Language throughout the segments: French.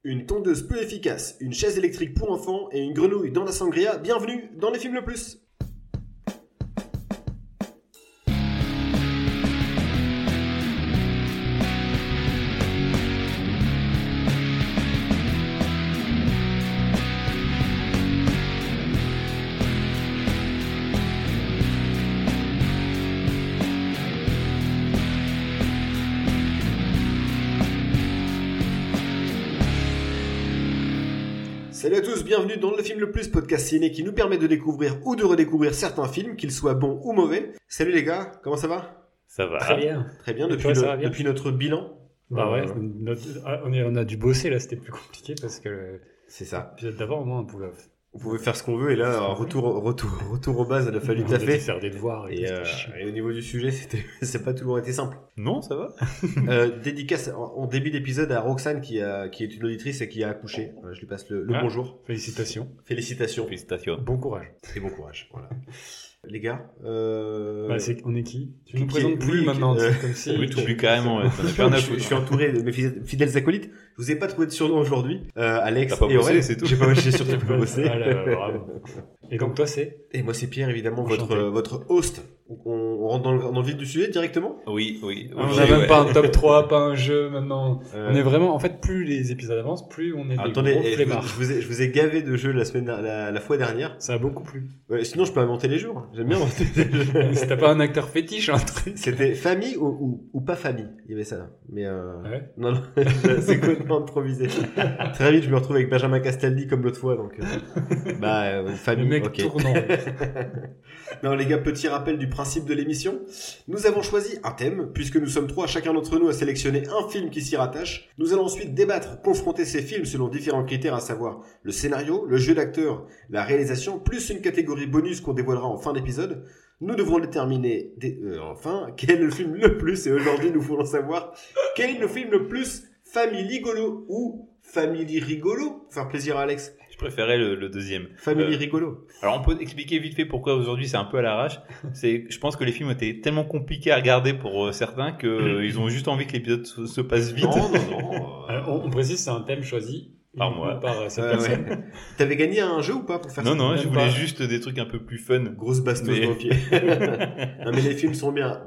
Une tondeuse peu efficace, une chaise électrique pour enfants et une grenouille dans la sangria, bienvenue dans les films le plus. Salut à tous, bienvenue dans le film le plus, podcast ciné qui nous permet de découvrir ou de redécouvrir certains films, qu'ils soient bons ou mauvais. Salut les gars, comment ça va ? Ça va. Très bien. Très bien, Et depuis, toi, ça va bien depuis notre bilan. Bah ouais, on a dû bosser là, c'était plus compliqué parce que C'est ça. l'épisode d'avant, au moins, On pouvait faire ce qu'on veut et là, retour aux bases, il a fallu on a dû taffer. faire des devoirs et, Et, tout, c'était chiant. et au niveau du sujet, c'est pas toujours été simple. Non, ça va. Dédicace en début d'épisode à Roxane qui est une auditrice et qui a accouché. Voilà, je lui passe le Ah. bonjour. Félicitations. Félicitations Félicitations. Bon courage. et bon courage. Voilà. Les gars, Bah, on est qui Tu qui nous présentes est- plus oui, maintenant, euh, c'est comme si... Oui, tout plus carrément. Ouais. T'en as plus rien à je foutre. suis entouré de mes fidèles acolytes. Je vous ai pas trouvé de surnom aujourd'hui. Alex T'as pas et bossé, Aurel. c'est tout. J'ai pas bossé, surtout pas bossé. Ah là, bravo. Et donc toi, c'est Et moi c'est Pierre évidemment, Enchanté. votre host. On rentre dans le vif du sujet directement. Oui, oui. On Oui, n'a même ouais. pas un top 3, pas un jeu maintenant. Euh, On est vraiment, en fait, plus les épisodes avancent, plus on est des Attendez, gros je flemmards. vous ai gavé de jeux la fois dernière. Ça a beaucoup plu. Ouais, sinon je peux inventer les jours. J'aime bien inventer des jeux. Si t'as pas un acteur fétiche, un truc. C'était famille ou pas famille. Il y avait ça. Mais Ouais. non, c'est complètement improvisé. Très vite, je me retrouve avec Benjamin Castaldi comme l'autre fois. Donc, famille. Le mec ok. tournant. Non, les gars, petit rappel du principe de l'émission. Nous avons choisi un thème, puisque nous sommes trois, chacun d'entre nous a sélectionné un film qui s'y rattache. Nous allons ensuite débattre, confronter ces films selon différents critères, à savoir le scénario, le jeu d'acteur, la réalisation, plus une catégorie bonus qu'on dévoilera en fin d'épisode. Nous devrons déterminer, enfin, quel est le film le plus, et aujourd'hui nous voulons savoir quel est le film le plus family-rigolo ou family-rigolo. Faire plaisir à Alex. Je préférais le deuxième. Family-rigolo. Alors, on peut expliquer vite fait pourquoi aujourd'hui c'est un peu à l'arrache. Je pense que les films étaient tellement compliqués à regarder pour certains que ils ont juste envie que l'épisode se passe vite. Non. On précise, c'est un thème choisi Par uniquement moi. par cette Ouais. personne. T'avais gagné un jeu ou pas pour faire ça? Non, je même voulais pas. juste des trucs un peu plus fun. Grosse bastos Mais- dans le pied. Non mais les films sont bien.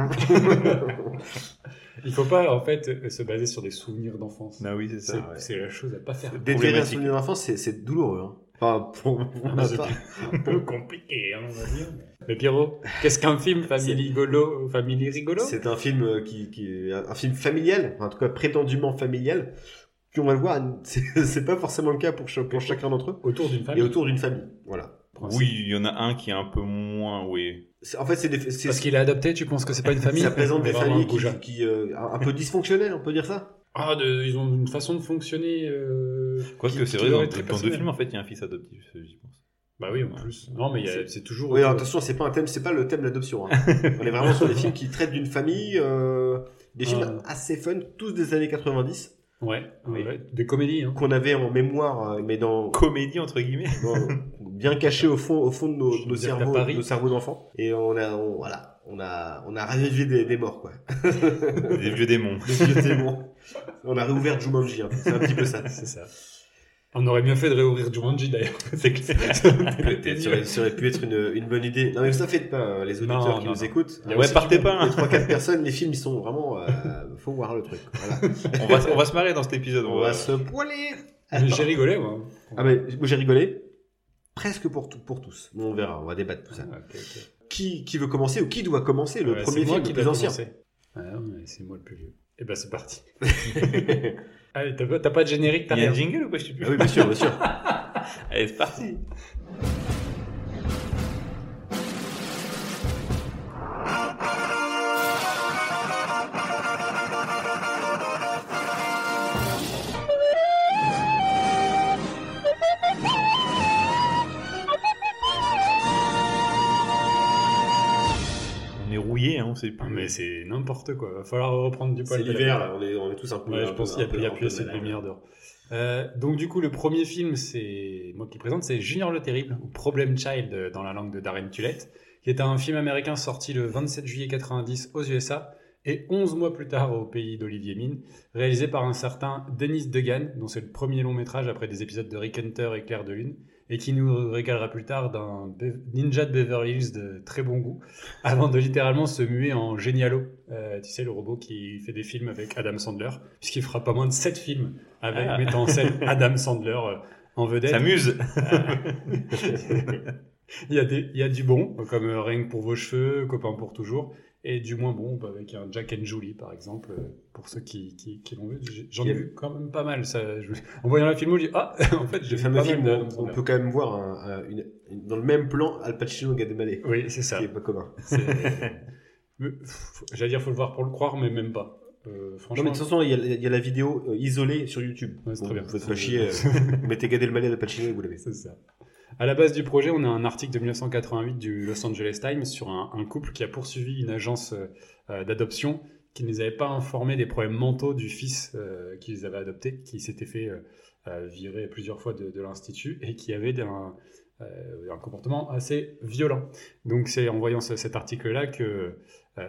Il faut pas, en fait, se baser sur des souvenirs d'enfance. Ah oui, c'est C'est ça. ouais. c'est la chose à pas faire. Déterrer un Problématique. souvenir d'enfance, c'est douloureux. Hein. Enfin, pour ma c'est part. un peu compliqué, hein, on va dire. Mais Pierrot, qu'est-ce qu'un film family rigolo? C'est un film un film familial, enfin, en tout cas prétendument familial. Puis on va le voir, c'est pas forcément le cas pour chacun d'entre eux. Autour d'une Et famille. autour d'une famille, voilà. Oui, il y en a un qui est un peu moins, oui. En fait, Parce qu'il est adopté, tu penses que c'est pas une famille? ça présente des Vraiment familles un goujat. qui un peu dysfonctionnelles, on peut dire ça. Ils ont une façon de fonctionner. Quoique qui c'est doit vrai, être très dans deux personnelle. films, en fait, il y a un fils adoptif, j'y pense. Bah oui, en plus. Non, mais c'est toujours. Oui, alors, attention, c'est pas le thème de l'adoption. Hein. On est vraiment sur des films qui traitent d'une famille, des films assez fun, tous des années 90. Ouais, des comédies. Hein. Qu'on avait en mémoire, mais Comédie, entre guillemets. bien caché au fond de Je nos veux dire, cerveaux, à Paris. nos cerveaux d'enfants. Et on a ravivé des morts, quoi. Des vieux démons. Des vieux démons. On a réouvert Jumanji, hein. C'est un petit peu ça. C'est ça. On aurait bien fait de réouvrir Jumanji d'ailleurs. C'est clair. Peut-être, ça aurait pu être une bonne idée. Non, mais ça fait pas, les auditeurs Non, qui non, nous non. écoutent. Il y a Ouais, aussi partez du- pas, hein. Les 3-4 personnes, les films, ils sont vraiment, faut voir le truc. Voilà. On va se marrer dans cet épisode. On va se poiler. Mais j'ai rigolé, moi. Ah, mais moi, j'ai rigolé. Presque pour tous. Mais on verra, on va débattre tout ça. Ah, ok. Qui veut commencer ou qui doit commencer le Ouais, premier c'est moi film qui le plus dois ancien? commencer. Ah non, mais c'est moi le plus vieux. Et ben c'est parti. Allez, t'as pas de générique, t'as Il y a un rien. jingle ou pas, je sais plus. Ah oui, bien sûr, bien sûr. Allez, c'est parti. On est rouillé, hein, on sait Ah, plus. mais c'est n'importe quoi. Va falloir reprendre du poil. C'est de la l'hiver, bête. là, on est tous un peu. Ouais, je un pense peu- qu'il y a un peu plus assez de malades. lumière dehors. Donc du coup, le premier film, c'est moi qui le présente, c'est Junior le Terrible, ou Problem Child dans la langue de Darren Tulette, qui est un film américain sorti le 27 juillet 90 aux USA Et 11 mois plus tard, au pays d'Olivier Mine, réalisé par un certain Dennis Degan, dont c'est le premier long métrage après des épisodes de Rick Hunter et Clair de Lune, et qui nous régalera plus tard d'un Ninja de Beverly Hills de très bon goût, avant de littéralement se muer en Génialo. Tu sais, le robot qui fait des films avec Adam Sandler, puisqu'il fera pas moins de 7 films avec mettant en scène Adam Sandler en vedette. S'amuse. Il y a du bon, comme Rien que pour vos cheveux, Copain pour toujours, et du moins bon, avec un Jack and Julie, par exemple, pour ceux qui l'ont vu. J'en ai vu quand même pas mal. En voyant la filmo, je dis, en fait, j'ai Le fait fameux pas film, mal on peut quand même voir dans le même plan Al Pacino et Gad Elmaleh. Oui, c'est ça. Ce qui est pas commun. J'allais dire, faut le voir pour le croire, mais même pas. Franchement. Non, mais de toute façon, il y a la vidéo isolée sur YouTube. Ouais, c'est très bien. Vous faites pas chier. Mettez Gad Elmaleh et Al Pacino et vous l'avez. C'est ça. À la base du projet, on a un article de 1988 du Los Angeles Times sur un couple qui a poursuivi une agence d'adoption qui ne les avait pas informés des problèmes mentaux du fils qu'ils avaient adopté, qui s'était fait virer plusieurs fois de l'institut et qui avait un comportement assez violent. Donc c'est en voyant cet article-là que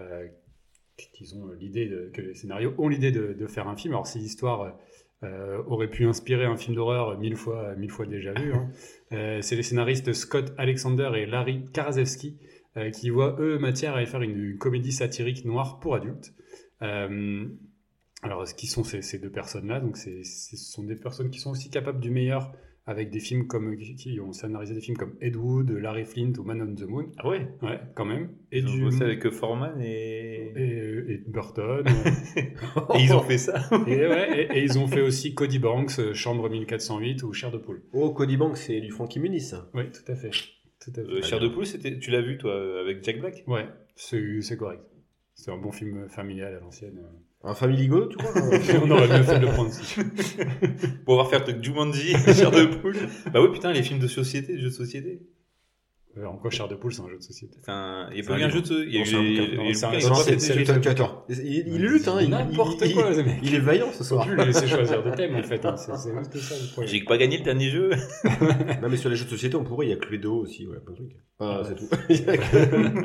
les scénarios ont l'idée de faire un film. Alors c'est l'histoire... aurait pu inspirer un film d'horreur mille fois déjà vu. Hein. C'est les scénaristes Scott Alexander et Larry Karaszewski qui voient eux matière à faire une comédie satirique noire pour adultes. Alors, qui sont ces deux personnes-là? Donc, ce sont des personnes qui sont aussi capables du meilleur avec des films qui ont scénarisé des films comme Ed Wood, Larry Flint ou Man on the Moon. Ah ouais? Ouais, quand même. Et ils ont bossé avec Foreman et Burton. Et ils ont fait ça. et ils ont fait aussi Cody Banks, Chambre 1408 ou Chair de poule. Oh, Cody Banks, c'est du Frankie Muniz, ça. Oui, tout à fait. Chair de poule, tu l'as vu, toi, avec Jack Black? Ouais, c'est correct. C'est un bon film familial à l'ancienne. Un Family Go, tu crois? On aurait mieux fait de le prendre aussi. Pour pouvoir faire Jumanji, Chair de poule. Bah oui, putain, les films de société, de jeux de société. Encore Chair de poule, c'est un jeu de société. Enfin, il y a pas eu un jeu de... Il y a eu Attends, il lutte, hein. N'importe quoi, les mecs. Il est vaillant ce soir. Faut plus le laisser choisir des thèmes, en fait. C'est juste ça le problème. J'ai pas gagné le dernier jeu. Non, mais sur les jeux de société, on pourrait, il y a Cluedo aussi, ouais, plein de trucs. Ah, c'est tout.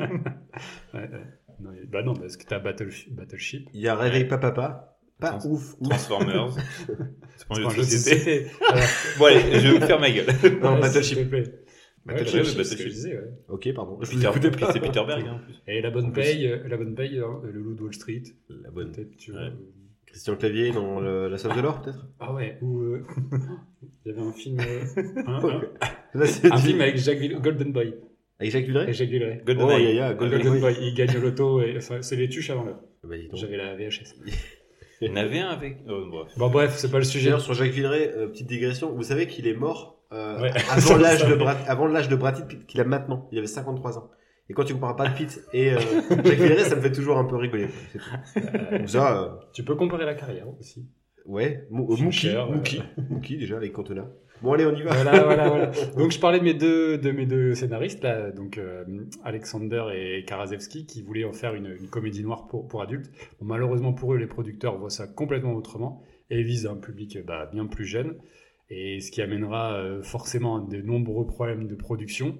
Non, parce que t'as Battleship. Il y a Réveille Papa. Pas ouf. Transformers. C'est pas un jeu de société. société. Bon, allez, je vais vous faire ma gueule. Non, Battleship. Battleship, c'est ce que je disais, ouais. Ok, pardon. C'est Peter Berg, hein, en plus. Et la bonne paye, le loup de Wall Street. La bonne. Peut-être, tu vois. Christian Clavier dans La Somme de l'Or, peut-être? Ah ouais, ou il y avait un film... un film avec Golden Boy. Avec Jacques Villeray? Avec Jacques Villeray. Golden Boy. Il gagne au loto, et c'est les tuches avant l'heure. Bah, j'avais la VHS. Il y en avait un avec... bref. Bon, bref, c'est pas le sujet. D'ailleurs, sur Jacques Villeray, petite digression, vous savez qu'il est mort avant l'âge de Brad Pitt qu'il a maintenant. Il avait 53 ans. Et quand tu compares Brad Pitt et Jacques Villeray, ça me fait toujours un peu rigoler. C'est tout. Donc ça, tu peux comparer la carrière aussi. Ouais, Mookie déjà avec Cantona. Bon allez, on y va. Voilà. Donc je parlais de mes deux scénaristes là, donc Alexander et Karaszewski, qui voulaient en faire une comédie noire pour adultes. Bon, malheureusement pour eux, les producteurs voient ça complètement autrement et visent un public bien plus jeune, et ce qui amènera forcément de nombreux problèmes de production.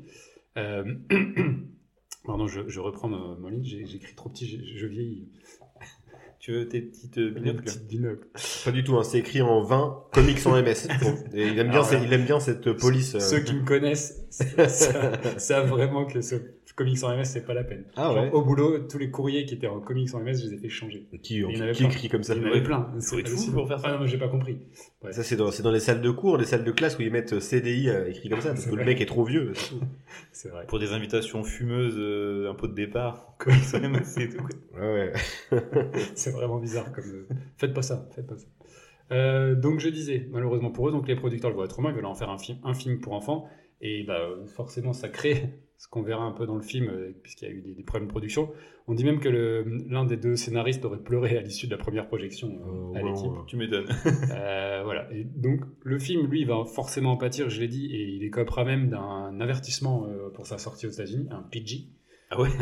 Pardon, je reprends ma ligne. J'écris trop petit, je vieillis. Tu veux tes petites binocles? Pas du tout, hein, c'est écrit en 20 comics en MS. Et il aime bien cette police. Ceux qui me connaissent savent vraiment que ce comics en MS, c'est pas la peine. Ah ouais. Au boulot, tous les courriers qui étaient en comics en MS, je les ai fait changer. Qui écrit comme ça? Il y en avait plein. C'est fou pour faire ça. Ah non, mais j'ai pas compris. Ouais. Ça, c'est dans les salles de cours, les salles de classe où ils mettent CDI écrit comme ça, parce que le mec est trop vieux. C'est vrai. Pour des invitations fumeuses, un pot de départ, comics en MS, c'est tout. Ouais. C'est vraiment bizarre comme. Faites pas ça. Donc je disais, malheureusement pour eux, donc les producteurs le voient autrement, ils veulent en faire un film pour enfants, et forcément ça crée ce qu'on verra un peu dans le film, puisqu'il y a eu des problèmes de production. On dit même que l'un des deux scénaristes aurait pleuré à l'issue de la première projection à l'équipe. Tu m'étonnes. Voilà. Et donc le film, lui, va forcément en pâtir, je l'ai dit, et il écopera même d'un avertissement pour sa sortie aux États-Unis, un PG. Ah ouais.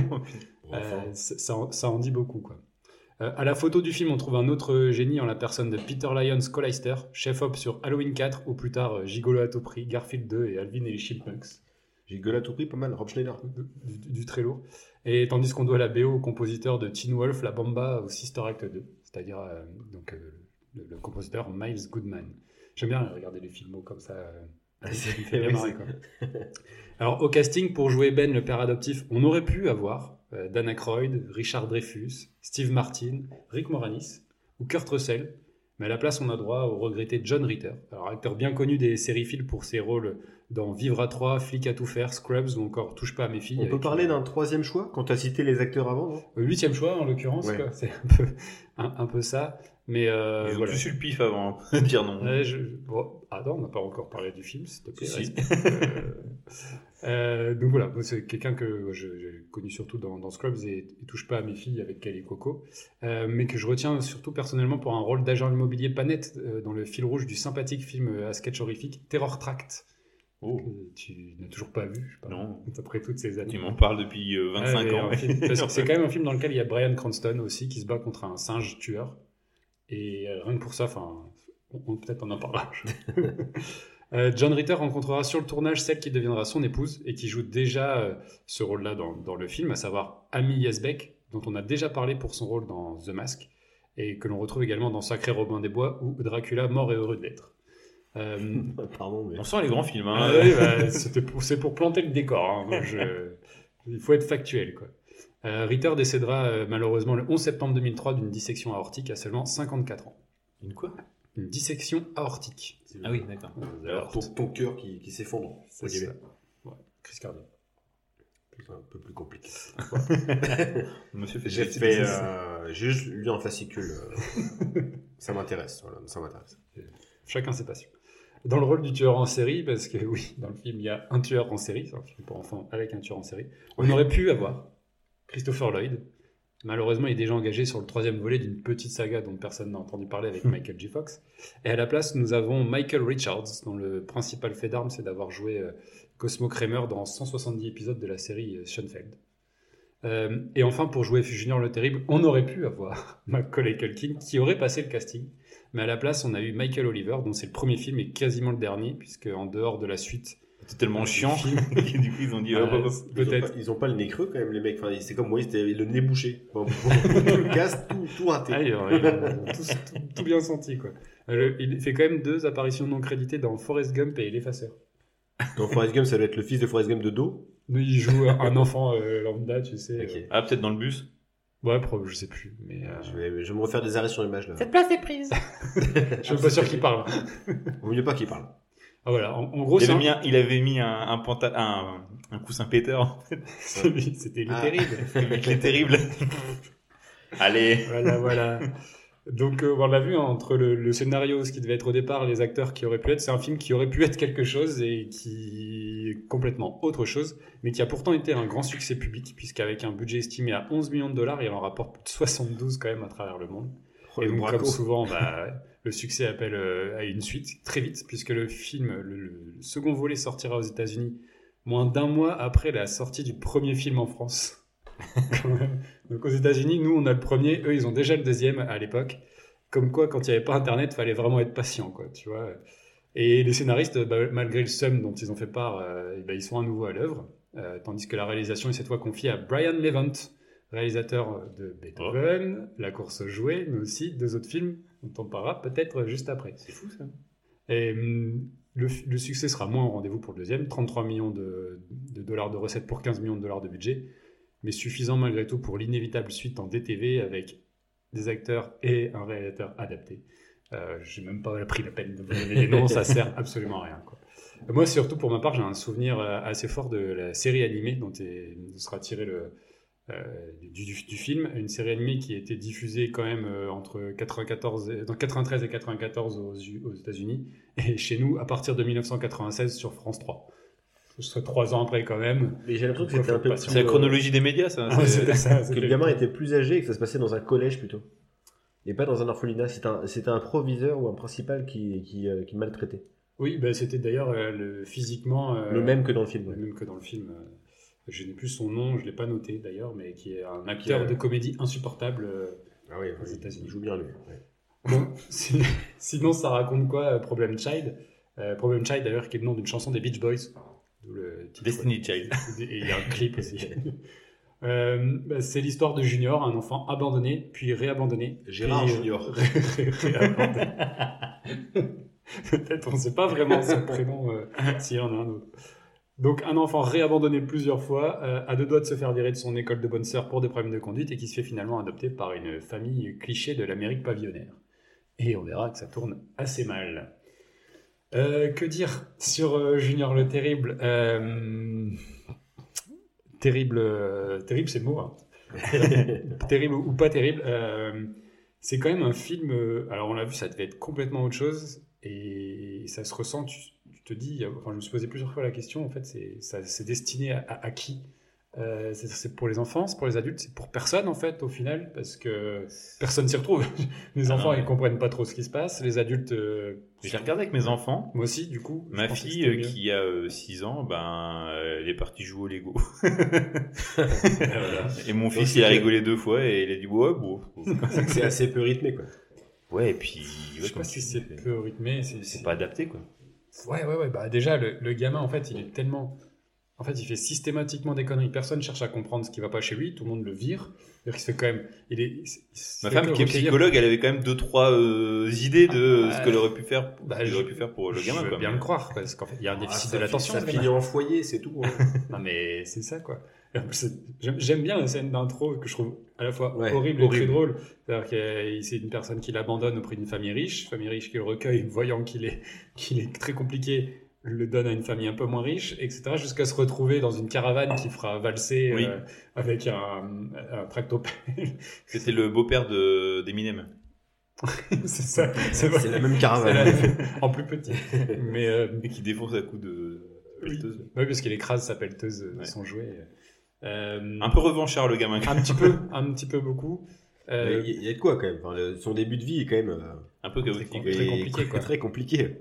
Ça en dit beaucoup, quoi. À la photo du film, on trouve un autre génie en la personne de Peter Lyons Collister, chef-op sur Halloween 4 ou plus tard Gigolo à tout prix, Garfield 2 et Alvin et les Chipmunks. Gueule à tout prix, pas mal. Rob Schneider. du très lourd. Et tandis qu'on doit la BO au compositeur de Teen Wolf, La Bamba au Sister Act 2, c'est-à-dire le compositeur Miles Goodman. J'aime bien regarder les films comme ça. Ça me fait bien marrer, quoi. Alors, au casting, pour jouer Ben, le père adoptif, on aurait pu avoir Dan Aykroyd, Richard Dreyfuss, Steve Martin, Rick Moranis ou Kurt Russell. Mais à la place, on a droit au regretté John Ritter. Alors, acteur bien connu des séries-films pour ses rôles dans Vivre à 3, Flic à tout faire, Scrubs ou encore Touche pas à mes filles. On peut parler d'un troisième choix quand tu as cité les acteurs avant, non? 8e choix, en l'occurrence, Ouais. quoi. C'est un peu ça. Mais Ils ont voilà. tous eu le pif avant de dire non. Ouais, bon, attends, on n'a pas encore parlé du film, s'il te plaît. Si. Donc voilà, moi, c'est quelqu'un que j'ai connu surtout dans Scrubs et Touche pas à mes filles avec Kelly Coco, mais que je retiens surtout personnellement pour un rôle d'agent immobilier pas net dans le fil rouge du sympathique film à sketch horrifique Terror Tract. Oh. Que tu n'as toujours pas vu, je sais pas, Non. après toutes ces années. Tu m'en parles depuis 25 Ouais, ans. parce que c'est quand même un film dans lequel il y a Bryan Cranston aussi qui se bat contre un singe tueur. Et rien que pour ça, peut-être on en parlera. John Ritter rencontrera sur le tournage celle qui deviendra son épouse et qui joue déjà ce rôle-là dans le film, à savoir Amy Yasbeck, dont on a déjà parlé pour son rôle dans The Mask, et que l'on retrouve également dans Sacré Robin des Bois ou Dracula, mort et heureux d'être. Pardon, mais... On sent les grands films. Hein. C'est pour planter le décor. Hein. Il faut être factuel, quoi. Ritter décédera malheureusement le 11 septembre 2003 d'une dissection aortique à seulement 54 ans. Une quoi? Une dissection aortique. Ah oui, d'accord. Alors, ton cœur qui s'effondre. C'est ça. Ouais. Crise cardiaque. C'est un peu plus compliqué. Monsieur fait J'ai juste lu un fascicule. Ça m'intéresse. Voilà, ça m'intéresse. Chacun ses passions. Dans le rôle du tueur en série, parce que oui, dans le film, il y a un tueur en série, c'est un film pour enfants avec un tueur en série, on aurait pu avoir Christopher Lloyd. Malheureusement, il est déjà engagé sur le 3e volet d'une petite saga dont personne n'a entendu parler avec Michael J. Fox. Et à la place, nous avons Michael Richards, dont le principal fait d'armes, c'est d'avoir joué Cosmo Kramer dans 170 épisodes de la série Schoenfeld. Et enfin, pour jouer Junior le Terrible, on aurait pu avoir Macaulay Culkin, qui aurait passé le casting. Mais à la place, on a eu Michael Oliver, dont c'est le premier film et quasiment le dernier, puisque en dehors de la suite... C'est tellement chiant. Du coup, ils ont dit... peut-être. Ils ont pas le nez creux quand même, les mecs. Enfin, c'est comme moi, c'était le nez bouché. Bon, le casse, tout raté. Ah, ils ont tout bien senti, quoi. Il fait quand même 2 apparitions non créditées dans Forrest Gump et L'Effaceur. Dans Forrest Gump, ça doit être le fils de Forrest Gump de dos. Il joue un enfant lambda, tu sais. Ok. Ah, peut-être dans le bus. Ouais, je sais plus. Mais Je vais me refaire des arrêts sur l'image là. Cette place est prise. je suis pas sûr qu'il parle. Vaut mieux pas qu'il parle. Ah voilà, en gros, Il avait mis un coussin péteur. C'était terrible. Il est terrible. Allez. Voilà. Donc, on l'a vu, hein, entre le scénario, ce qui devait être au départ, les acteurs qui auraient pu être, c'est un film qui aurait pu être quelque chose et qui est complètement autre chose, mais qui a pourtant été un grand succès public, puisqu'avec un budget estimé à 11 millions de dollars, il en rapporte plus de 72 quand même à travers le monde. Et donc, comme souvent, le succès appelle à une suite, très vite, puisque le film, le second volet sortira aux États-Unis moins d'1 mois après la sortie du premier film en France. Donc aux États-Unis, nous on a le premier, eux ils ont déjà le deuxième à l'époque. Comme quoi, quand il n'y avait pas Internet, fallait vraiment être patient, quoi, tu vois. Et les scénaristes, malgré le somme dont ils ont fait part, ils sont à nouveau à l'œuvre, tandis que la réalisation est cette fois confiée à Brian Levant, réalisateur de Beethoven, La course aux jouets, mais aussi 2 autres films dont on parlera peut-être juste après. C'est fou ça. Et le succès sera moins au rendez-vous pour le deuxième, 33 millions de dollars de recettes pour 15 millions de dollars de budget, mais suffisant malgré tout pour l'inévitable suite en DTV avec des acteurs et un réalisateur adapté. J'ai même pas pris la peine de vous donner les noms, ça sert absolument à rien, quoi. Moi, surtout pour ma part, j'ai un souvenir assez fort de la série animée dont sera tiré du film, une série animée qui a été diffusée quand même entre 93 et 94 aux États-Unis, et chez nous à partir de 1996 sur France 3. Ce serait 3 ans après quand même. Mais j'ai l'impression que c'était un peu plus... C'est la chronologie des médias, ça. C'était ça. Que le gamin était plus âgé et que ça se passait dans un collège plutôt. Et pas dans un orphelinat. C'était un proviseur ou un principal qui maltraitait. Oui, c'était d'ailleurs physiquement... le même que dans le film. Le même que dans le film. Je n'ai plus son nom, je ne l'ai pas noté d'ailleurs, mais qui est un acteur de comédie insupportable aux États-Unis. Il joue bien lui. Ouais. Bon, sinon ça raconte quoi, Problem Child Problem Child d'ailleurs qui est le nom d'une chanson des Beach Boys. D'où le titre. Destiny Child. Et il y a un clip aussi. C'est l'histoire de Junior, un enfant abandonné, puis réabandonné. Gérard puis, Junior. Réabandonné. Peut-être, on ne sait pas vraiment son prénom, s'il y en a un autre. Donc, un enfant réabandonné plusieurs fois, à deux doigts de se faire virer de son école de bonne sœur pour des problèmes de conduite et qui se fait finalement adopter par une famille cliché de l'Amérique pavillonnaire. Et on verra que ça tourne assez mal. Que dire sur Junior le Terrible Terrible, c'est le mot. Hein. Terrible ou pas terrible. C'est quand même un film. Alors, on l'a vu, ça devait être complètement autre chose. Et ça se ressent. Tu te dis. Enfin, je me suis posé plusieurs fois la question. En fait, c'est destiné à qui c'est pour les enfants, c'est pour les adultes, c'est pour personne en fait au final, parce que personne s'y retrouve. Les enfants ils comprennent pas trop ce qui se passe, les adultes. J'ai regardé avec mes enfants. Moi aussi, du coup. Ma fille qui a 6 ans, elle est partie jouer au Lego. Voilà. Et mon fils il a rigolé 2 fois et il a dit ouais bon. C'est assez peu rythmé quoi. Ouais et puis. Je sais pas si c'est peu rythmé, c'est pas adapté quoi. Ouais. Bah déjà le gamin en fait il est tellement. En fait, il fait systématiquement des conneries. Personne cherche à comprendre ce qui va pas chez lui. Tout le monde le vire. C'est-à-dire qu'il se fait quand même. Ma femme, qui est psychologue, elle avait quand même 2-3 idées de ce qu'elle aurait pu faire. Il aurait pu faire pour le gamin. Je veux bien le croire, parce qu'en fait, il y a un déficit de l'attention. Ça finit en foyer, c'est tout. Hein. Non, mais c'est ça, quoi. J'aime bien la scène d'intro que je trouve à la fois horrible et très drôle. C'est-à-dire que c'est une personne qui l'abandonne auprès d'une famille riche qui le recueille, voyant qu'il est très compliqué. Le donne à une famille un peu moins riche, etc., jusqu'à se retrouver dans une caravane qui fera valser avec un tractopelle. C'était le beau-père d'Eminem. C'est ça. C'est la même caravane. En plus petit. Mais qui défonce à coups de pelleteuse. Oui, parce qu'il écrase sa pelleteuse de son jouet. Un peu revanchard, le gamin. Un petit peu beaucoup. Il y a de quoi, quand même. Enfin, son début de vie est quand même... un peu chaotique. Très compliqué, quoi. Très compliqué.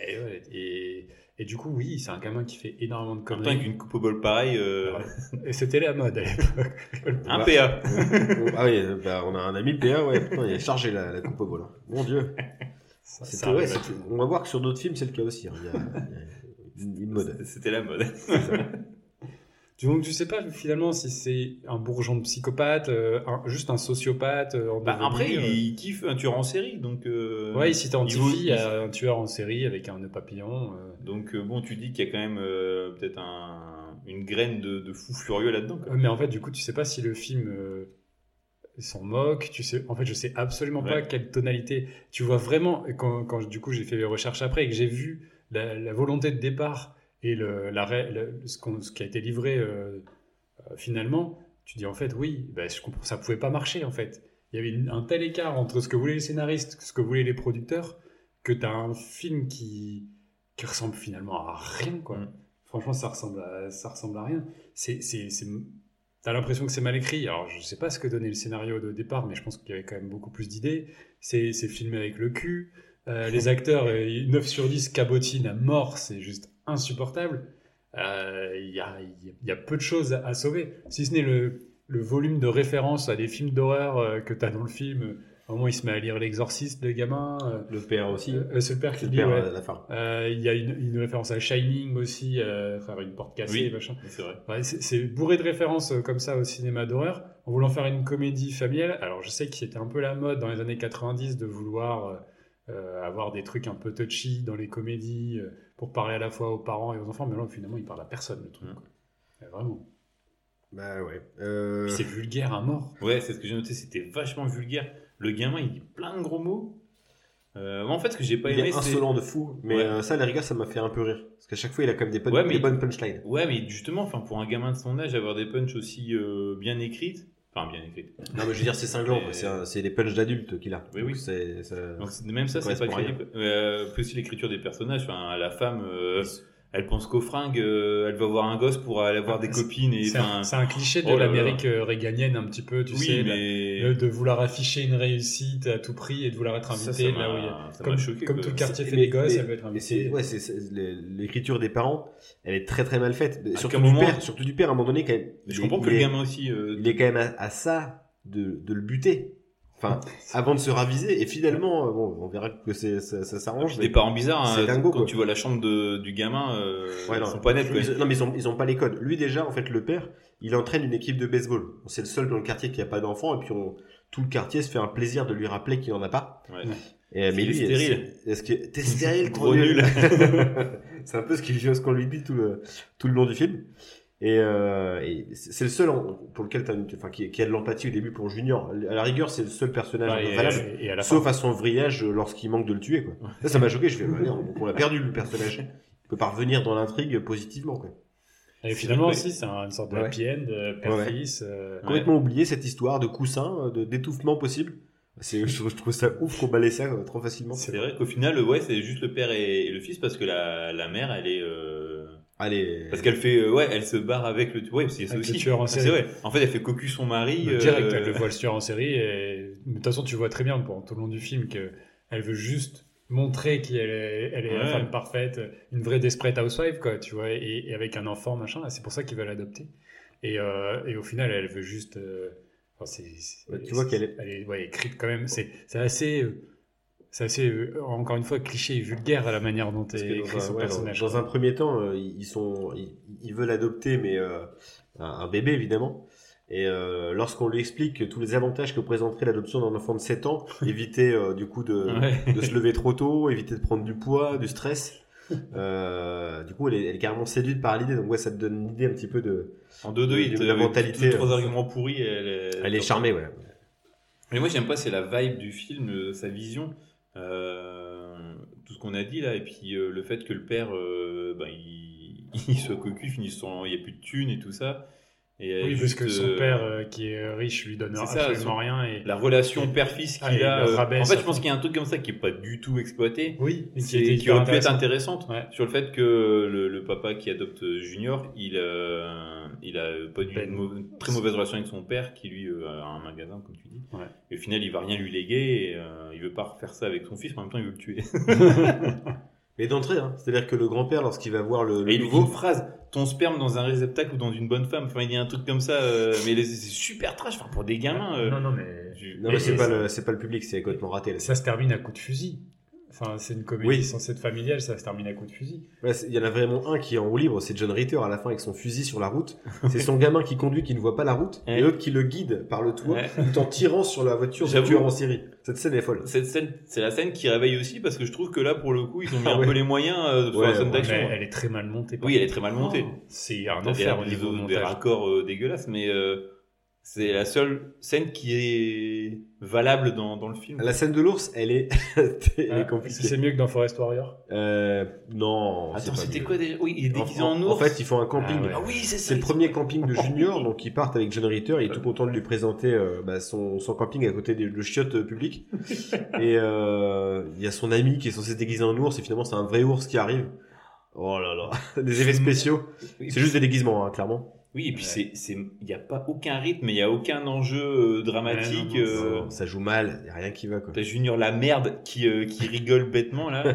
Et du coup, oui, c'est un gamin qui fait énormément de conneries. Avec une coupe au bol pareil. Et c'était la mode à l'époque. Un PA. Ah oui, on a un ami PA, ouais. Putain, il a chargé la coupe au bol. Hein. Mon Dieu. On va voir que sur d'autres films, c'est le cas aussi. Hein. Il y a une mode. C'était la mode. Donc tu sais pas finalement si c'est un bourgeon de psychopathe, juste un sociopathe. Après, il kiffe un tueur en série, donc. Ouais, il s'identifie à un tueur en série avec un nœud papillon. Donc bon, tu dis qu'il y a quand même peut-être une graine de fou furieux là-dedans. Mais en fait, du coup, tu sais pas si le film s'en moque. En fait, je sais absolument pas quelle tonalité. Tu vois vraiment quand du coup j'ai fait les recherches après et que j'ai vu la volonté de départ. Et ce qui a été livré finalement, tu dis en fait oui, je comprends, ça pouvait pas marcher en fait. Il y avait un tel écart entre ce que voulaient les scénaristes, ce que voulaient les producteurs, que tu as un film qui ressemble finalement à rien quoi. Franchement, ça ressemble à rien. T'as l'impression que c'est mal écrit. Alors je sais pas ce que donnait le scénario de départ, mais je pense qu'il y avait quand même beaucoup plus d'idées. C'est filmé avec le cul. Les acteurs, 9 sur 10 cabotinent à mort, c'est juste insupportable. Il y a peu de choses à sauver, si ce n'est le volume de références à des films d'horreur que tu as dans le film. Au moment, il se met à lire L'Exorciste, le gamin. Le père aussi. C'est le père qui dit, à la fin. Il y a une référence à Shining aussi, à travers une porte cassée, machin. C'est vrai. Ouais, c'est bourré de références comme ça au cinéma d'horreur, en voulant faire une comédie familiale. Alors, je sais que c'était un peu la mode dans les années 90 de vouloir avoir des trucs un peu touchy dans les comédies pour parler à la fois aux parents et aux enfants, mais là, finalement, il parle à personne, le truc. Vraiment. Bah ouais. Puis c'est vulgaire à mort. Ouais, c'est ce que j'ai noté, c'était vachement vulgaire. Le gamin, il dit plein de gros mots. En fait, ce que j'ai pas aimé, c'est... Il est insolent de fou, mais ça, à la rigueur, ça m'a fait un peu rire. Parce qu'à chaque fois, il a quand même des bonnes punchlines. Ouais, mais justement, pour un gamin de son âge, avoir des punchs aussi bien écrites. Enfin, bien écrites. Non, mais je veux dire, c'est cinglant. C'est des punchs d'adultes qu'il a. Oui, oui. Donc, même ça, c'est pas crédible. Plus aussi l'écriture des personnages. Enfin, la femme... elle pense qu'aux fringues, elle va voir un gosse pour aller voir des copines. C'est un cliché de l'Amérique réganienne un petit peu, tu sais, mais... de vouloir afficher une réussite à tout prix et de vouloir être invité là où il y a... Comme tout le quartier fait des gosses, elle veut être invitée. L'écriture des parents, elle est très très mal faite. Surtout du père, à un moment donné. Je comprends que le gamin aussi... Il est quand même à ça de le buter. avant de se raviser. Et finalement, bon, on verra que ça s'arrange. Des parents bizarres. C'est dingo, quand tu vois la chambre du gamin, ils sont pas nets. Non, mais ils ont pas les codes. Lui déjà, en fait, le père, il entraîne une équipe de baseball. C'est le seul dans le quartier qui a pas d'enfant, et puis tout le quartier se fait un plaisir de lui rappeler qu'il en a pas. Ouais. Mais lui, stérile. Est-ce que t'es stérile, gros nul. C'est un peu ce qu'on lui dit tout le long du film. Et c'est le seul pour lequel qui a de l'empathie au début pour Junior. À la rigueur, c'est le seul personnage valable, sauf à son vrillage lorsqu'il manque de le tuer, quoi. Ça m'a choqué. Je fais, on l'a perdu le personnage. Il peut pas revenir dans l'intrigue positivement, quoi. Et finalement aussi, c'est une sorte de happy end, père-fils. Complètement oublié cette histoire de coussin, d'étouffement possible. Je trouve ça ouf qu'on balaye ça trop facilement. C'est vrai qu'au final, c'est juste le père et le fils, parce que la mère, elle est... Parce qu'elle fait, elle se barre avec le tueur en série. En fait, elle fait cocu son mari. Direct, elle le voit le tueur en série. Et de toute façon, tu vois très bien pendant tout le long du film qu'elle veut juste montrer qu'elle est la femme parfaite, une vraie desperate housewife, quoi, tu vois, et avec un enfant, machin. C'est pour ça qu'ils veulent l'adopter. Et au final, elle veut juste... tu vois qu'elle est écrite quand même. C'est assez encore une fois cliché et vulgaire à la manière dont est écrit son personnage. Dans un premier temps, ils veulent adopter, mais un bébé évidemment. Et lorsqu'on lui explique tous les avantages que présenterait l'adoption d'un enfant de 7 ans, éviter du coup de se lever trop tôt, éviter de prendre du poids, du stress. Du coup, elle est carrément séduite par l'idée. Donc ça te donne une idée un petit peu de la mentalité. Trois arguments pourris. Elle est charmée, ouais. Mais moi, j'aime pas, c'est la vibe du film, sa vision. Tout ce qu'on a dit là, et puis le fait que le père il soit cocu, il n'y a plus de thunes et tout ça. Et parce que son père qui est riche lui donne absolument rien. Et la relation père-fils qu'il a. En fait, je pense qu'il y a un truc comme ça qui est pas du tout exploité. Oui, qui aurait pu être intéressante sur le fait que le papa qui adopte Junior, il a pas une très mauvaise relation avec son père qui lui a un magasin comme tu dis. Ouais. Et au final, il va rien lui léguer. Et, il veut pas refaire ça avec son fils, mais en même temps, il veut le tuer. Mais d'entrée, c'est-à-dire que le grand-père, lorsqu'il va voir le il dit une phrase, ton sperme dans un réceptacle ou dans une bonne femme. Enfin, il y a un truc comme ça, mais c'est super trash. Enfin, pour des gamins. Non, mais c'est pas le public, c'est complètement raté. Ça se termine à coup de fusil. Enfin, c'est une comédie censée être familiale, ça se termine à coup de fusil. Il y en a vraiment un qui est en roue libre, c'est John Ritter à la fin avec son fusil sur la route. C'est son gamin qui conduit, qui ne voit pas la route, et l'autre qui le guide par le toit, tout en tirant sur la voiture du tueur en série. Cette scène est folle. Cette scène, c'est la scène qui réveille aussi, parce que je trouve que là, pour le coup, ils ont mis un peu les moyens sur la scène d'action. Elle est très mal montée. Oui, elle est très mal montée. C'est un enfer au niveau des raccords dégueulasses, mais c'est la seule scène qui est valable dans le film. La scène de l'ours, elle est compliquée. C'est mieux que dans Forest Warrior. Non. Attends, c'était quoi déjà? Oui, il est déguisé en ours. En fait, ils font un camping. Ah oui, c'est ça. C'est le premier camping de Junior, donc ils partent avec John Ritter. Il est tout content de lui présenter son camping à côté de chiotte public. Et il y a son ami qui est censé se déguiser en ours, et finalement c'est un vrai ours qui arrive. Oh là là, des effets spéciaux. C'est juste des déguisements, clairement. Oui, et puis il y a pas aucun rythme, il y a aucun enjeu dramatique. Non, ça joue mal, il y a rien qui va, quoi. T'as Junior la merde qui rigole bêtement là.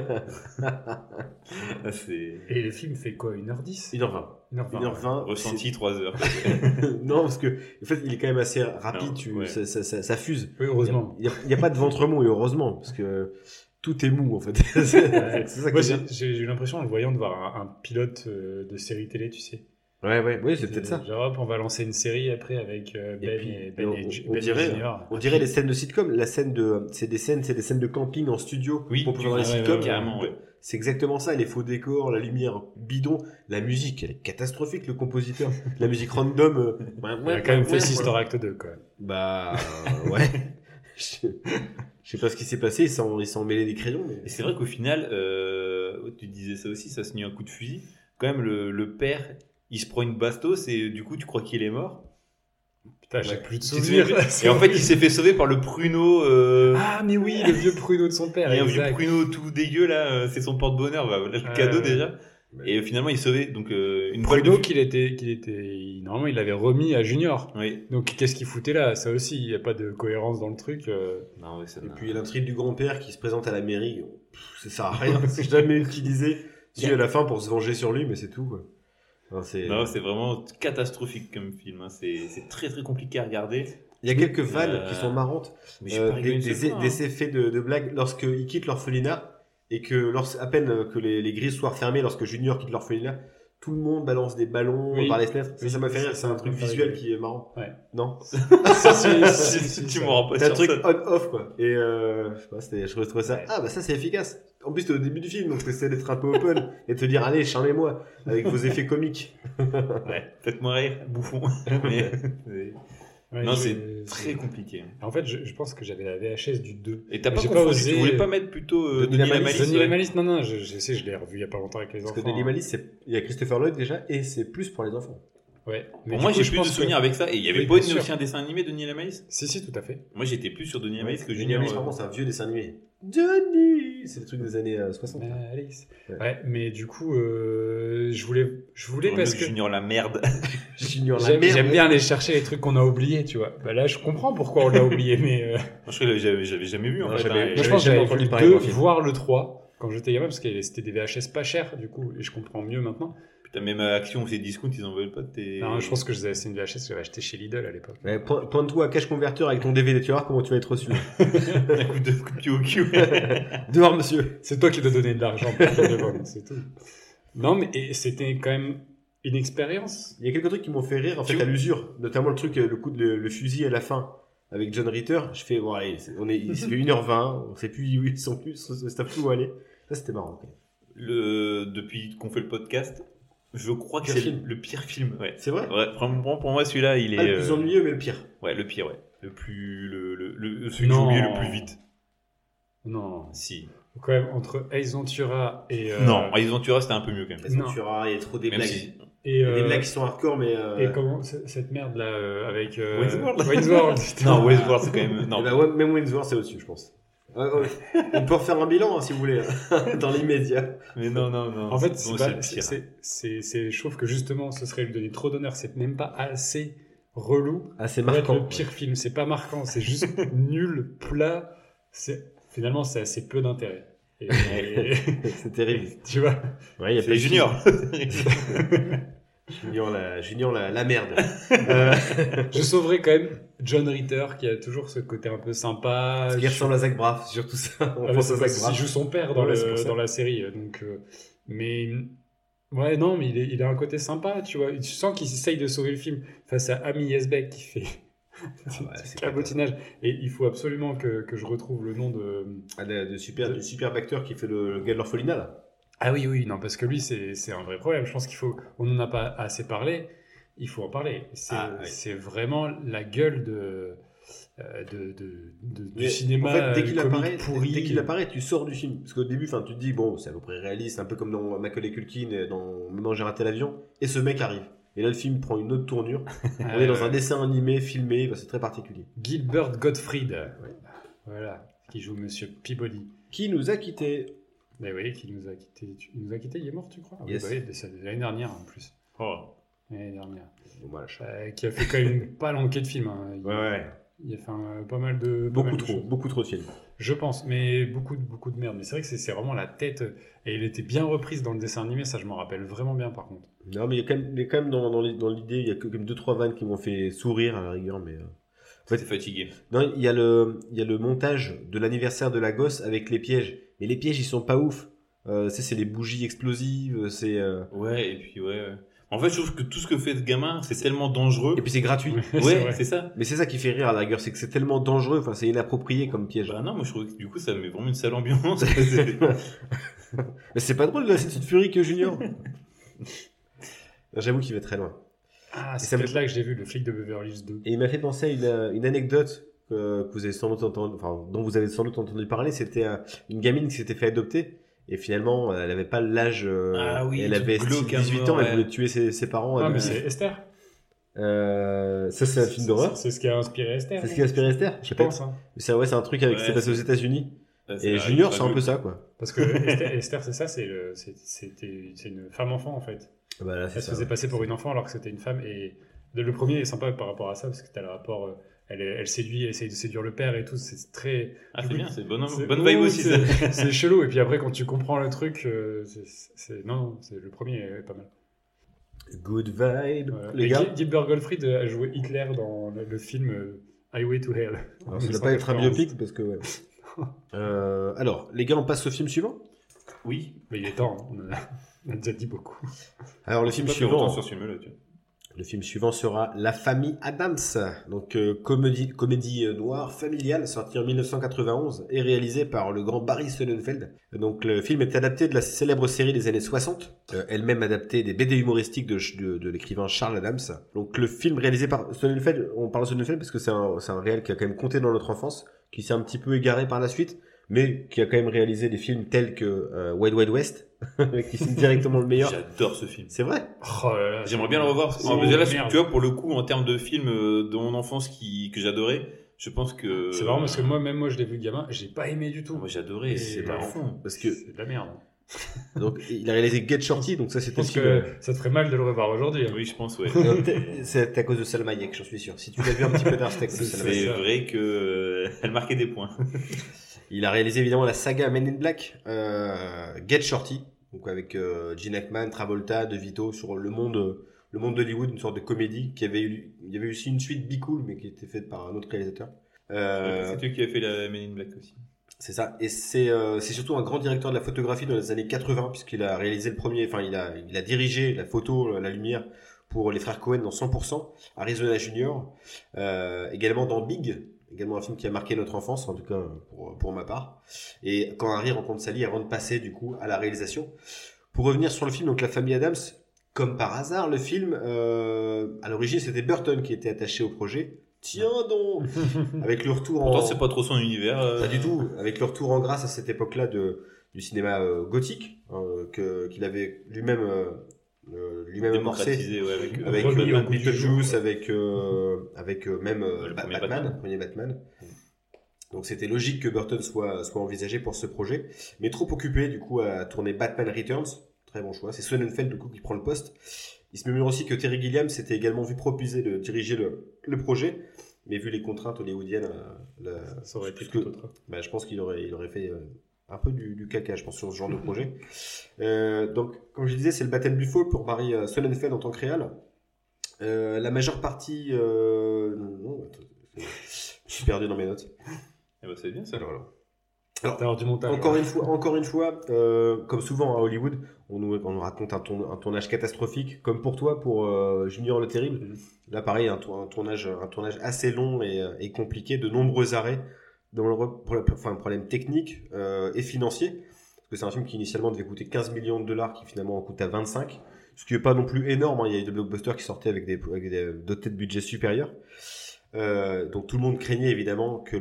Et le film fait quoi, 1h10 1h20. Ressenti 3h. Non, parce que en fait, il est quand même assez rapide, ça fuse. Oui, heureusement. Il y a pas de ventre mou, et heureusement, parce que tout est mou en fait. C'est ça. Moi, j'ai eu l'impression en le voyant de voir un pilote de série télé, tu sais. Oui, c'est peut-être ça. Genre, on va lancer une série après avec on dirait les scènes de sitcom. C'est des scènes de camping en studio. Oui, pour pouvoir les sitcoms. Carrément, C'est exactement ça. Les faux décors, la lumière bidon, la musique, elle est catastrophique, le compositeur. La musique random. Il a quand même fait Sister Act 2, quoi. Bah, ouais. Je sais pas ce qui s'est passé. Ils s'en mêlé des crayons. Mais... Et c'est vrai qu'au final, tu disais ça aussi, ça se nie un coup de fusil. Quand même, le père, il se prend une bastos et du coup, tu crois qu'il est mort. Putain, j'ai plus de souvenirs. Et en fait, il s'est fait sauver par le pruneau. Ah, mais oui, le vieux pruneau de son père. Il y a un vieux pruneau tout dégueu là, c'est son porte-bonheur. Voilà, le cadeau déjà. Et finalement, il est sauvé. Donc, une pruneau normalement, il l'avait remis à Junior. Oui. Donc, qu'est-ce qu'il foutait là? Ça aussi, il n'y a pas de cohérence dans le truc. Non, et puis, il y a l'intrigue du grand-père qui se présente à la mairie. Ça sert à rien. C'est jamais utilisé. Si à la fin pour se venger sur lui, mais c'est tout, quoi. Non, c'est vraiment catastrophique comme film. C'est très très compliqué à regarder. Il y a quelques vannes qui sont marrantes, Mais j'ai pas rigolé une seule fois, hein. des effets de blagues lorsqu'ils quittent l'orphelinat et que à peine que les grilles soient refermées, lorsque Junior quitte l'orphelinat, tout le monde balance des ballons Oui. par les fenêtres. Oui, Ça m'a fait rire. C'est un truc ça m'a fait visuel rigoler. qui est marrant. Ouais. Non? Tu me rends pas C'est un sur truc ça. on-off, quoi. Et je sais pas, je trouvais ça. Ouais. Ah, bah ça, c'est efficace. En plus, t'es au début du film, donc t'essaies d'être un peu open et de te dire, allez, charmez-moi avec vos effets comiques. Ouais, faites-moi rire, bouffon. Mais, Ouais, non, je- c'est très compliqué. En fait, je pense que j'avais la VHS du 2. Et t'as pas J'ai confondu, osé- tu voulais pas mettre plutôt Denis Denis Lamalisse, Lamalisse, Denis ouais. Lamalisse, non, je sais, je l'ai revu il y a pas longtemps avec les Parce enfants. que Denis Malice, il y a Christopher Lloyd déjà, et c'est plus pour les enfants. Ouais. Mais Pour du moi, coup, j'ai je plus de pense souvenirs que- avec ça. Et il y avait Oui, pas bien sûr. aussi un dessin animé de Denis Lamalisse. Si, tout à fait. Moi, j'étais plus sur Denis Lamalisse que Denis Junior. Malice, par contre, c'est un vieux dessin animé. Denis! C'est le truc des années 60. Alice. Ouais. Ouais, mais du coup, je voulais parce que Junior la merde. Junior la j'aime merde. j'aime bien aller chercher les trucs qu'on a oubliés, tu vois. Bah là, je comprends pourquoi on l'a oublié, mais Moi, je crois que j'avais jamais vu, en Non, fait. jamais. hein, moi, je et- pense que jamais j'avais entendu vu le parler 2, d'un film. voire le 3 quand j'étais gamin, parce que c'était des VHS pas chers, du coup, et je comprends mieux maintenant. Putain, même à Action, c'est discount, ils en veulent pas de tes. Non, je pense que c'est une VHS que j'avais acheté chez Lidl à l'époque. Ouais, pointe-toi à cache converteur avec ton DVD, tu vas voir comment tu vas être reçu. Un coup de pied au cul. Dehors, monsieur. C'est toi qui dois donner de l'argent pour le vendre, c'est tout. Non, mais et c'était quand même une expérience. Il y a quelques trucs qui m'ont fait rire, en Tu fait, vois à l'usure. Notamment le truc, le coup de le fusil à la fin. Avec John Ritter. Je fais, bon, allez, il se fait 1h20, on sait plus où ils sont plus, on sait plus où aller. Ça, c'était marrant, quand même. Depuis qu'on fait le podcast, je crois que Pire c'est film. le pire film. Ouais. C'est vrai? Ouais, vraiment, pour moi, celui-là, il est. Pas le plus ennuyeux, mais le pire. Ouais, le pire, ouais. Le plus. Celui que j'ai Non. oublié le plus vite. Non. Si. Quand même, entre Ace Ventura et... Non, Ace Ventura, c'était un peu mieux quand même. Les Non. Ventura, il y a trop des Même blagues. si- Et, Il y a des blagues qui sont hardcore, mais. et comment cette merde là avec Wayne's World. Wayne's World, putain. Non, Westworld, c'est quand même. Non. Eh ben, ouais, même Wayne's World, c'est au-dessus, je pense. Ouais, ouais. On peut refaire un bilan, hein, si vous voulez, dans l'immédiat. Mais non. En fait, Non, c'est c'est pas- le pire. je trouve que justement, ce serait lui donner trop d'honneur. C'est même pas assez relou Ah, c'est pour être marquant. le pire film. C'est pas marquant, c'est juste nul, plat. Finalement, c'est assez peu d'intérêt. Et- C'est terrible. tu vois. Ouais, il y a C'est plein de Junior. Junior, la merde. Je sauverais quand même John Ritter qui a toujours ce côté un peu sympa. Parce qu'il ressemble à Zach Braff, surtout ça. On Ah, pense c'est à parce Zach qu'il Braff. joue son père dans, Ouais, c'est pour ça. dans la série. Donc, mais ouais, non, mais il a un côté sympa, tu vois. Tu sens qu'il essaye de sauver le film face à Amy Yesbeck qui fait ouais, c'est cabotinage. Et il faut absolument que je retrouve le nom de. Ah, du superbe acteur qui fait le gars de l'orphelinat, là. Ah oui, non, parce que lui, c'est un vrai problème. Je pense on n'en a pas assez parlé. Il faut en parler. C'est vraiment la gueule du Mais, cinéma en fait, comique pourri. dès qu'il apparaît, tu sors du film. Parce qu'au début, tu te dis, bon, c'est à peu près réaliste, un peu comme dans Macaulay Culkin, dans Maman, j'ai raté l'avion. Et ce mec arrive. Et là, le film prend une autre tournure. On est dans un dessin animé, filmé, c'est très particulier. Gilbert Gottfried. Voilà, qui joue Monsieur Peabody. Qui nous a quittés. Mais oui, qui nous a quitté. Il nous a quitté, il est mort, tu crois? Yes. Oui, c'est l'année dernière en plus. Oh. L'année dernière. Bon, voilà, Qui a fait quand même pas manqué de films. Hein. ouais. Il a fait pas mal de. pas mal de choses. Beaucoup trop de films. Je pense, mais beaucoup de merde. Mais c'est vrai que c'est vraiment la tête. Et elle était bien reprise dans le dessin animé, ça je m'en rappelle vraiment bien par contre. Non, mais il y a quand même dans l'idée, il y a comme 2-3 vannes qui m'ont fait sourire à la rigueur, mais. Ouais, t'es fatigué. Non, il y a le montage de l'anniversaire de la gosse avec les pièges. Mais les pièges, ils sont pas ouf. C'est les bougies explosives, c'est. Ouais, et puis ouais. En fait, je trouve que tout ce que fait ce gamin, c'est tellement dangereux. Et puis c'est gratuit. C'est Ouais, vrai. c'est ça. Mais c'est ça qui fait rire à la rigueur, c'est que c'est tellement dangereux, enfin c'est inapproprié comme piège. Bah non, moi je trouve que du coup ça met vraiment une sale ambiance. Mais c'est pas drôle de la City Fury que Junior. J'avoue qu'il va très loin. Ah, Et c'est ça me- peut-être là que j'ai vu le flic de Beverly Hills 2. Et il m'a fait penser à une anecdote que vous avez sans doute entendu, enfin dont vous avez sans doute entendu parler. C'était une gamine qui s'était fait adopter. Et finalement, elle avait pas l'âge. Ah oui, elle avait tout glauque à 18 mort, ans, elle ouais. voulait tuer ses parents. Ah, elle- mais c'est Esther. Ça, c'est un film d'horreur. C'est ce qui a inspiré Esther. C'est ce qui a inspiré Esther, Je peut-être. pense. Hein. Mais c'est un truc avec qui Ouais, s'est passé aux c'est- États-Unis. Ça, Et la- Junior, la c'est un gueule. peu ça, quoi. Parce que Esther, c'est ça, c'est une femme-enfant en fait. Bah là, c'est Elle se ça. faisait passer pour une enfant alors que c'était une femme. Et le premier est sympa par rapport à ça parce que t'as le rapport. Elle séduit, elle essaye de séduire le père et tout. C'est très. Ah, c'est bien, c'est bonne c'est- bonne vibe oh, aussi ça. C'est chelou. Et puis après, quand tu comprends le truc, non, le premier est pas mal. Good vibe. Voilà. Les Et gars. Gilbert Gottfried a joué Hitler dans le film Highway to Hell. Alors, ça ne doit pas être un biopic parce que. Ouais. Alors, les gars, on passe au film suivant. Oui. Mais il est temps, on a déjà dit beaucoup. Alors, le C'est film pas plus longtemps suivant. sur ce film-là, tu vois. Le film suivant sera La Famille Adams, donc comédie noire familiale sortie en 1991 et réalisée par le grand Barry Sonnenfeld. Donc le film est adapté de la célèbre série des années 60, elle-même adaptée des BD humoristiques de l'écrivain Charles Adams. Donc le film réalisé par Sonnenfeld, on parle de Sonnenfeld parce que c'est un réel qui a quand même compté dans notre enfance, qui s'est un petit peu égaré par la suite, mais qui a quand même réalisé des films tels que Wild Wild West, qui sont directement le meilleur. J'adore ce film. C'est vrai. Oh là là, J'aimerais bien le revoir. Oh, Déjà, là, merde. tu vois, pour le coup, en termes de films de mon enfance que j'adorais, je pense que. C'est marrant parce que moi je l'ai vu gamin, j'ai pas aimé du tout. Moi, j'adorais. Et C'est à à fond. Parce que C'est de la merde. donc il a réalisé Get Shorty, donc ça Je c'était pense aussi que ça te ferait mal de le revoir aujourd'hui. Hein. Oui, je pense, ouais. c'est à cause de Salma Hayek, j'en suis sûr. Si tu l'as vu un petit peu d'un c'était à cause de Salma Hayek. C'est vrai que elle marquait des points. Il a réalisé évidemment la saga Men in Black, Get Shorty, donc avec Gene Hackman, Travolta, De Vito sur le monde d'Hollywood, une sorte de comédie il y avait aussi une suite Be Cool, mais qui était faite par un autre réalisateur. C'est lui qui a fait la Men in Black aussi. C'est ça, et c'est surtout un grand directeur de la photographie dans les années 80 puisqu'il a réalisé le premier, enfin il a dirigé la photo, la lumière pour les frères Cohen dans 100%, Arizona Junior, également dans Big, également un film qui a marqué notre enfance, en tout cas pour ma part. Et Quand Harry rencontre Sally avant de passer du coup à la réalisation. Pour revenir sur le film, donc La Famille Adams, comme par hasard, le film, à l'origine c'était Burton qui était attaché au projet. Tiens donc, avec le retour Pourtant, c'est pas trop son univers. Pas du tout. Avec le retour en grâce à cette époque-là du cinéma gothique, qu'il avait lui-même amorcé, démocratisé, ouais, avec remis au goût du Beetlejuice, jour. avec même Le premier Batman. Donc c'était logique que Burton soit envisagé pour ce projet, mais trop occupé du coup à tourner Batman Returns. Très bon choix. C'est Sonnenfeld du coup qui prend le poste. Il se murmure aussi que Terry Gilliam s'était également vu proposer de diriger le projet, mais vu les contraintes hollywoodiennes, Ça aurait été parce que- tout autre. je pense qu'il aurait fait un peu du caca, je pense, sur ce genre de projet. Donc, comme je disais, c'est le baptême du feu pour Barry Sonnenfeld en tant que réal. La majeure partie... non, attends, je suis perdu dans mes notes. Eh ben, c'est bien ça. Alors, T'as du montage. encore une fois, comme souvent à Hollywood, on nous raconte un tournage catastrophique, comme pour toi, pour Junior le Terrible. Là, pareil, un tournage assez long et compliqué, de nombreux arrêts, problème technique et financier. Parce que c'est un film qui initialement devait coûter 15 millions de dollars, qui finalement en coûte à 25. Ce qui n'est pas non plus énorme, hein. Il y a eu des blockbusters qui sortaient avec des dotés de budget supérieurs. Donc tout le monde craignait évidemment que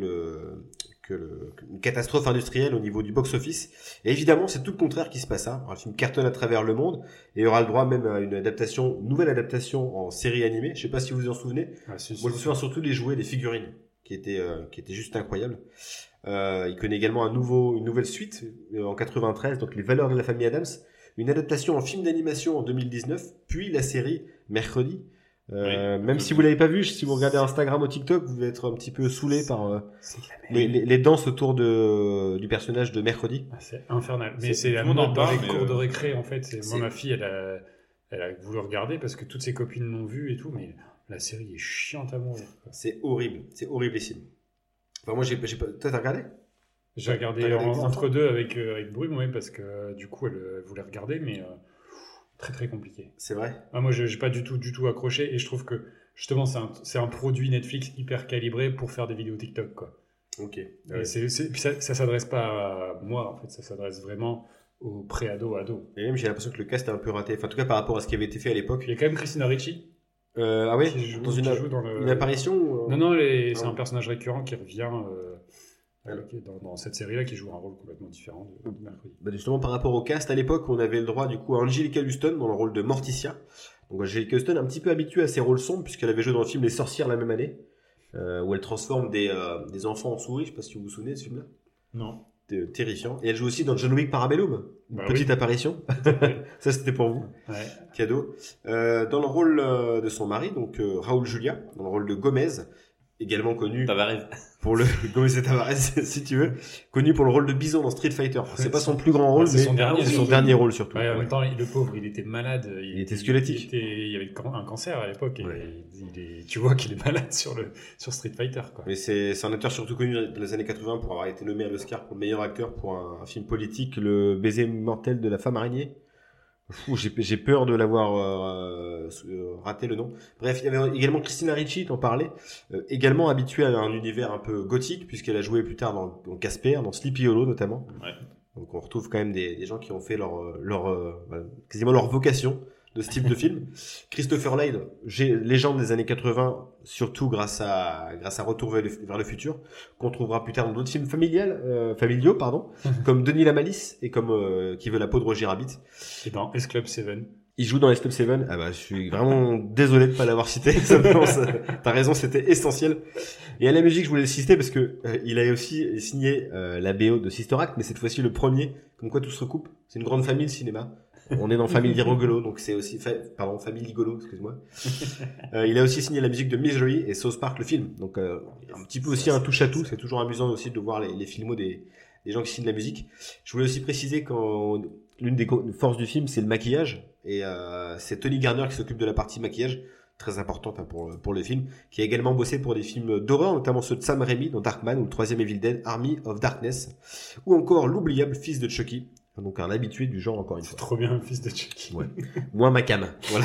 une catastrophe industrielle au niveau du box-office. Et évidemment, c'est tout le contraire qui se passa. Alors, le film cartonne à travers le monde et aura le droit même à une nouvelle adaptation en série animée. Je sais pas si vous vous en souvenez. Ah, si, si, Moi, je me si. souviens surtout des jouets, des figurines, qui étaient juste incroyables. Il connaît également une nouvelle suite en 93, donc Les Valeurs de la Famille Adams, une adaptation en film d'animation en 2019, puis la série Mercredi. Même si vous l'avez pas vu, si vous regardez Instagram ou TikTok, vous allez être un petit peu saoulé par C'est de la merde. les danses autour du personnage de Mercredi. Ah, c'est infernal. Mais C'est- c'est la tout le monde en mode dans parle, les mais, cours de récré, en fait. Moi, c'est- ma fille, elle a voulu regarder parce que toutes ses copines l'ont vu et tout, mais la série est chiante à mourir. quoi. C'est horriblissime. Enfin, moi, j'ai pas... Toi, t'as regardé? J'ai regardé T'as regardé avec des entre enfants deux avec Brume, ouais, parce que du coup, elle voulait regarder, mais très très compliqué. C'est vrai? Ah, moi, j'ai pas du tout accroché et je trouve que justement, c'est un produit Netflix hyper calibré pour faire des vidéos TikTok, quoi. Ok. Et Ouais. puis ça s'adresse pas à moi, en fait, ça s'adresse vraiment aux pré-ados. Et même, j'ai l'impression que le cast est un peu raté. Enfin, en tout cas, par rapport à ce qui avait été fait à l'époque. Il y a quand même Christina Ricci Ah ouais? qui joue, Dans qui joue dans le... une apparition ou, Non, c'est Ah. un personnage récurrent qui revient Alors. dans cette série-là, qui joue un rôle complètement différent de Mercredi. Bah, justement, par rapport au cast, à l'époque, on avait le droit, du coup, à Angelica Houston dans le rôle de Morticia. Donc, Angelica Houston, un petit peu habituée à ses rôles sombres, puisqu'elle avait joué dans le film Les Sorcières la même année, où elle transforme des enfants en souris. Je sais pas si vous vous souvenez de ce film-là. Non. C'était terrifiant. Et elle joue aussi dans John Wick Parabellum. Une Bah petite oui. apparition. Ça, c'était pour vous. Ouais. Cadeau. Dans le rôle de son mari, donc Raoul Julia, dans le rôle de Gomez, également connu Tavares. pour le Gomez Tavares, si tu veux, connu pour le rôle de Bison dans Street Fighter. C'est pas son plus grand rôle, c'est mais son dernier, c'est son surtout. dernier rôle surtout. Ouais, en même temps, le pauvre, il était malade. Il était squelettique. Il y avait un cancer à l'époque. Et Ouais. tu vois qu'il est malade sur Street Fighter, quoi. Mais c'est un acteur surtout connu dans les années 80 pour avoir été nommé à l'Oscar pour le meilleur acteur pour un film politique, Le baiser mortel de la femme araignée. J'ai peur de l'avoir raté le nom. Bref, il y avait également Christina Ricci, t'en parlais, également habituée à un univers un peu gothique, puisqu'elle a joué plus tard dans Casper, dans Sleepy Hollow notamment. Ouais. Donc on retrouve quand même des gens qui ont fait quasiment leur vocation de ce type de film. Christopher Lloyd, légende des années 80, surtout grâce à Retour vers le futur, qu'on trouvera plus tard dans d'autres films familiaux, comme Denis la Malice et comme Qui veut la peau de Roger Rabbit. Et dans S Club 7. Il joue dans les Club 7. Ah bah, je suis vraiment désolé de pas l'avoir cité. T'as raison, c'était essentiel. Et à la musique, je voulais le citer parce que il a aussi signé la BO de Sister Act, mais cette fois-ci le premier. Comme quoi tout se recoupe. C'est une grande famille, le cinéma. On est dans Family Rigolo, donc c'est aussi Family Ligolo, excuse-moi. Il a aussi signé la musique de Misery et South Park le film. Donc un petit peu aussi un touche à tout. C'est toujours amusant aussi de voir les filmos des gens qui signent la musique. Je voulais aussi préciser quand l'une des forces du film, c'est le maquillage. Et c'est Tony Garner qui s'occupe de la partie maquillage, très importante pour le film, qui a également bossé pour des films d'horreur, notamment ceux de Sam Raimi dans Darkman ou le troisième Evil Dead, Army of Darkness, ou encore l'oubliable fils de Chucky, donc un habitué du genre encore une C'est fois. trop bien, le fils de Chucky. Ouais. Moi, ma cam. Voilà.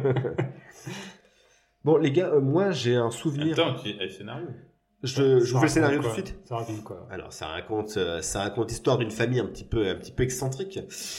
Bon, les gars, moi j'ai un souvenir. Attends, tu as le scénario. Je vous fais le scénario tout de suite. Ça raconte quoi? Alors, ça raconte l'histoire d'une famille un petit peu excentrique.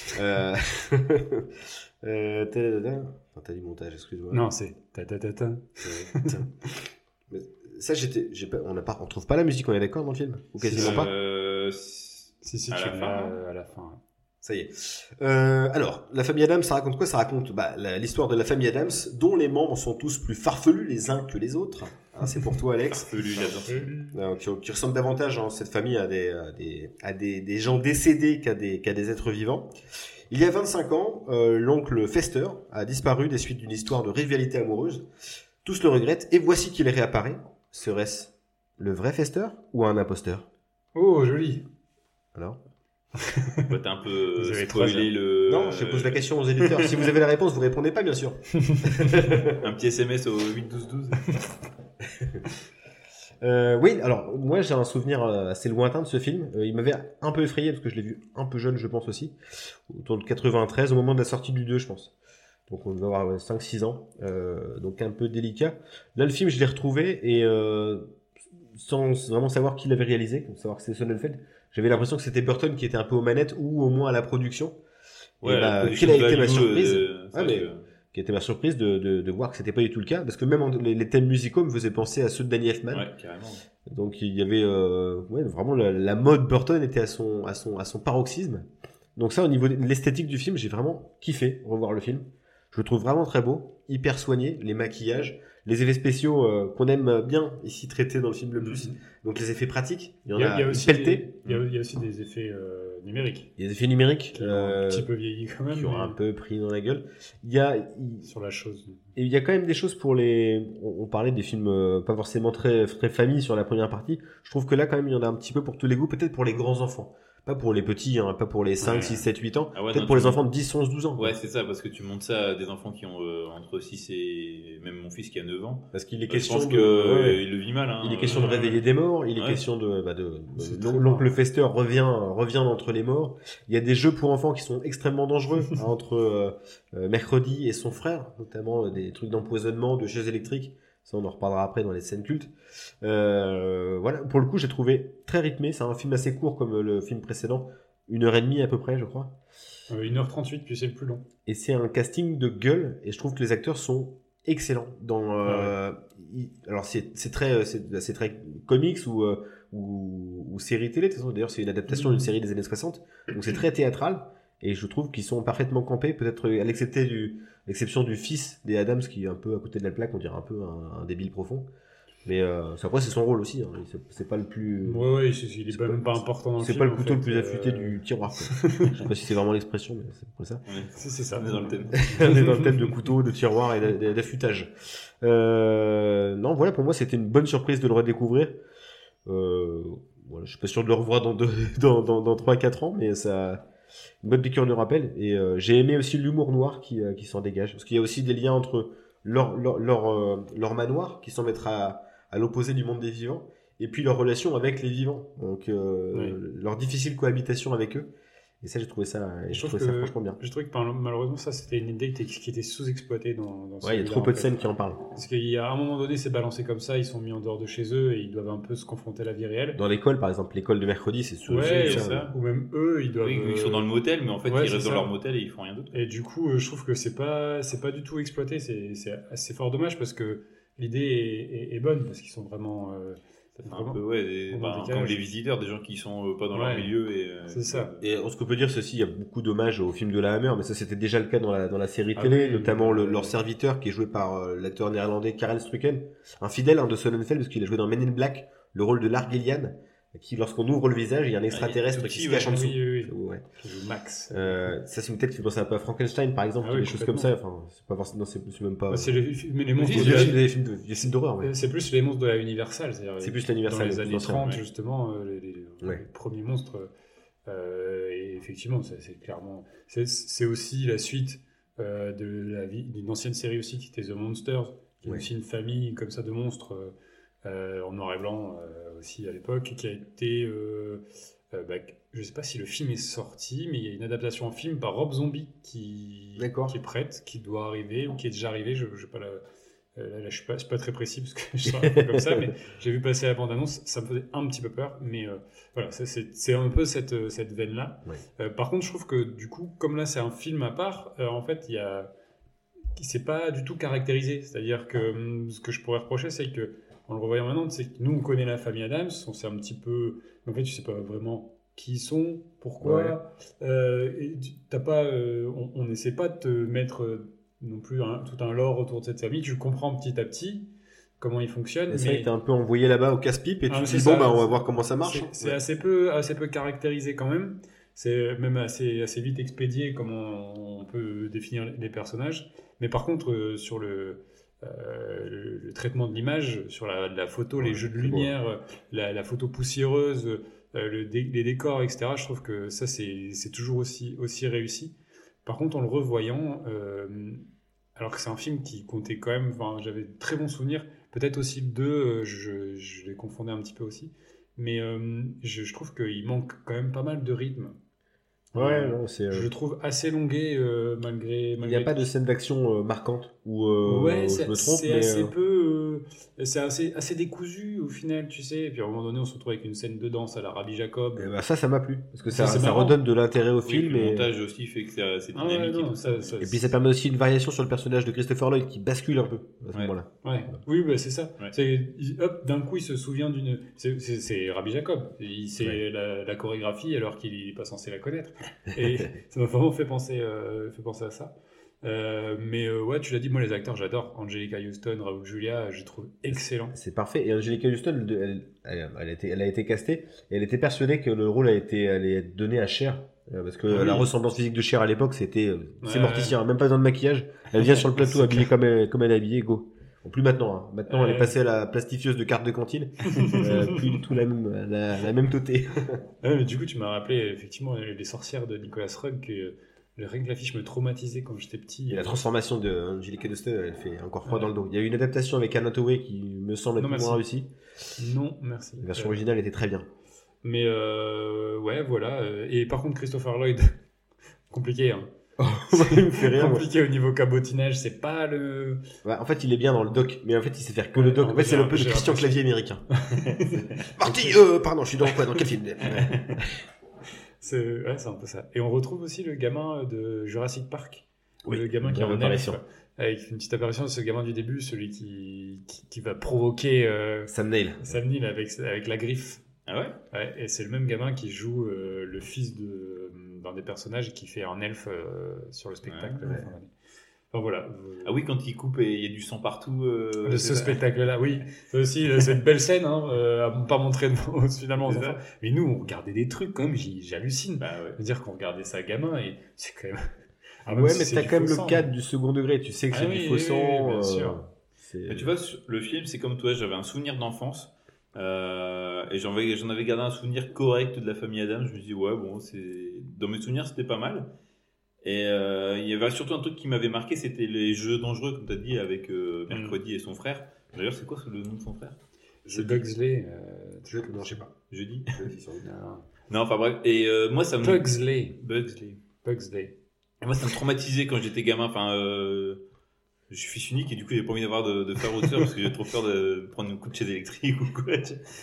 T'as du montage, excuse-moi. Non, c'est ta. Mais ça, on trouve pas la musique, on est d'accord dans le film? Ou quasiment pas? Si, À tu la l'as fin. à la fin. Ça y est. Alors, la famille Adams, ça raconte quoi? Ça raconte l'histoire de la famille Adams, dont les membres sont tous plus farfelus les uns que les autres. Hein, c'est pour toi, Alex. Farfelu, j'adore. Qui ressemblent davantage dans cette famille à des gens décédés qu'à des êtres vivants. Il y a 25 ans, l'oncle Fester a disparu des suites d'une histoire de rivalité amoureuse. Tous le regrettent et voici qu'il réapparaît. Serait-ce le vrai Fester ou un imposteur? Oh, joli. Alors? Bah, t'as un peu Vous avez spoilé le... Non, je pose la question aux éditeurs. Si vous avez la réponse, vous répondez pas, bien sûr. Un petit SMS au 81212. Oui, alors moi j'ai un souvenir assez lointain de ce film. Il m'avait un peu effrayé parce que je l'ai vu un peu jeune, je pense aussi, autour de 93, au moment de la sortie du 2, je pense. Donc on devait avoir 5-6 ans, donc un peu délicat. Là, le film, je l'ai retrouvé et sans vraiment savoir qui l'avait réalisé, sans savoir que c'était Sonnenfeld. J'avais l'impression que c'était Burton qui était un peu aux manettes ou au moins à la production. Ouais, et la quelle a été ma value, surprise c'est vrai que- qui était ma surprise de voir que c'était pas du tout le cas, parce que même les thèmes musicaux me faisaient penser à ceux de Danny Elfman. Ouais, carrément. Donc il y avait vraiment la mode Burton était à son paroxysme. Donc ça, au niveau de l'esthétique du film, j'ai vraiment kiffé revoir le film. Je le trouve vraiment très beau, hyper soigné, les maquillages, les effets spéciaux qu'on aime bien ici traiter dans le film le plus. Donc les effets pratiques, il y en a, Il y a aussi pelletés. il y a aussi des effets numériques Il y a des effets numériques qui ont un petit peu vieilli quand même. qui ont mais un peu pris dans la gueule. sur la chose. Et il y a quand même des choses pour on parlait des films pas forcément très famille sur la première partie. Je trouve que là quand même il y en a un petit peu pour tous les goûts, peut-être pour les grands enfants. Pas pour les petits, hein, pas pour les 5, Ouais. 6, 7, 8 ans. Ah ouais, peut-être non, pour les tu- enfants de 10, 11, 12 ans. quoi. Ouais, c'est ça, parce que tu montres ça à des enfants qui ont entre 6 et même mon fils qui a 9 ans. Parce qu'il est Je question pense de... que ouais. il le vit mal. Hein. Il est question de réveiller des morts, il est Ouais. question de C'est très l'oncle marrant. Fester revient d'entre les morts. Il y a des jeux pour enfants qui sont extrêmement dangereux hein, entre Mercredi et son frère, notamment des trucs d'empoisonnement, de chaises électriques. Ça, on en reparlera après dans les scènes cultes. Voilà, pour le coup, j'ai trouvé très rythmé. C'est un film assez court comme le film précédent, 1h30 à peu près, je crois. 1h38, puis c'est le plus long. Et c'est un casting de gueule, et je trouve que les acteurs sont excellents. Alors c'est très comics ou série télé. De toute façon, d'ailleurs, c'est une adaptation d'une série des années 60, donc c'est très théâtral. Et je trouve qu'ils sont parfaitement campés, peut-être à l'exception du fils des Adams qui est un peu à côté de la plaque, on dirait un peu un débile profond. Mais après, c'est son rôle aussi. Hein. C'est pas le plus. Ouais, il est même pas important dans le film. C'est pas le couteau en le fait, plus affûté du tiroir. Quoi. Je sais pas si c'est vraiment l'expression, mais c'est pour ça. Ouais. C'est ça. On est dans le thème. On est dans le thème de couteau, de tiroir et d'affûtage. Non, voilà, pour moi, c'était une bonne surprise de le redécouvrir. Voilà, je suis pas sûr de le revoir dans 3-4 ans, mais ça, une bonne piqûre de rappel. Et j'ai aimé aussi l'humour noir qui s'en dégage, parce qu'il y a aussi des liens entre leur manoir qui semble être à l'opposé du monde des vivants, et puis leur relation avec les vivants, donc leur difficile cohabitation avec eux. Et ça, j'ai trouvé ça franchement bien. Je trouve que malheureusement, ça, c'était une idée qui était sous-exploitée dans Ouais, il y a trop peu de scènes qui en parlent. Parce qu'il y a un moment donné, c'est balancé comme ça, ils sont mis en dehors de chez eux et ils doivent un peu se confronter à la vie réelle. Dans l'école, par exemple, l'école de mercredi, c'est sûr. Ouais, ça. Ou même eux, ils doivent. Oui, ils sont dans le motel, mais en fait, Ouais, ils restent ça. dans leur motel et ils font rien d'autre. Et du coup, je trouve que c'est pas du tout exploité. C'est fort dommage parce que l'idée est bonne parce qu'ils sont vraiment. Ça fait un peu, ouais, comme les visiteurs, des gens qui sont pas dans leur milieu. C'est ça. Et ce qu'on peut dire, c'est aussi, il y a beaucoup d'hommages au film de la Hammer, mais ça c'était déjà le cas dans la série télé, notamment leur serviteur qui est joué par l'acteur néerlandais Karel Strucken, un fidèle de Sonnenfeld parce qu'il a joué dans Men in Black le rôle de Largelian, qui lorsqu'on ouvre le visage, il y a un extraterrestre qui se cache en dessous. Oui. Ouais. Max. Ça c'est une tête qui fait penser un peu à Frankenstein par exemple, des choses comme ça. Enfin, c'est pas forcément, c'est même pas. C'est les monstres. Des films d'horreur. Ouais. C'est plus les monstres de la Universal. C'est plus l'Universal. Dans les années 30 justement, les premiers monstres. Et effectivement, c'est clairement. C'est aussi la suite d'une ancienne série aussi qui était The Monsters, qui est aussi une famille comme ça de monstres en noir et blanc aussi à l'époque, qui a été. Je sais pas si le film est sorti, mais il y a une adaptation en film par Rob Zombie qui est prête, qui doit arriver ou qui est déjà arrivée. Je sais pas là, je suis pas très précis parce que je suis un peu comme ça, mais j'ai vu passer la bande-annonce, ça me faisait un petit peu peur, mais voilà, c'est un peu cette veine-là. Ouais. Par contre, je trouve que du coup, comme là c'est un film à part, en fait, qui s'est pas du tout caractérisé. C'est-à-dire que ce que je pourrais reprocher, c'est que en le revoyant maintenant, c'est que nous on connaît la famille Adams, on sait un petit peu, mais en fait, tu sais pas vraiment qui ils sont, pourquoi. Et t'as pas, on n'essaie pas de te mettre non plus tout un lore autour de cette famille. Tu comprends petit à petit comment ils fonctionnent. C'est vrai que t'es un peu envoyé là-bas au casse-pipe et tu te dis on va voir comment ça marche. C'est assez peu caractérisé quand même. C'est même assez vite expédié comment on peut définir les personnages. Mais par contre, sur le traitement de l'image, sur la photo, les jeux de lumière, la photo poussiéreuse, les décors, etc. Je trouve que ça c'est toujours aussi réussi. Par contre, en le revoyant, alors que c'est un film qui comptait quand même, j'avais de très bons souvenirs, peut-être aussi le 2, je les confondais un petit peu aussi, mais je trouve qu'il manque quand même pas mal de rythme. Ouais, non, c'est. Je le trouve assez longué malgré. Il n'y a pas de scène d'action marquante ou ouais, je me trompe. C'est assez peu. C'est assez décousu au final, tu sais. Et puis à un moment donné, on se retrouve avec une scène de danse à la Rabbi Jacob. Et ça m'a plu parce que ça redonne de l'intérêt au film. Le montage aussi fait que c'est dynamique et tout ça. Et puis ça permet aussi une variation sur le personnage de Christopher Lloyd qui bascule un peu à ce moment-là. Ouais. Oui, c'est ça. Ouais. Hop, d'un coup, il se souvient d'une. C'est Rabbi Jacob. Il sait la chorégraphie alors qu'il n'est pas censé la connaître. Et ça m'a vraiment fait penser à ça. Mais ouais, tu l'as dit, moi les acteurs j'adore. Angelica Houston, Raoul Julia, je trouve excellent. C'est parfait. Et Angelica Houston, elle a été castée et elle était persuadée que le rôle allait être donné à Cher. Parce que la ressemblance physique de Cher à l'époque, c'est mortifère. Même pas dans le maquillage. Elle vient sur le plateau habillée comme elle est habillée, go. Bon, plus maintenant. Hein. Maintenant, elle est passée à la plastifieuse de carte de cantine. Plus du tout la même totée. Mais du coup, tu m'as rappelé effectivement les sorcières de Nicolas Roeg que rien que l'affiche me traumatisait quand j'étais petit. Et la transformation de Angelica Houston, elle fait encore froid dans le dos. Il y a eu une adaptation avec Anna Hathaway qui me semble être moins réussie. Non, merci. La version originale était très bien. Mais ouais, voilà. Et par contre, Christopher Lloyd, compliqué, hein. Il me fait rire. Compliqué au niveau cabotinage, c'est pas le. Ouais, en fait, il est bien dans le doc, mais en fait, il sait faire que le doc. En fait, c'est un peu le Christian Clavier américain. Marty, pardon, je suis dans quel film? C'est un peu ça. Et on retrouve aussi le gamin de Jurassic Park. Le gamin qui est en apparition. Avec une petite apparition de ce gamin du début, celui qui va provoquer Sam Neill avec la griffe. Ah ouais? Ouais, et c'est le même gamin qui joue le fils d'un des personnages et qui fait un elfe sur le spectacle. Enfin voilà. Ah oui, quand il coupe et il y a du sang partout. Ce spectacle-là, oui. Ça aussi, c'est une belle scène, à pas montrer finalement aux C'est enfants. ça. Mais nous, on regardait des trucs quand même, j'hallucine. Bah ouais. C'est-à-dire qu'on regardait ça gamin et c'est quand même. Ouais, mais t'as quand même le cadre du second degré. Tu sais que c'est Ah du oui, faux oui, sang. bien sûr. Mais tu vois, le film, c'est comme toi, j'avais un souvenir d'enfance. Et j'en avais gardé un souvenir correct de la famille Adams. Je me dis, ouais, bon, dans mes souvenirs, c'était pas mal. Et il y avait surtout un truc qui m'avait marqué, c'était les jeux dangereux, comme tu as dit, avec Mercredi et son frère. D'ailleurs, c'est quoi le nom de son frère? C'est Pugsley. Non, je sais pas. Jeudi. Non. Non, enfin bref. Et moi, ça me. Pugsley. Et moi, ça me traumatisait quand j'étais gamin. Enfin, je suis fils unique et du coup, j'ai pas envie d'avoir de frère ou de sœur parce que j'ai trop peur de prendre un coup de chaise électrique ou quoi.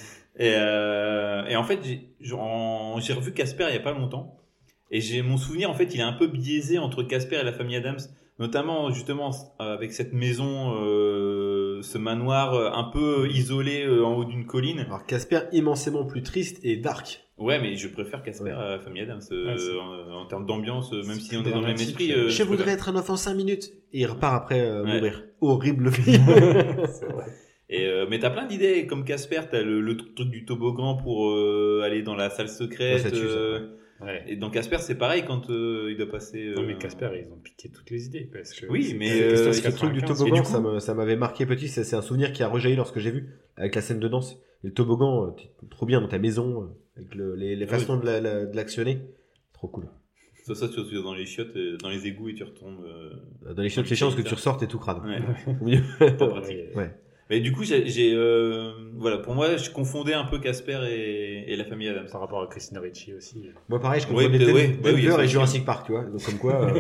Et en fait, j'ai revu Casper il y a pas longtemps. Et mon souvenir, en fait, il est un peu biaisé entre Casper et la famille Adams, notamment justement avec cette maison, ce manoir un peu isolé en haut d'une colline. Alors Casper, immensément plus triste et dark. Ouais, mais je préfère Casper à la famille Adams en termes d'ambiance, même si on est dans le même esprit. Je voudrais être un enfant 5 minutes. Et il repart après mourir. Horrible film. C'est vrai. Mais t'as plein d'idées, comme Casper, t'as le truc du toboggan pour aller dans la salle secrète. Ouais, ça tue, ça. Ouais. Et dans Casper, c'est pareil quand il doit passer. Non, mais Casper, ils ont piqué toutes les idées. Parce que Oui, mais ce truc du 95, toboggan, et du coup- ça m'avait marqué petit. C'est un souvenir qui a rejailli lorsque j'ai vu avec la scène de danse. Et le toboggan, t'es trop bien dans ta maison, avec les façons de l'actionner. Trop cool. Ça, tu vas dans les chiottes, dans les égouts et tu retombes. Dans les chiottes, c'est chiant parce que tu ressors, t'es tout crade. Ouais. Au milieu. Pas pratique. Ouais. Mais du coup, voilà, pour moi, je confondais un peu Casper et la famille Adams. Par rapport à Christina Ricci aussi. Moi, pareil, je Ouais, confondais bah oui, Denver ça, et c'est Jurassic Park, tu vois. Donc, comme quoi.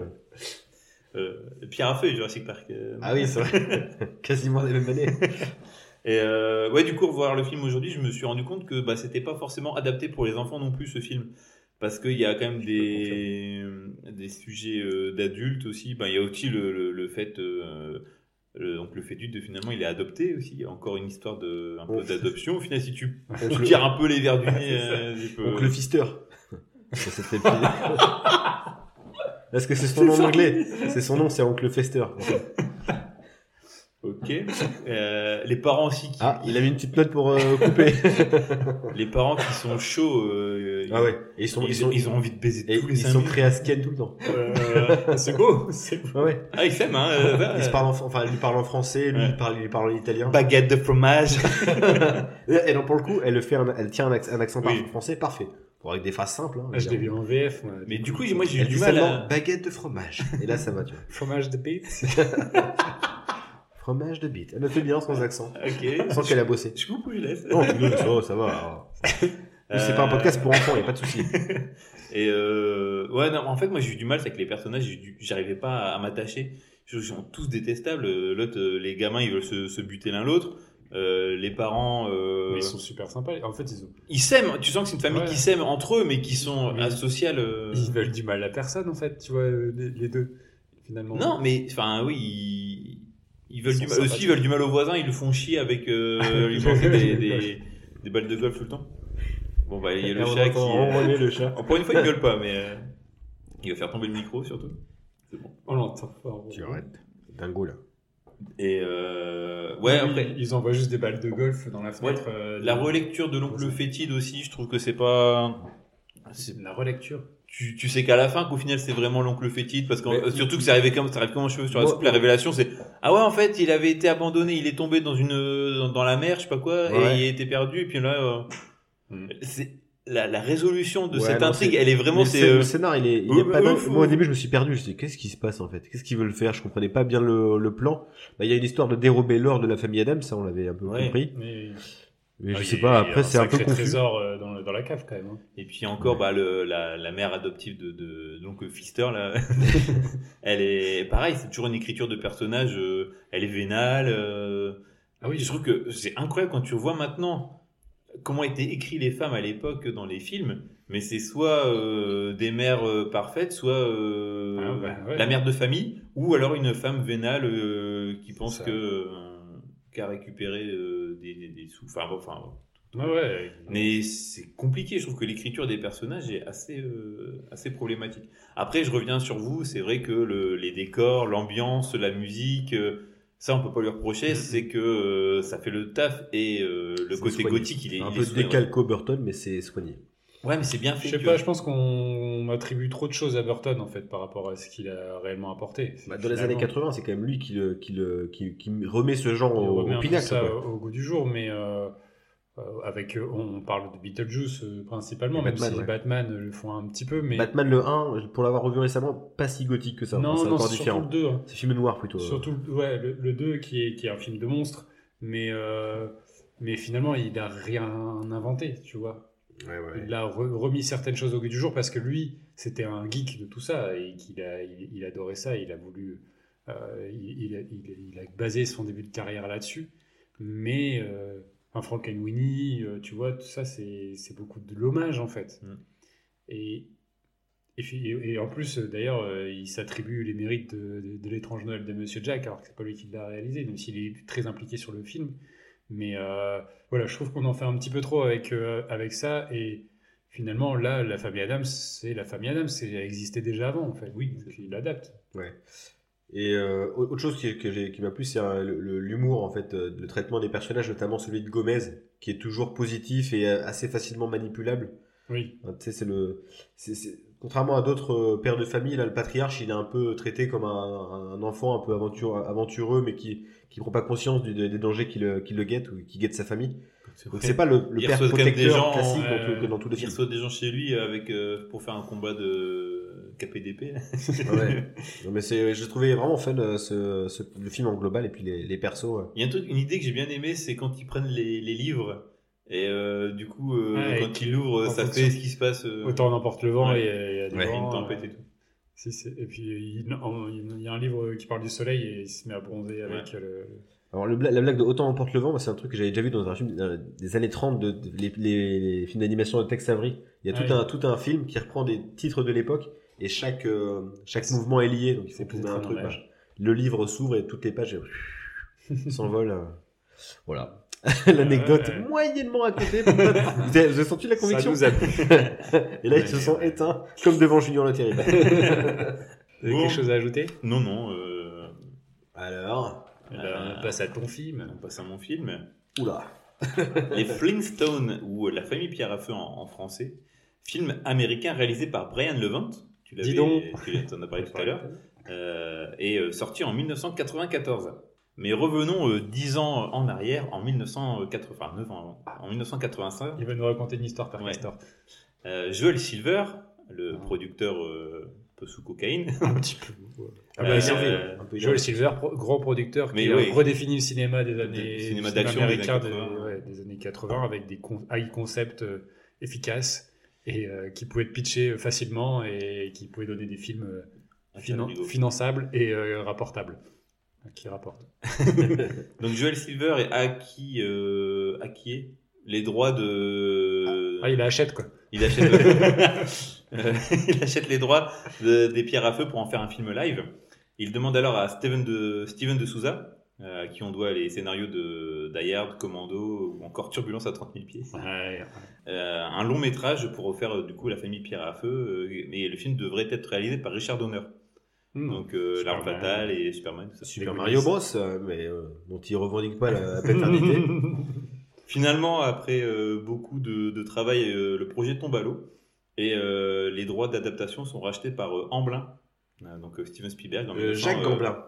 Pierre à feu, Jurassic Park. Ah oui, c'est vrai. Quasiment des mêmes années. Et ouais, du coup, revoir le film aujourd'hui, je me suis rendu compte que c'était pas forcément adapté pour les enfants non plus, ce film. Parce qu'il y a quand même des sujets d'adultes aussi. Il y a aussi le fait. Donc le fétude finalement il est adopté aussi. Il y a encore une histoire un peu d'adoption. Au final, si tu tires un peu les verres du nez, Donc le Fister. Ça fait Est-ce que c'est son nom en anglais? C'est son nom, c'est Oncle Fester. Ok. Les parents aussi Ah, il a mis une petite note pour couper. les parents qui sont chauds. Ah ouais. Et ils ont envie de baiser et tous les ils 5 sont minutes. prêts à scan tout le temps. C'est beau. C'est beau. Ah ouais. Ah, ils s'aiment, hein. Ils se parlent lui parle en français, lui Ouais. il parle en italien. Baguette de fromage. Et donc pour le coup, elle tient un accent Oui. français parfait. Pour avec des phrases simples. Hein, Je l'ai vu en VF. Moi. Mais du coup, moi j'ai eu elle du dit mal seulement à. baguette de fromage. Et là, ça va, tu vois. Fromage de bite. Fromage de bite. Elle le fait bien sans accent. Ok. Sans qu'elle a bossé. Je coupe ou je laisse. Non, ça va. C'est pas un podcast pour enfants, y a pas de souci. Et ouais, non, en fait, moi j'ai eu du mal, c'est que les personnages, j'arrivais pas à m'attacher. Ils sont tous détestables. L'autre, les gamins, ils veulent se buter l'un l'autre. Les parents, Mais ils sont super sympas. En fait, ils s'aiment. Tu sens que c'est une famille Ouais. qui s'aime entre eux, mais qui sont Oui. asociales. ils veulent du mal à personne, en fait, tu vois, les deux, finalement. Non, mais enfin, oui, ils veulent Ils du sont mal. Aussi, sympathiques. ils veulent du mal aux voisins. Ils le font chier avec lui lancer des balles de golf tout le temps. Bon, il y a le chat qui. Enrôler le chat. Encore une fois, il gueule pas, mais il va faire tomber le micro surtout. C'est bon. On l'entend fort. Tu arrêtes. Dingo, là. Et ouais, Oui, après, ils envoient juste des balles de golf dans la fenêtre. la relecture de l'oncle fétide aussi, je trouve que c'est pas. La relecture. Tu sais qu'à la fin, qu'au final, c'est vraiment l'oncle fétide, parce que Mais- surtout que ça arrive comme un cheveu sur la Moi- soupe. La révélation, c'est ah ouais, en fait, il avait été abandonné, il est tombé dans dans la mer, je sais pas quoi, Ouais. et il était perdu. Et puis là, c'est la résolution de Ouais, cette non, intrigue, c'est- elle est vraiment Mais le scénar, il y a Oui, pas oui, mal- oui, Moi, au début, je me suis perdu. Je me suis dit, qu'est-ce qui se passe, en fait? Qu'est-ce qu'ils veulent faire? Je comprenais pas bien le plan. Il y a une histoire de dérober l'or de la famille Adams, ça, on l'avait un peu Ouais. compris. Mais Mais je sais pas, après, c'est un peu confus. trésor dans la cave, quand même. Hein. Et puis encore, la mère adoptive de donc Fister là, elle est pareil, c'est toujours une écriture de personnage, elle est vénale. Ah oui, Je trouve que c'est incroyable quand tu vois maintenant comment étaient écrites les femmes à l'époque dans les films, mais c'est soit des mères parfaites, soit ouais. la mère de famille, ou alors une femme vénale qui pense Ça. qu'à récupérer des sous. Enfin, Ouais. Mais c'est compliqué, je trouve que l'écriture des personnages est assez problématique. Après, je reviens sur vous, c'est vrai que les décors, l'ambiance, la musique, ça on peut pas lui reprocher, c'est que ça fait le taf et le C'est côté soigné. gothique, il est Un il peu est soigné, décalco Burton, mais c'est soigné. ouais, mais c'est bien fait. Je sais pas, je pense qu'on attribue trop de choses à Burton en fait par rapport à ce qu'il a réellement apporté. Dans les années 80, c'est quand même lui qui remet ce genre Il remet un au peu pinacle. ça quoi. au goût du jour, mais on parle de Beetlejuice principalement, Et même Batman, si ouais. Batman le font un petit peu, mais Batman le 1, pour l'avoir revu récemment, pas si gothique que ça. non, c'est non, encore c'est différent. surtout le 2. Hein. C'est film noir plutôt. Surtout le 2 qui est un film de monstre, mais finalement il a rien inventé, tu vois. Ouais. Il a remis certaines choses au goût du jour parce que lui, c'était un geek de tout ça et il adorait ça. Il a voulu, il a basé son début de carrière là-dessus. Mais Frankenweenie, tu vois, tout ça, c'est beaucoup de l'hommage en fait. Et en plus, d'ailleurs, il s'attribue les mérites de l'étrange Noël de Monsieur Jack, alors que c'est pas lui qui l'a réalisé, même s'il est très impliqué sur le film. Mais voilà, je trouve qu'on en fait un petit peu trop avec ça. Et finalement, là, la famille Adams, c'est la famille Adams. Elle existait déjà avant, en fait. Oui, donc il l'adapte. Ouais. Et autre chose qui m'a plu, c'est l'humour, en fait, le traitement des personnages, notamment celui de Gomez, qui est toujours positif et assez facilement manipulable. Oui. Tu sais, contrairement à d'autres pères de famille, là, le patriarche, il est un peu traité comme un enfant un peu aventureux, mais qui prend pas conscience des dangers qui le guettent ou qui guettent sa famille. Donc c'est pas le Il père reçoit quand même des protecteur gens, classique dans tous les Il films. reçoit des gens chez lui pour faire un combat de KPDP. là. Ouais. Non, mais je trouvais vraiment fun le film en global et puis les persos. Il y a une idée que j'ai bien aimée, c'est quand ils prennent les livres et du coup quand ils l'ouvrent, ça fonction- fait ce qui se passe. Autant on emporte le vent ouais. et il y a du Il y a vent. une tempête et tout. Et puis il y a un livre qui parle du soleil et il se met à bronzer avec Alors la blague de Autant emporte le vent, c'est un truc que j'avais déjà vu dans un film des années 30, les films d'animation de Tex Avery. Il y a tout un film qui reprend des titres de l'époque et chaque mouvement est lié, donc il faut trouver un truc. Le livre s'ouvre et toutes les pages s'envolent. Voilà. L'anecdote moyennement à côté. Vous avez senti la conviction? Ça nous a plu. Et là, ils se sont éteints comme devant Julien Le Terrible. Vous avez quelque chose à ajouter? Non. Alors, On passe à ton film. On passe à mon film. oula. Les Flintstones ou La famille Pierre à feu en français. Film américain réalisé par Brian Levant. Dis donc. Tu en as parlé tout à l'heure. Et sorti en 1994. Mais revenons 10 ans en arrière, en 1985. En 1985. Il va nous raconter une histoire par Castor. Joel Silver, le producteur un peu sous cocaïne. Un petit peu. Joel Silver, grand producteur qui a redéfini le cinéma des années cinéma d'action américain des années 80 avec des high concepts efficaces et qui pouvaient être pitchés facilement et qui pouvaient donner des films finançables et rapportables. Qui rapportent. Donc Joel Silver est acquis les droits de... il achète quoi. Il achète, il achète les droits des pierres à feu pour en faire un film live. Il demande alors à Steven de Souza, à qui on doit les scénarios de Die Hard, Commando ou encore Turbulence à 30 000 pieds. Un long métrage pour refaire du coup La famille Pierre à feu. Mais le film devrait être réalisé par Richard Donner. Donc L'Arme Fatale et Superman. Tout ça. Super Mario Bros, mais dont il revendique pas la paternité. Finalement, après beaucoup de travail, le projet tombe à l'eau et les droits d'adaptation sont rachetés par Amblin, donc Steven Spielberg. Jacques Gamblin.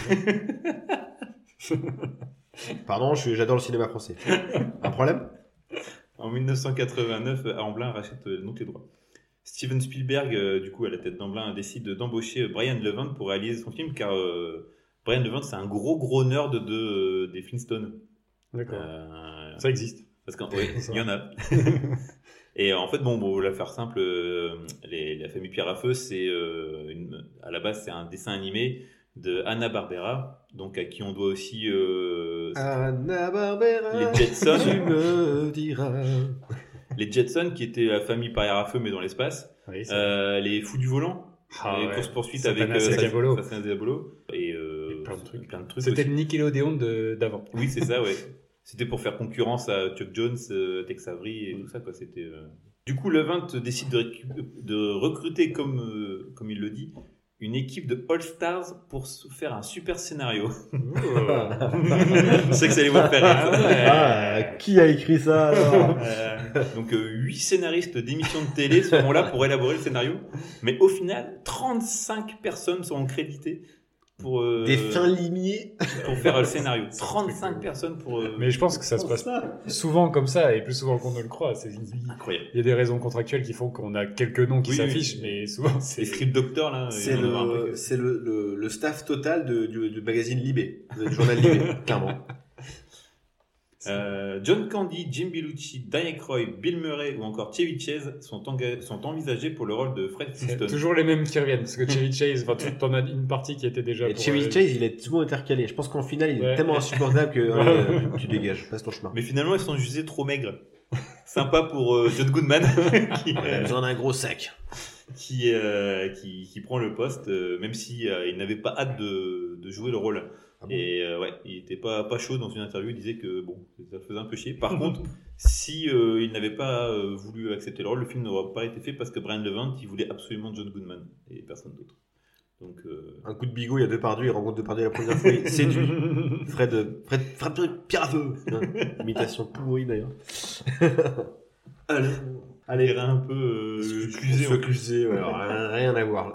Pardon, j'adore le cinéma français. Un problème? En 1989, Amblin rachète donc les droits. Steven Spielberg, du coup, à la tête d'Amblin, décide d'embaucher Brian Levant pour réaliser son film, car Brian Levant, c'est un gros nerd des Flintstones. D'accord. Ça existe. Parce qu'en il y en a. Et en fait, pour la faire simple, la famille Pierre à feu, c'est à la base, c'est un dessin animé de Hanna-Barbera, donc à qui on doit aussi Hanna-Barbera, les Jetsons. tu me diras. Les Jetsons, qui étaient la famille Pierre à feu, mais dans l'espace. Oui, les Fous du volant. Les courses-poursuites avec Diabolo. Diabolo. Et plein de trucs. Plein de trucs C'était aussi. le Nickelodeon d'avant. Oui, c'est ça, ouais. C'était pour faire concurrence à Chuck Jones, Tex Avery et tout ça, quoi. C'était. Du coup, Levant décide de recruter, comme il le dit, une équipe de All-Stars pour faire un super scénario. Je sais que ça allait vous faire rire. Qui a écrit ça alors Donc 8 scénaristes d'émissions de télé seront là pour élaborer le scénario, mais au final 35 personnes seront créditées pour des fins limiers pour faire le scénario. 35 personnes pour Mais je pense que ça se passe souvent comme ça et plus souvent qu'on ne le croit. incroyable. Il y a des raisons contractuelles qui font qu'on a quelques noms qui s'affichent, mais souvent c'est Les script doctors là, c'est le staff total du magazine Libé, du journal Libé, clairement. John Candy, Jim Belushi, Diane Aykroyd, Bill Murray ou encore Chevy Chase sont envisagés pour le rôle de Fred c'est Flintstone. toujours les mêmes qui reviennent parce que Chevy Chase, enfin t'en as une partie qui était déjà. Et Chevy Chase, il est souvent intercalé. Je pense qu'en finale, il est tellement insupportable que tu dégages, passe ton chemin. Mais finalement, ils sont jugés trop maigres. Sympa pour John Goodman qui a besoin d'un gros sac. Qui prend le poste, même si il n'avait pas hâte de jouer le rôle. Ah bon. Et il était pas chaud dans une interview. Il disait que bon, ça le faisait un peu chier. Par contre, si il n'avait pas voulu accepter le rôle, le film n'aurait pas été fait parce que Brian Levant, il voulait absolument John Goodman et personne d'autre. Donc un coup de bigot, il y a Depardieu, il rencontre Depardieu la première fois, il séduit Fred Pierre à feu. Imitation pourrie d'ailleurs. Allez, un peu clusé, rien à voir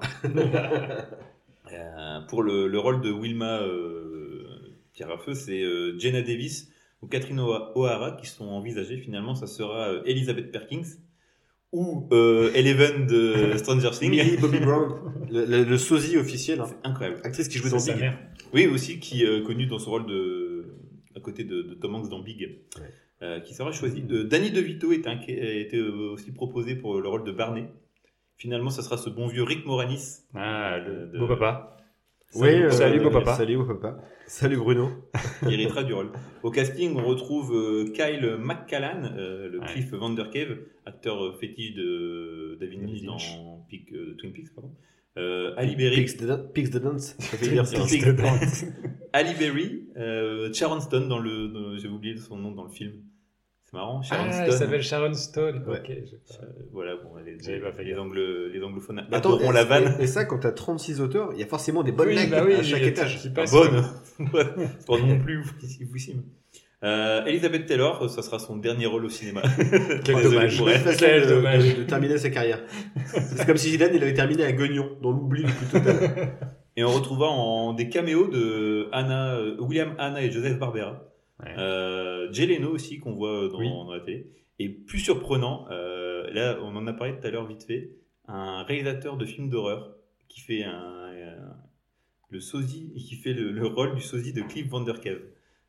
là. Pour le rôle de Wilma Pierre à feu, c'est Jenna Davis ou Catherine O'Hara qui sont envisagées. Finalement, ça sera Elizabeth Perkins ou Eleven de Stranger Things. Millie Bobby Brown, le sosie officiel. Hein. C'est incroyable. Actrice qui jouait dans Big. Mère. Oui, aussi qui est connue dans son rôle à côté de Tom Hanks dans Big. Ouais. Qui sera choisi. Danny DeVito était aussi proposé pour le rôle de Barney. Finalement, ça sera ce bon vieux Rick Moranis. Le beau papa. Salut beau papa. Salut beau papa. Salut Bruno. Il héritera du rôle. Au casting, on retrouve Kyle MacLachlan, le Cliff Vandercave, acteur fétiche de David Lynch dans Twin Peaks, pardon. Ali Berry. Pigs the Dance. Ça fait dire ça. Ali Berry, Sharon Stone j'ai oublié son nom dans le film. C'est marrant, Sharon Stone. Elle s'appelle Sharon Stone. Ouais. Ok. Voilà, bon, les anglophones Attends, adoreront la vanne. Et ça, quand t'as 36 auteurs, il y a forcément des bonnes blagues à chaque étage. Bonne. C'est pas non plus oufissime. Elizabeth Taylor, ça sera son dernier rôle au cinéma. Quel dommage. Quel dommage de terminer sa carrière. C'est comme si Zidane, il avait terminé à Guignon, dans l'oubli le plus total. Et on retrouvera en des caméos de William Hanna et Joseph Barbera. Jay Leno aussi, qu'on voit dans la télé. Et plus surprenant, là, on en a parlé tout à l'heure vite fait, un réalisateur de films d'horreur qui fait le sosie, et qui fait le rôle du sosie de Cliff Vandercave.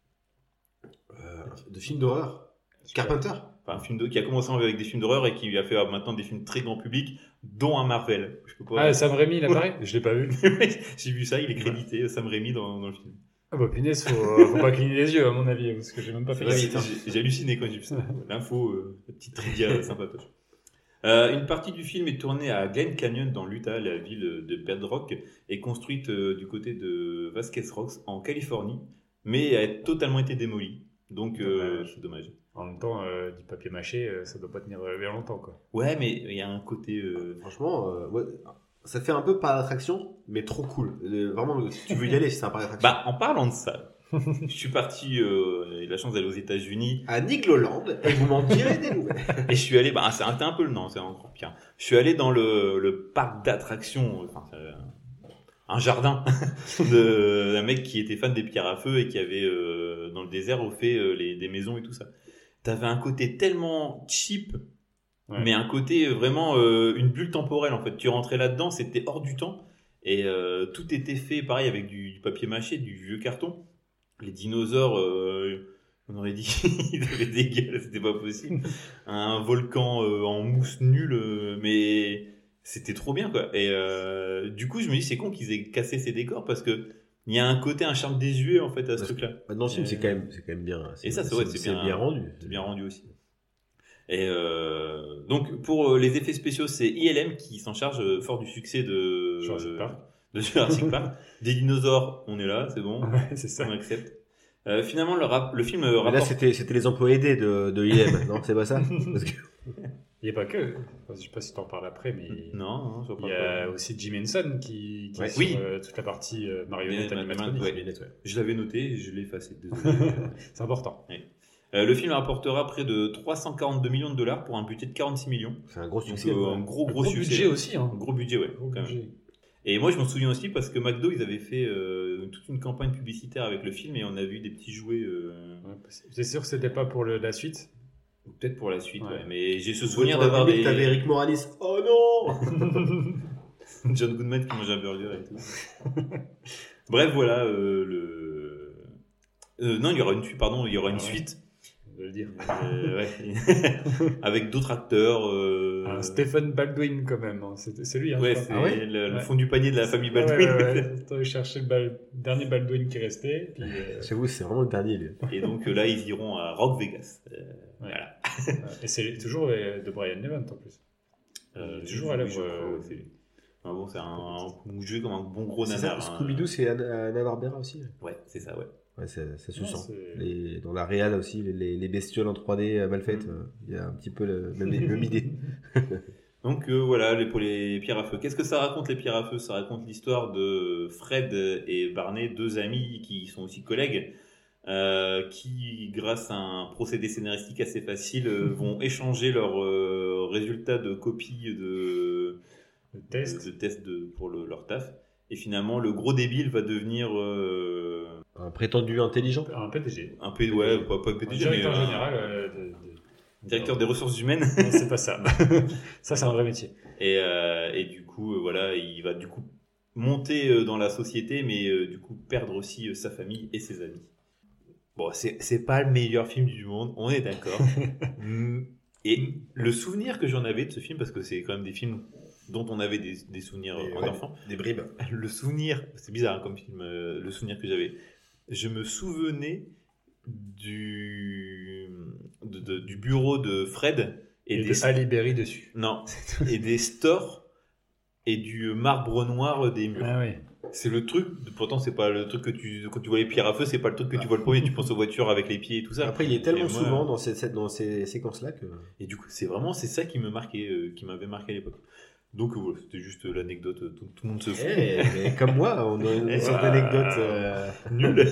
De films d'horreur. Carpenter. Enfin, un film qui a commencé avec des films d'horreur et qui a fait maintenant des films très grand public, dont un Marvel. Je peux pas... Sam Raimi, il apparaît. Je l'ai pas vu. J'ai vu ça, il est crédité, Sam Raimi dans le film. Ah bah punaise, faut pas cligner les yeux à mon avis, parce que j'ai même pas fait j'ai halluciné quand j'ai vu ça. L'info, la petite trivia sympatoche. Une partie du film est tournée à Glen Canyon dans l'Utah, la ville de Bedrock, et construite du côté de Vasquez Rocks en Californie, mais a totalement été démolie. Donc c'est dommage. En même temps, du papier mâché, ça doit pas tenir bien longtemps, quoi. Ouais, mais il y a un côté... Franchement, ça fait un peu par l'attraction, mais trop cool. Vraiment, si tu veux y aller, c'est un par l'attraction. Bah, en parlant de ça, je suis parti, j'ai eu la chance d'aller aux États-Unis. À Nigloland, et vous m'en direz des nouvelles. Et je suis allé, c'est un peu le nom, c'est encore pire. Je suis allé dans le parc d'attractions, un jardin d'un mec qui était fan des pierres à feu et qui avait, dans le désert, fait des maisons et tout ça. T'avais un côté tellement cheap, mais un côté vraiment une bulle temporelle en fait. Tu rentrais là-dedans, c'était hors du temps et tout était fait pareil avec du papier mâché, du vieux carton. Les dinosaures, on aurait dit qu'ils avaient des gueules, c'était pas possible. Un volcan en mousse nulle, mais c'était trop bien quoi. Et du coup, je me dis c'est con qu'ils aient cassé ces décors parce que il y a un côté, un charme désuet en fait à ce truc-là. Dans le film, c'est quand même bien. Et ça, c'est bien rendu. C'est bien rendu aussi. Et donc pour les effets spéciaux, c'est ILM qui s'en charge fort du succès de Jurassic Park. Des dinosaures, on est là, c'est bon, ouais, c'est ça. On accepte. Finalement, le film Mais là, rapporte... c'était les emplois aidés de IM, non, c'est pas ça? Parce que... Il n'y a pas que. Enfin, je sais pas si tu en parles après, mais. Non, je vois Il pas. y a aussi Jim Henson qui Ouais. est sur Oui. Toute la partie marionnette Ouais, animatronique. ouais. Je l'avais noté, je l'ai effacé. Désolé. C'est important. Le film rapportera près de 342 millions de dollars pour un budget de 46 millions. C'est un gros Donc, succès. un gros succès. budget aussi. Hein. Un gros budget, ouais. Gros quand même. budget. Et moi, je m'en souviens aussi parce que McDo, ils avaient fait toute une campagne publicitaire avec le film et on a vu des petits jouets. Ouais, c'est sûr que c'était pas pour la suite. Peut-être pour la suite, Ouais. ouais. Mais j'ai ce Souvenir souvenir d'avoir des. T'avais Eric Moranis. Oh non! John Goodman qui mange un burger et tout. Bref, voilà non, il y aura une suite. Pardon, il y aura une Ah ouais. suite. De le dire. Ouais. Avec d'autres acteurs. Stephen Baldwin, quand même. Hein. C'est lui. Hein, Ouais, je c'est crois. le Ouais. fond du panier de la famille Ouais, Baldwin. ouais. Attends, chercher le dernier Baldwin qui restait. Puis, J'avoue, c'est vraiment le dernier, lui. Et donc là, ils iront à Rock Vegas. Voilà. Et c'est toujours de Brian Levant en plus. Toujours à l'œuvre. C'est un jeu comme un bon gros C'est nanar. ça, Scooby-Doo, c'est Anna Barbera aussi. Ouais, c'est ça, ouais. Ouais, ça se Non, sent. c'est- Dans la réal aussi, les bestioles en 3D mal faites, il y a un petit peu la même idée. Donc voilà, pour les pierres à feu. Qu'est-ce que ça raconte, les pierres à feu? Ça raconte l'histoire de Fred et Barney, deux amis qui sont aussi collègues, qui, grâce à un procédé scénaristique assez facile, vont échanger leurs résultats de copie de tests pour leur taf. Et finalement, le gros débile va devenir Un prétendu intelligent. Un PDG. un peu, ouais, pas Un PDG, mais directeur un général. directeur des ressources humaines. Non, c'est pas ça. Ça, c'est un vrai métier. Et du coup, voilà, il va du coup monter dans la société, mais du coup perdre aussi sa famille et ses amis. Bon, c'est pas le meilleur film du monde, on est d'accord. Et le souvenir que j'en avais de ce film, parce que c'est quand même des films dont on avait des souvenirs en enfant. Des bribes. Le souvenir, c'est bizarre hein, comme film, le souvenir que j'avais. Je me souvenais du bureau de Fred Et de Ali Berry dessus. non, et des stores et du marbre noir des murs. Ah oui. C'est le truc, pourtant c'est pas le truc quand tu vois les pierres à feu, c'est pas le truc que tu vois le premier, tu penses aux voitures avec les pieds et tout ça. Après, il est tellement Et moi- souvent dans ces séquences-là que. Et du coup, c'est ça qui me marquait, qui m'avait marqué à l'époque. Donc voilà, c'était juste l'anecdote, tout le monde se fout. Mais comme moi, on a une sorte d'anecdote. Nul.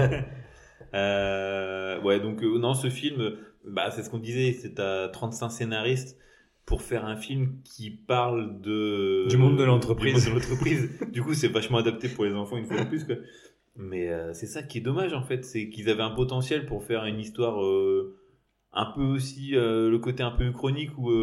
Ouais, donc non, ce film, c'est ce qu'on disait, c'est à 35 scénaristes pour faire un film qui parle Du monde de l'entreprise. Du monde de l'entreprise. Du coup, c'est vachement adapté pour les enfants une fois de plus, quoi. Mais c'est ça qui est dommage en fait, c'est qu'ils avaient un potentiel pour faire une histoire un peu aussi le côté un peu chronique où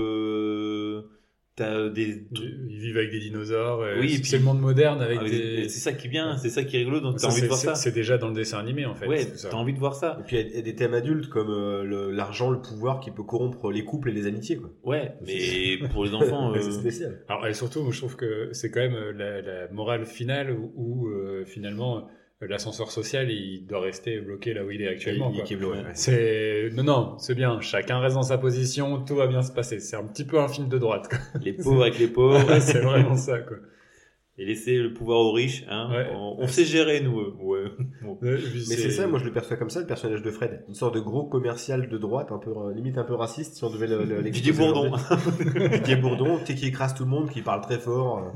t'as des Ils vivent avec des dinosaures. Oui, et c'est puis- le monde moderne avec avec des. c'est ça qui est bien, c'est ça qui est rigolo, donc t'as Ça, envie de voir c'est- ça. C'est déjà dans le dessin animé en fait. Ouais, tout ça. t'as envie de voir ça. Et puis il y a des thèmes adultes comme l'argent, le pouvoir qui peut corrompre les couples et les amitiés. Quoi. Ouais, mais pour les enfants, C'est spécial. Alors, et surtout, moi, je trouve que c'est quand même la morale finale où finalement l'ascenseur social il doit rester bloqué là où il est actuellement. Quoi. C'est non, c'est bien. Chacun reste dans sa position, tout va bien se passer. C'est un petit peu un film de droite. Quoi. les pauvres avec les pauvres, Ouais, c'est vraiment ça. Quoi. et laisser le pouvoir aux riches. Hein. Ouais. On sait gérer, nous. Ouais. Bon. Mais c'est ça, moi je le perçois comme ça, le personnage de Fred. Une sorte de gros commercial de droite, un peu limite un peu raciste, si on devait Didier Bourdon. Didier Bourdon, qui écrase tout le monde, qui parle très fort.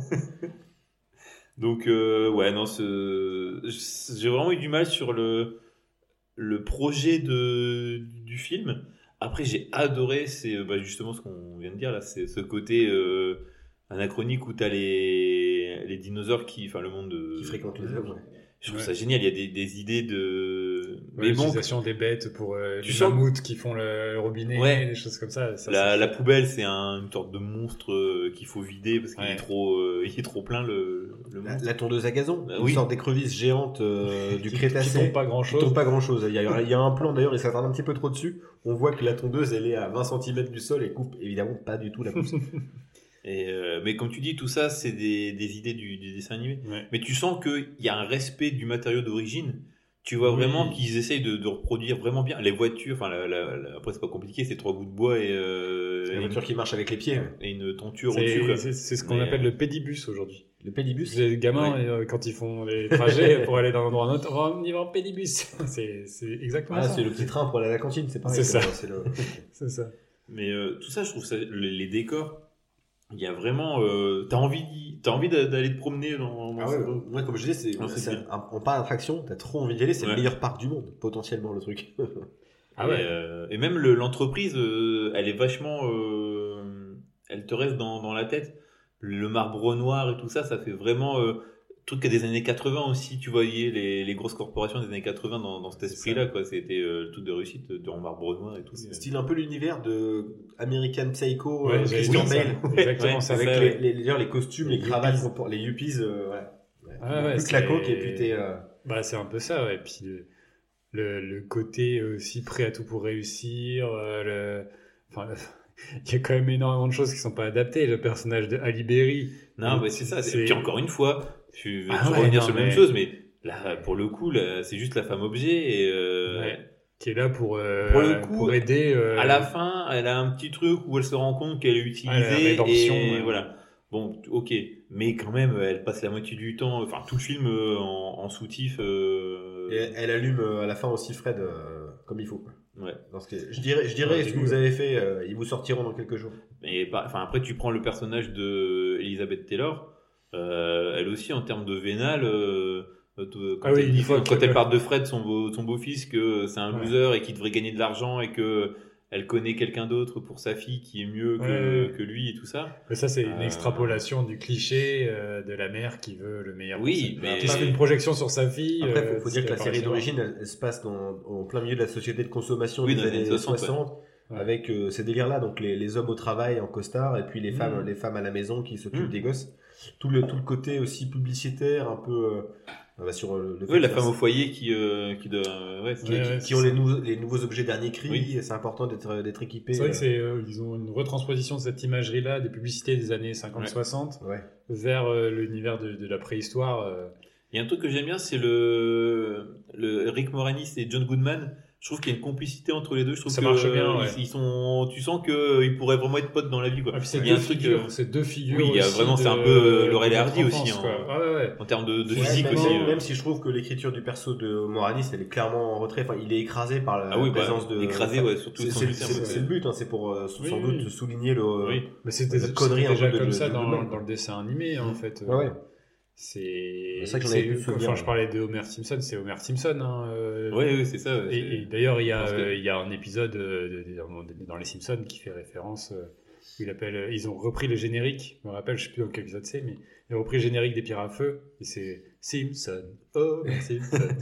Donc, ouais, non, j'ai vraiment eu du mal sur le projet du film. Après, j'ai adoré, c'est justement ce qu'on vient de dire là, c'est ce côté anachronique où t'as les dinosaures enfin le monde Qui fréquente les œuvres. Je trouve ça génial, il y a des idées de. Ouais, l'utilisation des bêtes pour tu les sens- mammouths qui font le robinet, Ouais. des choses comme ça. La poubelle, c'est une sorte de monstre qu'il faut vider parce qu'il Ouais. il est trop plein le monstre. La tondeuse à gazon, Bah une oui. sorte d'écrevisse géante du qui Crétacé. font pas grand Qui chose. tombe pas grand chose. Il y a un plan d'ailleurs, il s'attarde un petit peu trop dessus. On voit que la tondeuse elle est à 20 cm du sol et coupe évidemment pas du tout la pousse. Mais comme tu dis, tout ça, c'est des idées du dessin animé. Ouais. Mais tu sens qu'il y a un respect du matériau d'origine. Tu vois Oui. vraiment qu'ils essayent de reproduire vraiment bien les voitures. Enfin, après c'est pas compliqué, c'est 3 bouts de bois et La voiture qui marche avec les pieds. Ouais. et une tenture au-dessus. quoi. C'est ce qu'on Mais, appelle le pédibus aujourd'hui. Le pédibus. Les gamins, Ouais. quand ils font les trajets pour aller d'un endroit à un autre, on y va en pédibus. c'est exactement Ah, ça. c'est le petit train pour aller à la cantine, c'est pareil. C'est ça. C'est C'est ça. Mais tout ça, je trouve ça, les décors, il y a vraiment, t'as envie d'aller te promener dans Ah ouais, moi comme je disais, Non, c'est bien. en parc d'attraction, t'as trop envie d'y aller, c'est le Ouais. meilleur parc du monde, potentiellement le truc. Ah ouais. Et même l'entreprise, elle est vachement, elle te reste dans la tête. Le marbre noir et tout ça, ça fait vraiment truc des années 80 aussi. Tu voyais les grosses corporations des années 80 dans cet esprit-là, quoi. C'était le truc de réussite en marbre noir et tout. Style un peu l'univers de American Psycho, Ouais, j'allais Christian dire ça. Bale, Exactement Ouais, ça. avec ça, les costumes, les Les cravates, yuppies. les yuppies, ouais. Ah ouais, Plus que la c'est- coque et puis t'es... Bah, c'est un peu ça, ouais. Puis le côté aussi prêt à tout pour réussir. Enfin, il y a quand même énormément de choses qui sont pas adaptées. Le personnage de Halle Berry. Non, ouais, c'est ça. Et puis encore une fois, je vais Ah toujours ouais, revenir non, sur la même mais- chose, mais là, pour le coup, là, c'est juste la femme objet et Ouais. Qui est là pour le coup, pour aider. à la fin, elle a un petit truc où elle se rend compte qu'elle est Ah, la utilisée rédemption, et ouais. voilà. Bon, ok, mais quand même, elle passe la moitié du temps, enfin tout le film en soutif. Et elle allume à la fin aussi Fred comme il faut. Quoi. Ouais. Je dirais Ouais, ce que vous avez fait, ils vous sortiront dans quelques jours. Mais enfin après, tu prends le personnage de Elizabeth Taylor, elle aussi en termes de vénal. Quand, Ah oui, elle, une fois quand que- elle parle de Fred, son beau-fils, que c'est un Ouais. loser et qu'il devrait gagner de l'argent et que elle connaît quelqu'un d'autre pour sa fille qui est mieux Ouais. que lui et tout ça. Mais ça, c'est une Euh, extrapolation du cliché de la mère qui veut le meilleur. Oui, pour sa- mais- qui se fait une projection sur sa fille. Après, faut dire que la c'était série pas d'origine, elle se passe en plein milieu de la société de consommation Oui, des dans les années années 60, 60, ouais. avec ces délires-là, donc les hommes au travail en costard, et puis les femmes à la maison qui s'occupent Mm. des gosses. Tout le côté aussi publicitaire, un peu sur le fait Oui, la de femme faire au foyer qui doit. Ouais, qui, Ouais, qui ouais, ont c'est les nouveaux objets dernier cri, Oui. et c'est important d'être équipé. C'est vrai que ils ont une retransposition de cette imagerie-là des publicités des années 50-60 Ouais. vers l'univers de la préhistoire. Il y a un truc que j'aime bien, c'est le Rick Moranis et John Goodman. Je trouve qu'il y a une complicité entre les deux. Je trouve Ça que, marche bien, ouais. ils sont, tu sens qu'ils pourraient vraiment être potes dans la vie, quoi. Ah, puis c'est Il y a deux un truc, figures, c'est deux figures. oui, il y a aussi vraiment, c'est un de- peu Laurel et de Hardy notre aussi, enfance, hein. quoi. Ouais, ouais. en termes de Ouais, physique même, aussi. même si je trouve que l'écriture du perso de Moranis, elle est clairement en retrait. Enfin, il est écrasé par la Ah oui, présence de. écrasé, ouais, surtout sans lutte, C'est le but, hein, c'est pour Oui, sans oui. doute souligner le. Oui. Mais c'était La connerie c'était un déjà peu de- comme ça de dans Goodman. le dessin animé, en fait. Ouais, ouais. C'est ça que j'en avais plus souvenir. Enfin, je parlais de Homer Simpson, c'est Homer Simpson. Hein, Oui, c'est ça. ouais, Et d'ailleurs, il y je pense que- a un épisode dans Les Simpsons qui fait référence. Où ils ont repris le générique. Je me rappelle, je sais plus dans quel épisode c'est, mais ils ont repris le générique des Pierres à Feu. Et c'est Simpson. Oh, Simpson.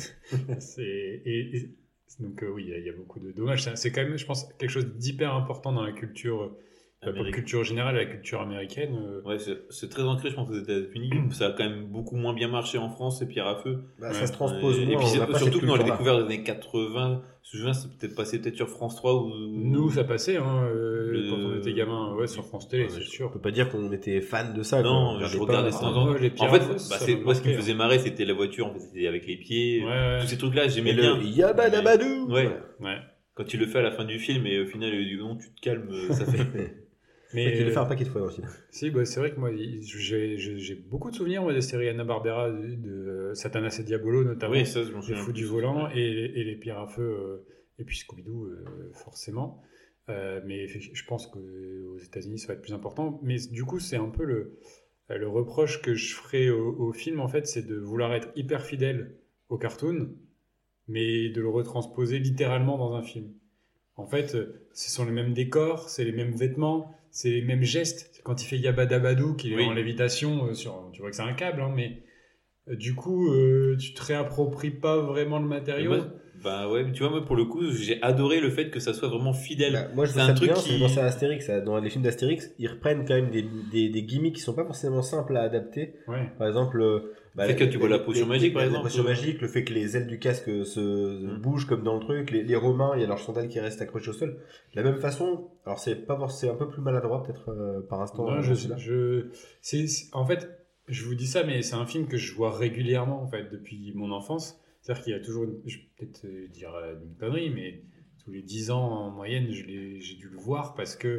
Donc, oui, il y a beaucoup de dommages. C'est quand même, je pense, quelque chose d'hyper important dans la culture, la pop culture générale, la culture américaine. Ouais, c'est très ancré, je pense, aux États-Unis. Ça a quand même beaucoup moins bien marché en France, et Pierre à feu. Bah, ça se transpose Et moins. puis on a pas surtout cette que dans les culture-là. découvertes des années 80, je me souviens, c'est peut-être passé sur France 3 ou. Nous, ça passait hein, Le- quand on était gamin, ouais, sur France Télé, Ouais, c'est je sûr. peux pas dire qu'on était fan de ça. Non, quoi. je On regardais pas- ça. Ah, les En Pierres fait, à feu, bah, ça m'a moi, ce qui me marqué, faisait marrer, c'était la voiture, en fait, c'était avec les pieds. Ouais, Tous ces trucs-là, j'aimais Et le bien. Yabadabadou. Ouais. ouais. Quand tu le fais à la fin du film, et au final, il dit non, tu te calmes, ça fait. Mais Tu l'as fait un paquet de fois aussi. si, bah, c'est vrai que moi, j'ai beaucoup de souvenirs moi, des séries Hanna-Barbera, de Satanas et Diabolo notamment, Oui, ça, je m'en Les souviens. Fous du Volant et les Pierres à Feu, et puis Scooby-Doo, forcément. Mais je pense qu'aux États-Unis, ça va être plus important. Mais du coup, c'est un peu le reproche que je ferai au film, en fait, c'est de vouloir être hyper fidèle au cartoon, mais de le retransposer littéralement dans un film. En fait, ce sont les mêmes décors, c'est les mêmes vêtements, c'est les mêmes gestes. Quand il fait Yabadabadou, qu'il est Oui. en lévitation, tu vois que c'est un câble, hein, mais du coup, tu te réappropries pas vraiment le matériau. Moi, bah ouais, mais tu vois, moi, pour le coup, j'ai adoré le fait que ça soit vraiment fidèle. Bah, moi, je C'est trouve un ça truc bien, qui- c'est dans ça Astérix. Dans les films d'Astérix, ils reprennent quand même des gimmicks qui sont pas forcément simples à adapter. Ouais. Par exemple, Le fait que tu vois la potion magique, par exemple. La potion magique, le fait que les ailes du casque bougent comme dans le truc, les Romains, il y a leur sandale qui reste accrochée au sol. De la même façon, alors c'est un peu plus maladroit peut-être par instant. Non, celui-là. en fait, je vous dis ça, mais c'est un film que je vois régulièrement en fait depuis mon enfance. C'est-à-dire qu'il y a toujours, je vais peut-être dire une connerie, mais tous les 10 ans en moyenne, j'ai dû le voir parce que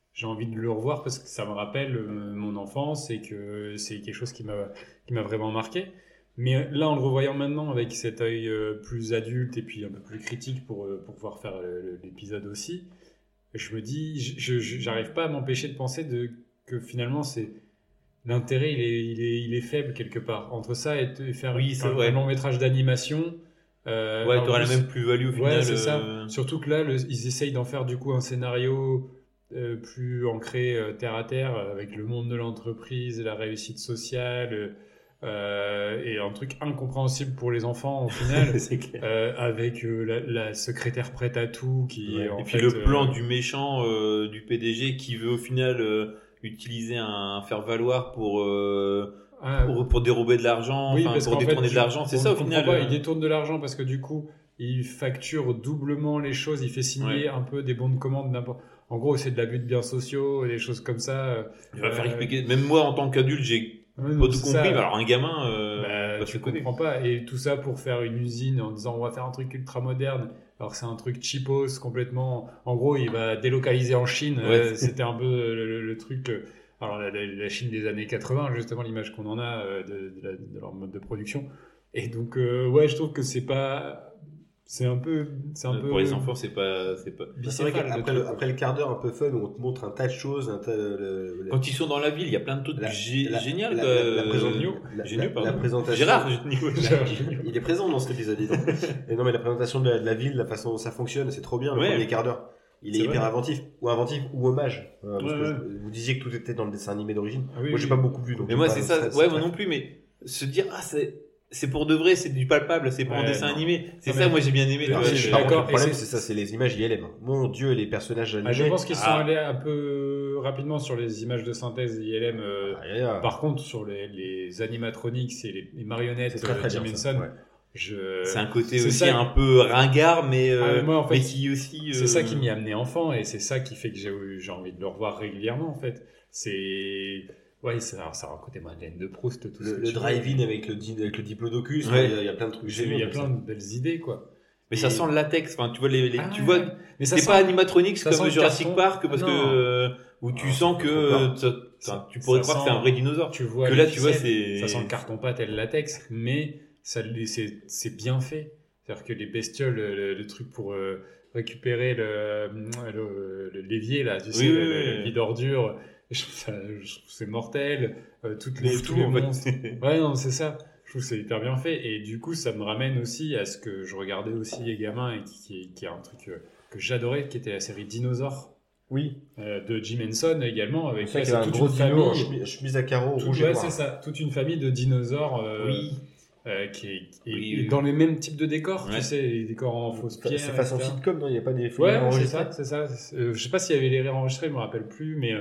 j'ai envie de le revoir parce que ça me rappelle mon enfance et que c'est quelque chose qui m'a vraiment marqué. Mais là, en le revoyant maintenant avec cet œil plus adulte et puis un peu plus critique pour pouvoir faire l'épisode aussi, je me dis, j'arrive pas à m'empêcher de penser que finalement, l'intérêt, il est faible quelque part. Entre ça et faire un long métrage d'animation. Ouais, t'auras la même plus-value au final. Ouais, c'est ça. Surtout que là, ils essayent d'en faire du coup un scénario plus ancré terre à terre avec le monde de l'entreprise, la réussite sociale. Et un truc incompréhensible pour les enfants au final C'est clair. avec la secrétaire prête à tout qui est en et puis fait, le plan du méchant du PDG qui veut au final utiliser un faire-valoir pour dérober de l'argent, oui, pour détourner de l'argent, c'est ça au final. Il détourne de l'argent parce que du coup il facture doublement les choses, il fait signer un peu des bons de commande n'importe. En gros, c'est de l'abus de biens sociaux, des choses comme ça. Il va faire expliquer. Même moi, en tant qu'adulte, j'ai pas tout compris. Mais alors, un gamin, tu comprends pas. Et tout ça pour faire une usine en disant on va faire un truc ultra moderne. Alors que c'est un truc cheapos complètement. En gros, il va délocaliser en Chine. C'était un peu le truc. Alors la Chine des années 80, justement, l'image qu'on en a de leur mode de production. Et donc, je trouve que c'est pas. C'est un peu. Pour les enfants, c'est pas. C'est vrai qu'après le quart d'heure un peu fun où on te montre un tas de choses, quand ils sont dans la ville, il y a plein de trucs génial. La présentation. Gérard, il est présent dans cet épisode. Et non, mais la présentation de la ville, la façon dont ça fonctionne, c'est trop bien. Le premier quart d'heure, il est hyper inventif ou hommage. Vous disiez que tout était dans le dessin animé d'origine. Moi, j'ai pas beaucoup vu. Mais moi, c'est ça. Ouais, moi non plus. Mais se dire c'est pour de vrai, c'est du palpable, c'est pour un dessin animé. C'est ça, moi j'ai bien aimé. Je suis d'accord. Le problème, c'est ça, c'est les images ILM. Mon Dieu, les personnages animés. Je pense qu'ils sont allés un peu rapidement sur les images de synthèse ILM. Par contre, sur les animatronics et les marionnettes Jim Henson, c'est un côté aussi un peu ringard, mais qui aussi. C'est ça qui m'y a amené enfant et c'est ça qui fait que j'ai envie de le revoir régulièrement en fait. Ça a un côté Madeleine de Proust, tout ça. Le drive-in avec le diplodocus, il y a plein de trucs géniaux. Il y a plein de belles idées, quoi. Mais ça sent le latex, enfin, tu vois, tu vois, mais c'est pas animatronique comme Jurassic Park, parce que, où tu sens que, tu pourrais croire que c'est un vrai dinosaure. Tu vois, que là, tu vois, ça sent le carton-pâte et le latex, mais c'est bien fait. C'est-à-dire que les bestioles, le truc pour récupérer l'évier, là, tu sais, le lit d'ordures, je trouve c'est mortel. Tous les monstres. Ouais, non, c'est ça. Je trouve que c'est hyper bien fait. Et du coup, ça me ramène aussi à ce que je regardais aussi les gamins et qui est un truc que j'adorais, qui était la série Dinosaures. Oui. De Jim Henson également. Avec ça, toute un gros dino, chemise à carreaux, rouge et noir. C'est ça. Toute une famille de dinosaures. Qui est dans les mêmes types de décors, tu sais, les décors en fausse pierre. C'est façon sitcom, non? Il n'y a pas des films enregistrés. C'est ça. Je sais pas s'il y avait les rires enregistrés, je me rappelle plus, mais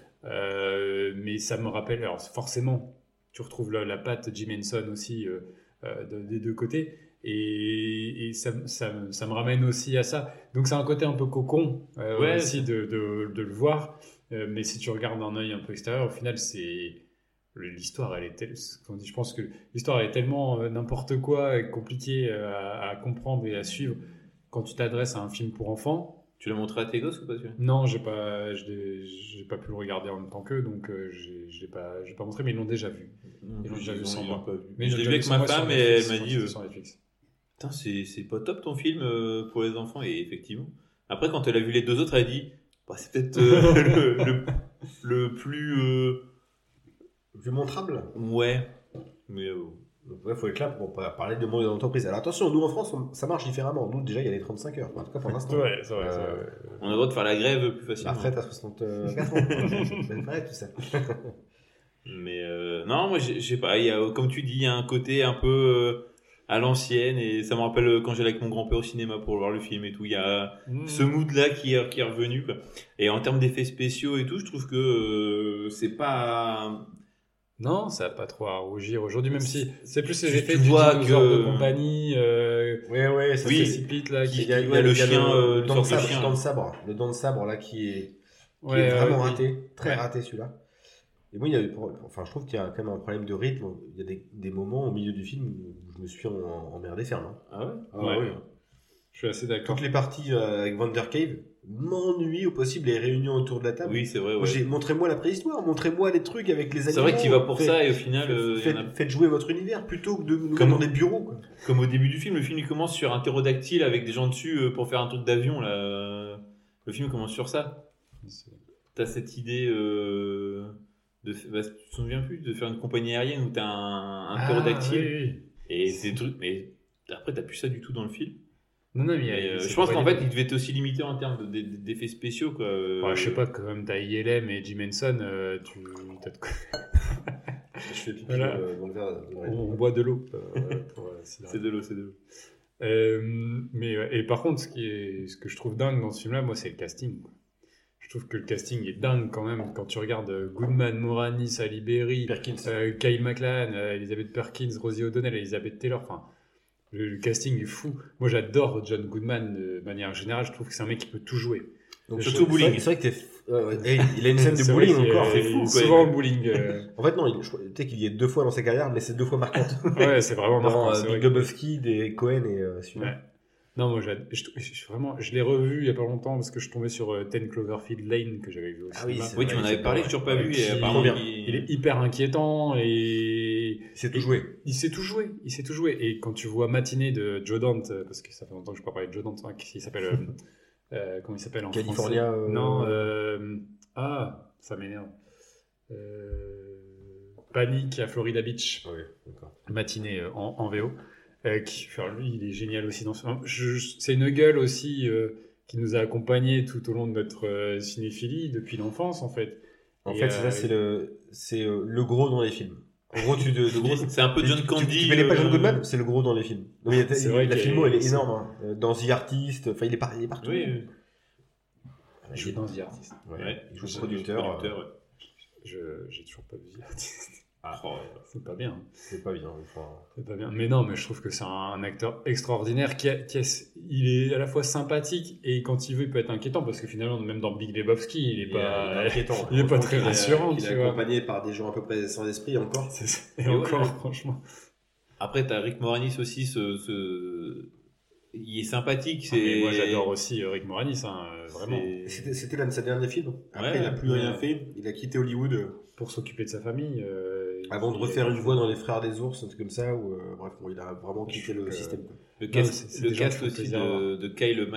ça me rappelle. Alors forcément, tu retrouves la patte Jim Henson aussi des deux côtés, et ça me ramène aussi à ça. Donc c'est un côté un peu cocon aussi de le voir, mais si tu regardes d'un œil un peu extérieur, au final c'est l'histoire, je pense que l'histoire est tellement n'importe quoi et compliquée à comprendre et à suivre quand tu t'adresses à un film pour enfants. Tu l'as montré à tes gosses ou pas? Non, j'ai pas pu le regarder en même temps qu'eux, donc je l'ai pas montré, mais ils l'ont déjà vu. Ils l'ont déjà vu sans moi. Mais je l'ai vu avec ma femme et elle m'a dit putain, c'est pas top ton film pour les enfants. Et effectivement, après quand elle a vu les deux autres, elle a dit c'est peut-être le plus montrable. Ouais, mais faut être là pour parler de monde d'entreprise. Alors attention, nous en France, ça marche différemment. Nous déjà, il y a les 35 heures. En tout cas pour l'instant. Ouais, c'est vrai. On a le droit de faire la grève plus facilement. La retraite à 64 ans. Belle retraite, tout ça. Mais non, moi je sais pas. Il y a, comme tu dis, il y a un côté un peu à l'ancienne, et ça me rappelle quand j'allais avec mon grand-père au cinéma pour voir le film et tout. Il y a ce mood là qui est revenu, quoi. Et en termes d'effets spéciaux et tout, je trouve que c'est pas. Non, ça n'a pas trop à rougir aujourd'hui, même si c'est plus les effets du dinosaure de compagnie. Ça précipite là. Il y a le chien, le dent de sabre là qui est vraiment raté, très raté celui-là. Et moi, je trouve qu'il y a quand même un problème de rythme. Il y a des moments au milieu du film où je me suis emmerdé fermement. Ah ouais. Je suis assez d'accord. Toutes les parties avec Vander Cave m'ennuient au possible les réunions autour de la table. Oui, c'est vrai. Moi, Ouais. montrez-moi la préhistoire, montrez-moi les trucs avec les animaux. C'est vrai que tu vas pour ça et au final, il y en a- Faites jouer votre univers plutôt que de nous Comme- mettre dans des bureaux. Quoi. comme au début du film, le film il commence sur un ptérodactyle avec des gens dessus pour faire un truc d'avion là. Le film commence sur ça. T'as cette idée tu te souviens plus de faire une compagnie aérienne où t'as un ptérodactyle oui. et c'est des trucs, mais après t'as plus ça du tout dans le film. Non, mais Mais, je pense qu'en fait il devait être aussi limité en termes d'effets spéciaux quoi. Ouais, je sais pas, comme t'as ILM et Jim Henson, tu t'as de quoi. Je fais pipi Voilà. dans le verre. On boit de l'eau. C'est de l'eau, c'est de l'eau. Et par contre, ce que je trouve dingue dans ce film-là, moi, c'est le casting. Quoi. Je trouve que le casting est dingue quand même. Quand tu regardes Goodman, Moranis, Ali Berry, Perkins. Kyle MacLachlan, Elizabeth Perkins, Rosie O'Donnell, Elizabeth Taylor. Enfin, le casting est fou. Moi, j'adore John Goodman de manière générale. Je trouve que c'est un mec qui peut tout jouer. Donc, surtout au bowling. C'est vrai que il a une scène de C'est bowling vrai qu'il- encore. il- C'est fou. quoi. Souvent au bowling. En fait, non, peut-être qu'il y est 2 fois dans sa carrière, mais c'est 2 fois marquante. Ouais, c'est vraiment marquant. Dans c'est vrai Big que- Lebowski, des Cohen et celui-là. Ouais. Non, moi, je l'ai revu il y a pas longtemps parce que je tombais sur 10 Cloverfield Lane que j'avais vu au Ah oui, cinéma. c'est Oui, vrai, tu m'en c'est avais parlé, j'ai toujours pas vu. Qui- Et apparemment, Il est hyper inquiétant et C'est tout joué. il sait tout jouer. Il sait tout jouer. Et quand tu vois Matinée de Joe Dante, parce que ça fait longtemps que je peux pas parler de Joe Dante, hein, qui s'appelle comment il s'appelle en California. français Non, ça m'énerve. Panique à Florida Beach. Oui, d'accord. Matinée en VO. Lui, il est génial aussi dans ce. C'est une gueule aussi qui nous a accompagnés tout au long de notre cinéphilie depuis l'enfance en fait. En Et, fait, c'est le gros dans les films. En gros, de gros. c'est un peu John Candy. Tu connais pas John Goodman, c'est le gros dans les films. Donc, C'est vrai la qu'il filmo, elle est est- énorme. Hein. Dans The Artist, enfin, il est partout. Oui, Il joue dans The Artist. ouais. Il joue producteur. Ouais. J'ai toujours pas vu The Artist. Oh, C'est pas bien. C'est pas bien. Enfin, C'est pas bien. Mais non, mais je trouve que c'est un acteur extraordinaire il est à la fois sympathique et quand il veut, il peut être inquiétant parce que finalement, même dans Big Lebowski, il est pas. inquiétant. il est pas très rassurant, Il tu est vois. accompagné par des gens à peu près sans esprit encore. Et encore, franchement. Après, t'as Rick Moranis aussi, il est sympathique. Mais moi, j'adore aussi Rick Moranis, hein, vraiment. C'était l'un de ses derniers films. Après, Ouais, il a plus ouais. rien fait. Il a quitté Hollywood Pour s'occuper de sa famille. avant de refaire une voix dans Les Frères des Ours, un truc comme ça. Où, bref, bon, il a vraiment quitté le système. Quoi. Le Non, cast, c'est le des gens cast qui font aussi plaisir à voir. de Kyle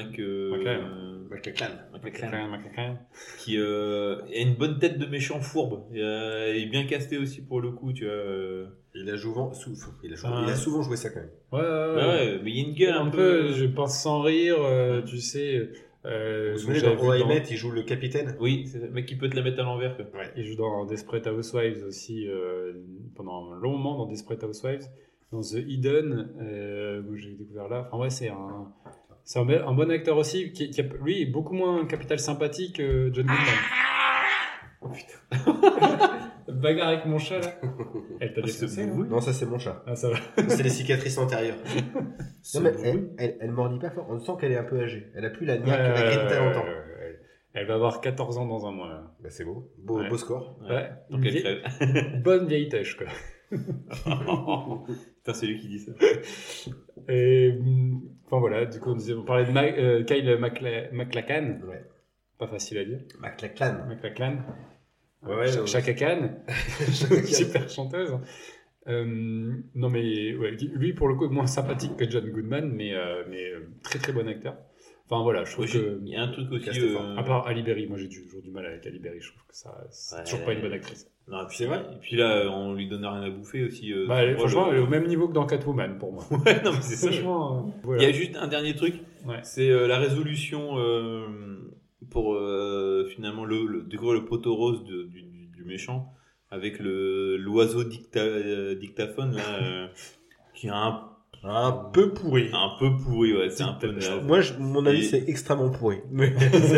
McLachlan. qui a une bonne tête de méchant fourbe. Il est bien casté aussi pour le coup, tu vois. Il a Ah. souvent joué ça quand même. Ouais, mais il y a une gueule un peu, je pense sans rire, tu sais. Vous vous souvenez, j'avais dans vu O.I.M.E.T., il joue le capitaine. Oui, c'est le mec qui peut te la mettre à l'envers. Quoi. Il joue dans Desperate Housewives aussi pendant un long moment dans Desperate Housewives, dans The Hidden, où j'ai découvert là. Enfin ouais, c'est un bon acteur aussi qui lui est beaucoup moins capital sympathique que John Goodman. Oh putain. Bagarre avec mon chat là. Elle t'a défoncé là Non, ça c'est mon chat. Ah ça va. C'est les cicatrices antérieures. Non, mais elle mordit pas fort. On sent qu'elle est un peu âgée. Elle a plus la niaque qu'elle a longtemps. Elle va avoir 14 ans dans un mois là. Bah, c'est beau. Ouais. Beau score. Ouais. Donc elle crève. Bonne vieille têche quoi. Putain, c'est lui qui dit ça. Et enfin voilà, du coup on parlait de Kyle MacLachlan. Ouais. Pas facile à dire. McLachlan. MacLachlan. Ouais, Chaka Khan. Chaka Khan. Super chanteuse. Non mais ouais, lui pour le coup est moins sympathique que John Goodman, mais très très bon acteur. Enfin voilà, je trouve que Il y a un truc aussi. Casté fort. à part Ali Berry, moi j'ai toujours du mal avec Ali Berry, je trouve que ça c'est Ouais. toujours pas une bonne actrice. Non, puis C'est vrai. Et puis là, on lui donne rien à bouffer aussi. Franchement, elle est au même niveau que dans Catwoman pour moi. Ouais, non, mais c'est ça. Franchement, Il voilà. y a juste un dernier truc. Ouais. C'est la résolution pour finalement découvrir le poteau rose du méchant avec l'oiseau dictaphone là, qui est Un peu pourri. un peu pourri, ouais, c'est un peu naze. Moi, mon avis, Et- c'est extrêmement pourri. Mais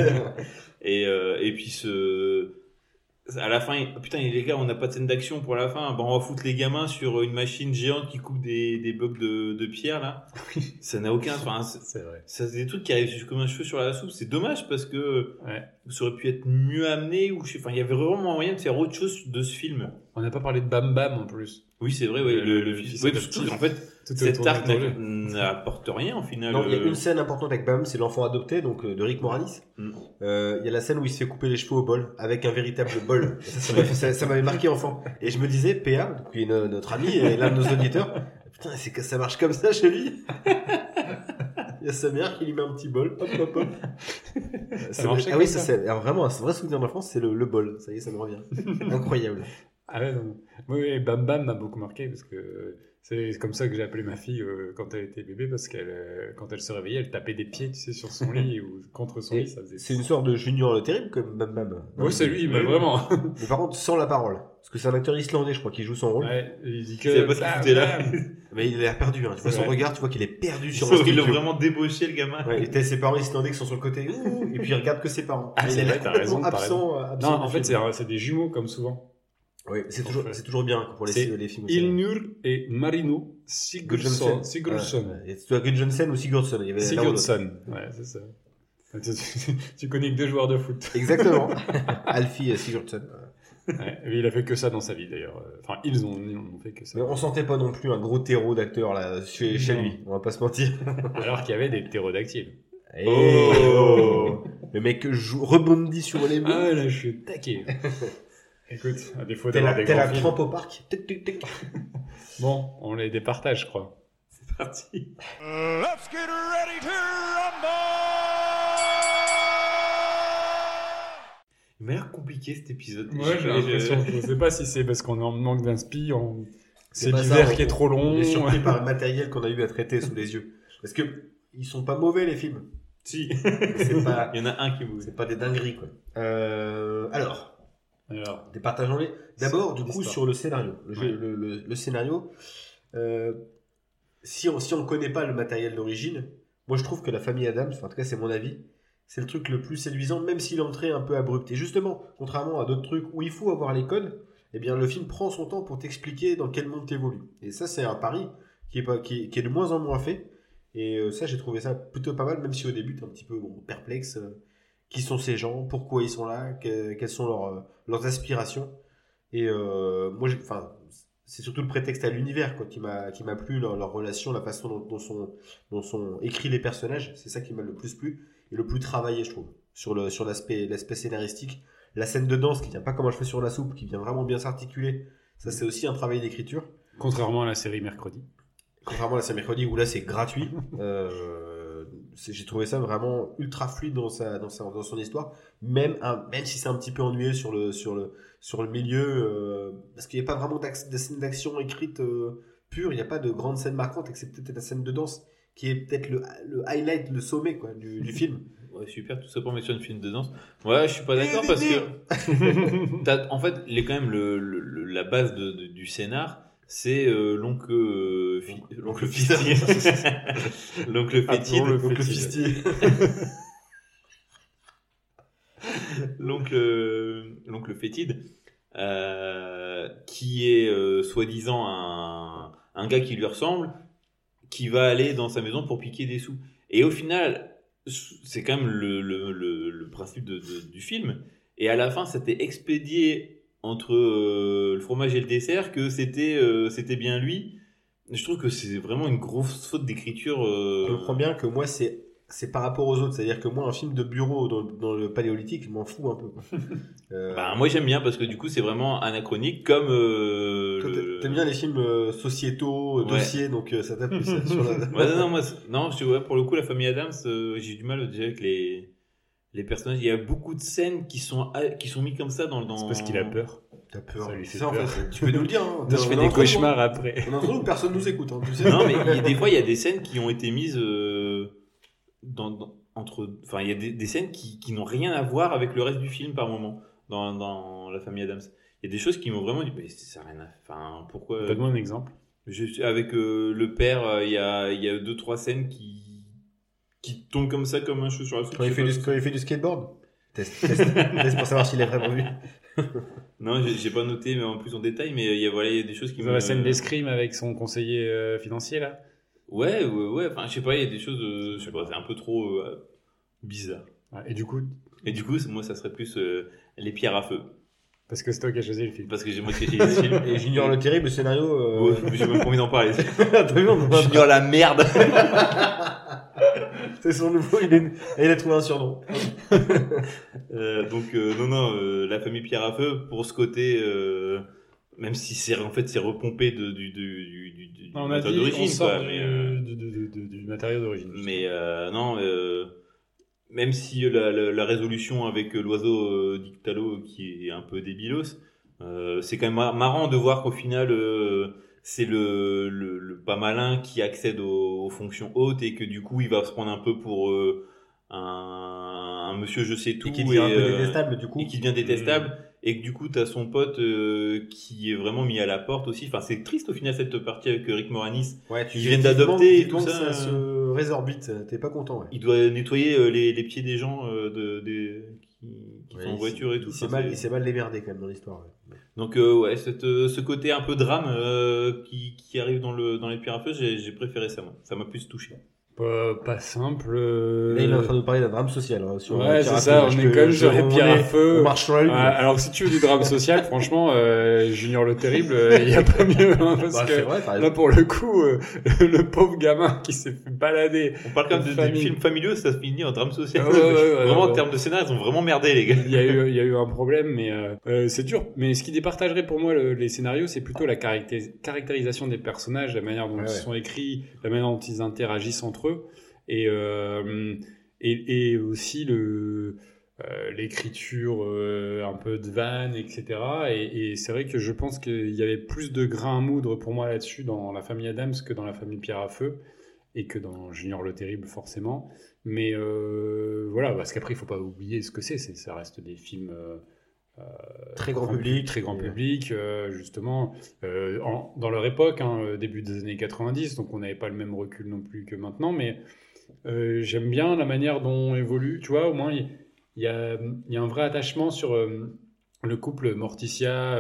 Et puis à la fin, putain, les gars, on n'a pas de scène d'action pour la fin. Bah, on va foutre les gamins sur une machine géante qui coupe des blocs de pierre là. Ça n'a aucun. Enfin, C'est vrai. ça, c'est des trucs qui arrivent comme un cheveu sur la soupe. C'est dommage parce que ça aurait pu être mieux amené, ou il y avait vraiment moyen de faire autre chose de ce film. On n'a pas parlé de Bam Bam en plus. Oui, c'est vrai, ouais, le fils adoptif. En fait, cet arc n'apporte rien au final. Non, il y a une scène importante avec Bam, c'est l'enfant adopté, donc de Rick Moranis. Il y a la scène où il se fait couper les cheveux au bol, avec un véritable bol. Ça m'avait marqué enfant. Et je me disais, PA, qui est notre ami et l'un de nos auditeurs, putain, c'est que ça marche comme ça chez lui. Il y a sa mère qui lui met un petit bol, hop, hop, hop. Ah oui, alors vraiment, un vrai souvenir d'enfance, c'est le bol. Ça y est, ça me revient. Incroyable. Ah ouais, non. Oui, Bam Bam m'a beaucoup marqué parce que c'est comme ça que j'ai appelé ma fille quand elle était bébé, parce qu'elle, quand elle se réveillait, elle tapait des pieds, tu sais, sur son lit ou contre son lit. Ça faisait... C'est une sorte de Junior le Terrible comme Bam Bam. Oui, c'est lui, mais vraiment. Mais par contre, sans la parole. Parce que c'est un acteur islandais, je crois, qui joue son rôle. Ouais, il dit que. C'est pas ce qu'il foutait là. Mais il a l'air perdu, hein. Tu vois son regard, tu vois qu'il est perdu sur Ils l'ont vraiment débauché, le gamin. Ouais, et t'as ses parents islandais qui sont sur le côté, et puis il regarde que ses parents. Ah, c'est vrai, t'as raison. Absent. Non, en fait, c'est des jumeaux, comme souvent. Oui, c'est toujours bien pour les films. Ilnur et Marino Sigurdsson. Et tu as Gudjonsen ou Sigurdsson. Sigurdsson, ouais, c'est ça. Tu connais que 2 joueurs de foot. Exactement. Alfie et Sigurdsson. Ouais, il a fait que ça dans sa vie d'ailleurs. Enfin, ils ont fait que ça. Mais on sentait pas non plus un gros terreau d'acteurs là chez lui. On va pas se mentir. Alors qu'il y avait des ptérodactyles. Oh le mec rebondit sur les mots. Ah là, je suis taqué. Écoute, à défaut t'es d'avoir des la grands films. trempe au parc. Bon, on les départage, je crois. C'est parti. Let's get ready to rumble! Il m'a l'air compliqué cet épisode. Ouais, j'ai l'impression. Je sais pas si c'est parce qu'on est en manque d'inspi, c'est pas l'hiver ça, qui est trop long. On est surpris par le matériel qu'on a eu à traiter sous les yeux. Parce que ils sont pas mauvais les films. Si. C'est pas. Il y en a un qui vous. C'est pas des dingueries quoi. Alors, départageons-les. D'abord, du coup, sur le scénario. Le scénario, si on connaît pas le matériel d'origine, moi je trouve que La Famille Adams, en tout cas c'est mon avis, c'est le truc le plus séduisant, même si l'entrée est un peu abrupte. Et justement, contrairement à d'autres trucs où il faut avoir les codes, eh bien le film prend son temps pour t'expliquer dans quel monde t'évolues. Et ça, c'est un pari qui est de moins en moins fait. Et ça, j'ai trouvé ça plutôt pas mal, même si au début t'es un petit peu perplexe. Qui sont ces gens, pourquoi ils sont là, quelles sont leurs aspirations. Et moi, c'est surtout le prétexte à l'univers quoi, qui m'a plu, leur relation, la façon dont sont écrits les personnages. C'est ça qui m'a le plus plu et le plus travaillé, je trouve, sur l'aspect scénaristique. La scène de danse qui vient pas comme un cheveu sur la soupe, qui vient vraiment bien s'articuler. Ça, c'est aussi un travail d'écriture. Contrairement à la série Mercredi. Contrairement à la série Mercredi où là c'est gratuit. J'ai trouvé ça vraiment ultra fluide dans son histoire, même si c'est un petit peu ennuyeux sur le milieu, parce qu'il n'y a pas vraiment de scène d'action écrite pure, il n'y a pas de grande scène marquante, excepté peut-être la scène de danse qui est peut-être le highlight, le sommet quoi, du film. Ouais, super, tout ça pour mettre sur une film de danse. Ouais, je suis pas d'accord parce que en fait, quand même la base du scénar. C'est l'oncle Fistier. L'oncle Fétide. L'oncle Fistier. L'oncle Fétide, qui est soi-disant un gars qui lui ressemble, qui va aller dans sa maison pour piquer des sous. Et au final, c'est quand même le principe du film. Et à la fin, c'était expédié entre le fromage et le dessert que c'était bien lui. Je trouve que c'est vraiment une grosse faute d'écriture. Je comprends bien que moi c'est par rapport aux autres, c'est-à-dire que moi un film de bureau dans le paléolithique, je m'en fous un peu. Moi j'aime bien parce que du coup c'est vraiment anachronique comme t'aimes bien les films sociétaux, dossiers, donc ça t'a plu ça sur la... pour le coup La Famille Adams, j'ai du mal déjà avec les personnages. Il y a beaucoup de scènes qui sont mis comme ça dans C'est parce qu'il a peur. T'as peur. Ça lui fait ça, peur. en fait, tu peux nous le dire. Hein. Je fais des cauchemars après. On a l'impression que personne nous écoute. Hein, tu sais. Non, mais des fois, il y a des scènes qui ont été mises enfin, il y a des scènes qui n'ont rien à voir avec le reste du film par moment dans La Famille Adams. Il y a des choses qui m'ont vraiment dit, mais ça n'a rien à... Enfin, pourquoi... Donne-moi un exemple. Avec le père, il y a 2-3 scènes qui tombent comme ça, comme un cheveu sur la soupe. Quand il fait du skateboard. Test pour savoir s'il est vraiment vu. Non, j'ai pas noté, mais en plus en détail, mais il y a des choses qui la scène d'escrime avec son conseiller financier là. Ouais, enfin je sais pas, il y a des choses, je sais pas, c'est un peu trop bizarre. Ouais, et du coup, Et du coup, moi, ça serait plus les pierres à feu. Parce que c'est toi qui as choisi le film. Parce que j'ai moi qui ai choisi le film. Et Junior le Terrible, le scénario. Ouais, j'ai même pas envie d'en parler. T'as vu, on en a- Junior la merde. C'est son nouveau, il a trouvé un surnom. Donc non, la famille Pierre à feu pour ce côté, même si c'est repompé du On a matériau dit d'origine, on sort quoi, mais du matériau d'origine. non, même si la résolution avec l'oiseau Dictalo qui est un peu débilos, c'est quand même marrant de voir qu'au final c'est le pas malin qui accède aux fonctions hautes et que du coup il va se prendre un peu pour un monsieur je sais tout Et qui devient un peu détestable, du coup. et qui devient détestable et que du coup t'as son pote qui est vraiment mis à la porte aussi. Enfin c'est triste au final cette partie avec Rick Moranis. Ouais, Ils viennent d'adopter et tout que ça. ça se résorbite. T'es pas content, ouais. Il doit nettoyer les pieds des gens qui Ouais, sont en voiture et tout. Il s'est mal démerdé quand même dans l'histoire. Ouais. Donc ouais, ce côté un peu drame qui arrive dans les pierres à feu, j'ai préféré ça. Moi. Ça m'a plus touché. Pas simple. Là, il est en train de nous parler d'un drame social. Hein, sur Ouais, les c'est pierres à ça, feu. on est quand même sur les pierres à feu. On marche sur la lune. Alors si tu veux du drame social, franchement, Junior le Terrible, il y a pas mieux, hein, parce Bah, que c'est vrai, t'as là raison. pour le coup, le pauvre gamin qui s'est fait balader. On parle quand même de Famille. films familiaux, ça se finit en drame social. Ouais, Vraiment en ouais. termes de scénario, ils ont vraiment merdé les gars. Il y a eu un problème, mais c'est dur. Mais ce qui départagerait pour moi les scénarios, c'est plutôt la caractérisation des personnages, la manière dont Ouais, ils ouais. sont écrits, la manière dont ils interagissent entre eux, et aussi l'écriture un peu de vanne, etc. Et c'est vrai que je pense qu'il y avait plus de grains à moudre pour moi là-dessus dans la famille Adams que dans la famille Pierre à feu et que dans Junior le Terrible forcément. Mais voilà, parce qu'après il faut pas oublier ce que ça reste des films Très grand public. très grand public, justement dans leur époque, hein, début des années 90, donc on n'avait pas le même recul non plus que maintenant, mais j'aime bien la manière dont évolue, tu vois, au moins il y a un vrai attachement sur le couple Morticia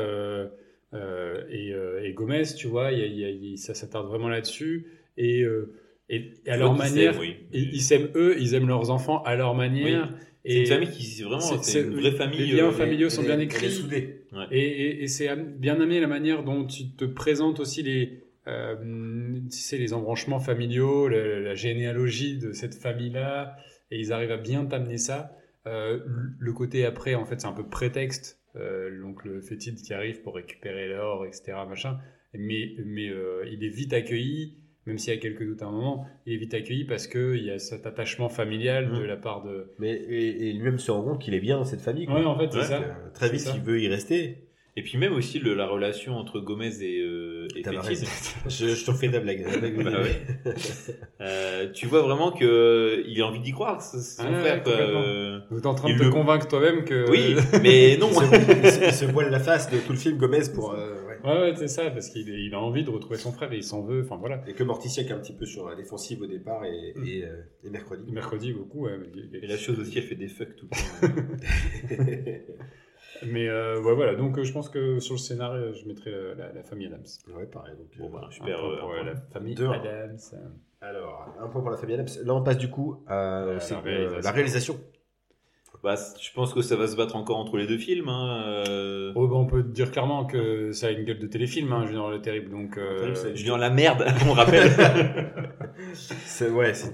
et Gomez, tu vois, ça s'attarde vraiment là-dessus, et à leur manière, ils s'aiment eux, ils aiment leurs enfants à leur manière. C'est une famille qui vraiment, c'est une vraie famille. Les liens familiaux sont bien écrits. Soudés. Ouais. Et c'est bien amené la manière dont tu te présentes aussi les embranchements familiaux, la généalogie de cette famille-là, et ils arrivent à bien t'amener ça. Le côté après, en fait, c'est un peu prétexte, donc le fétide qui arrive pour récupérer l'or, etc., machin. Mais il est vite accueilli, même s'il y a quelques doutes à un moment, il est vite accueilli parce qu'il y a cet attachement familial de la part de... Mais et lui-même se rend compte qu'il est bien dans cette famille. Quoi. Ouais, en fait, c'est Ouais, ça. Très vite, C'est ça. il veut y rester. Et puis même aussi la relation entre Gomez et T'as Fétide. Je t'en fais de la blague. Bah tu vois vraiment que il a envie d'y croire, c'est son Ouais, frère. Quoi. complètement. Vous êtes en train Il de te le- convaincre toi-même que... Oui, mais non. il se voile la face de tout le film Gomez pour. Ouais. Ouais, c'est ça, parce qu'il a envie de retrouver son frère et il s'en veut, enfin voilà. Et que Morticia qui est un petit peu sur la défensive au départ et mercredi. Mercredi, beaucoup, ouais. Et la chose aussi, elle fait des fucks tout le temps. Mais ouais, voilà, donc je pense que sur le scénario, je mettrais la famille Adams. Ouais, pareil. Donc, Bon, bah, Un super. point pour la famille 2-1. Adams. Alors, un point pour la famille Adams. Là, on passe du coup à la réalisation. Bah, je pense que ça va se battre encore entre les deux films. Hein. Oh, bah, on peut dire clairement que ça a une gueule de téléfilm, hein, Junior le Terrible, donc... Terrible, c'est- Junior la merde, on rappelle. C'est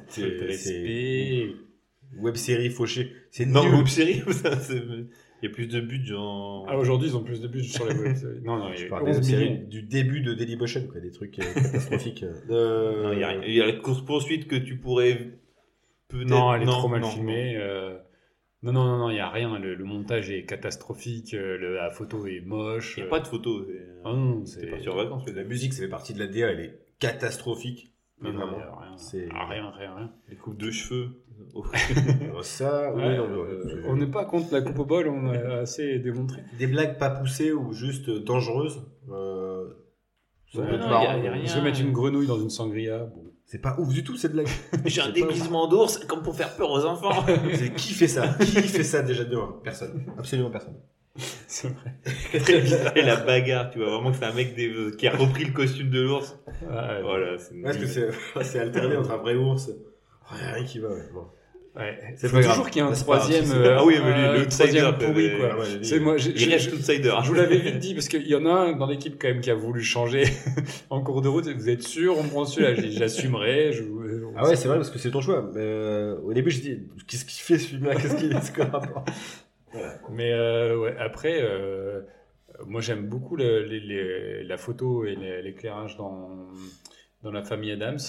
web série fauchée. C'est Non, nul. web série, il y a plus de budget en. Ah, aujourd'hui, ils ont plus de budget sur les web séries. Non, il y Je a parle des 11 web séries millions. du début de Dailymotion, quoi, des trucs catastrophiques. Non, il y a rien. Il y a la course-poursuite que tu pourrais. Peut-être. Non, elle est trop mal filmée. Non, il n'y a rien. Le montage est catastrophique, la photo est moche. Il n'y a pas de photos. Ah non, C'est parti en vacances. La musique, ça fait partie de la DA, elle est catastrophique. Mais Non, vraiment. il y a rien. c'est- Rien. Les coupes de cheveux. Ça, oui, Ouais, non, on n'est pas contre la coupe au bol, on a assez démontré. des blagues pas poussées ou juste dangereuses. Ça peut être non, marrant. y a rien. Se mettre une grenouille dans une sangria, bon. C'est pas ouf du tout cette blague. J'ai un C'est pas déguisement d'ours comme pour faire peur aux enfants. Qui fait ça Qui fait ça déjà de loin Personne. Absolument personne. C'est vrai. Très bizarre. Et la bagarre, tu vois vraiment que c'est un mec qui a repris le costume de l'ours. Ouais. Voilà. C'est Est-ce que c'est alterné entre un vrai ours? Rien qui va, ouais. Bon. Ouais. C'est Faut pas grave. toujours qu'il y ait un C'est pas grave, troisième. c'est- Ah oui, mais le troisième outsider, pourri, quoi. quoi. Ouais, C'est moi, Il reste outsider. je vous l'avais vite dit parce qu'il y en a un dans l'équipe quand même qui a voulu changer en cours de route. Vous êtes sûr, on prend celui-là. J'ai dit, j'assumerai. Ah ouais, c'est vrai, parce que c'est ton choix. Au début, je dis, qu'est-ce qu'il fait celui-là? C'est quoi le rapport? Mais ouais, après, moi j'aime beaucoup la photo et l'éclairage dans la famille Adams,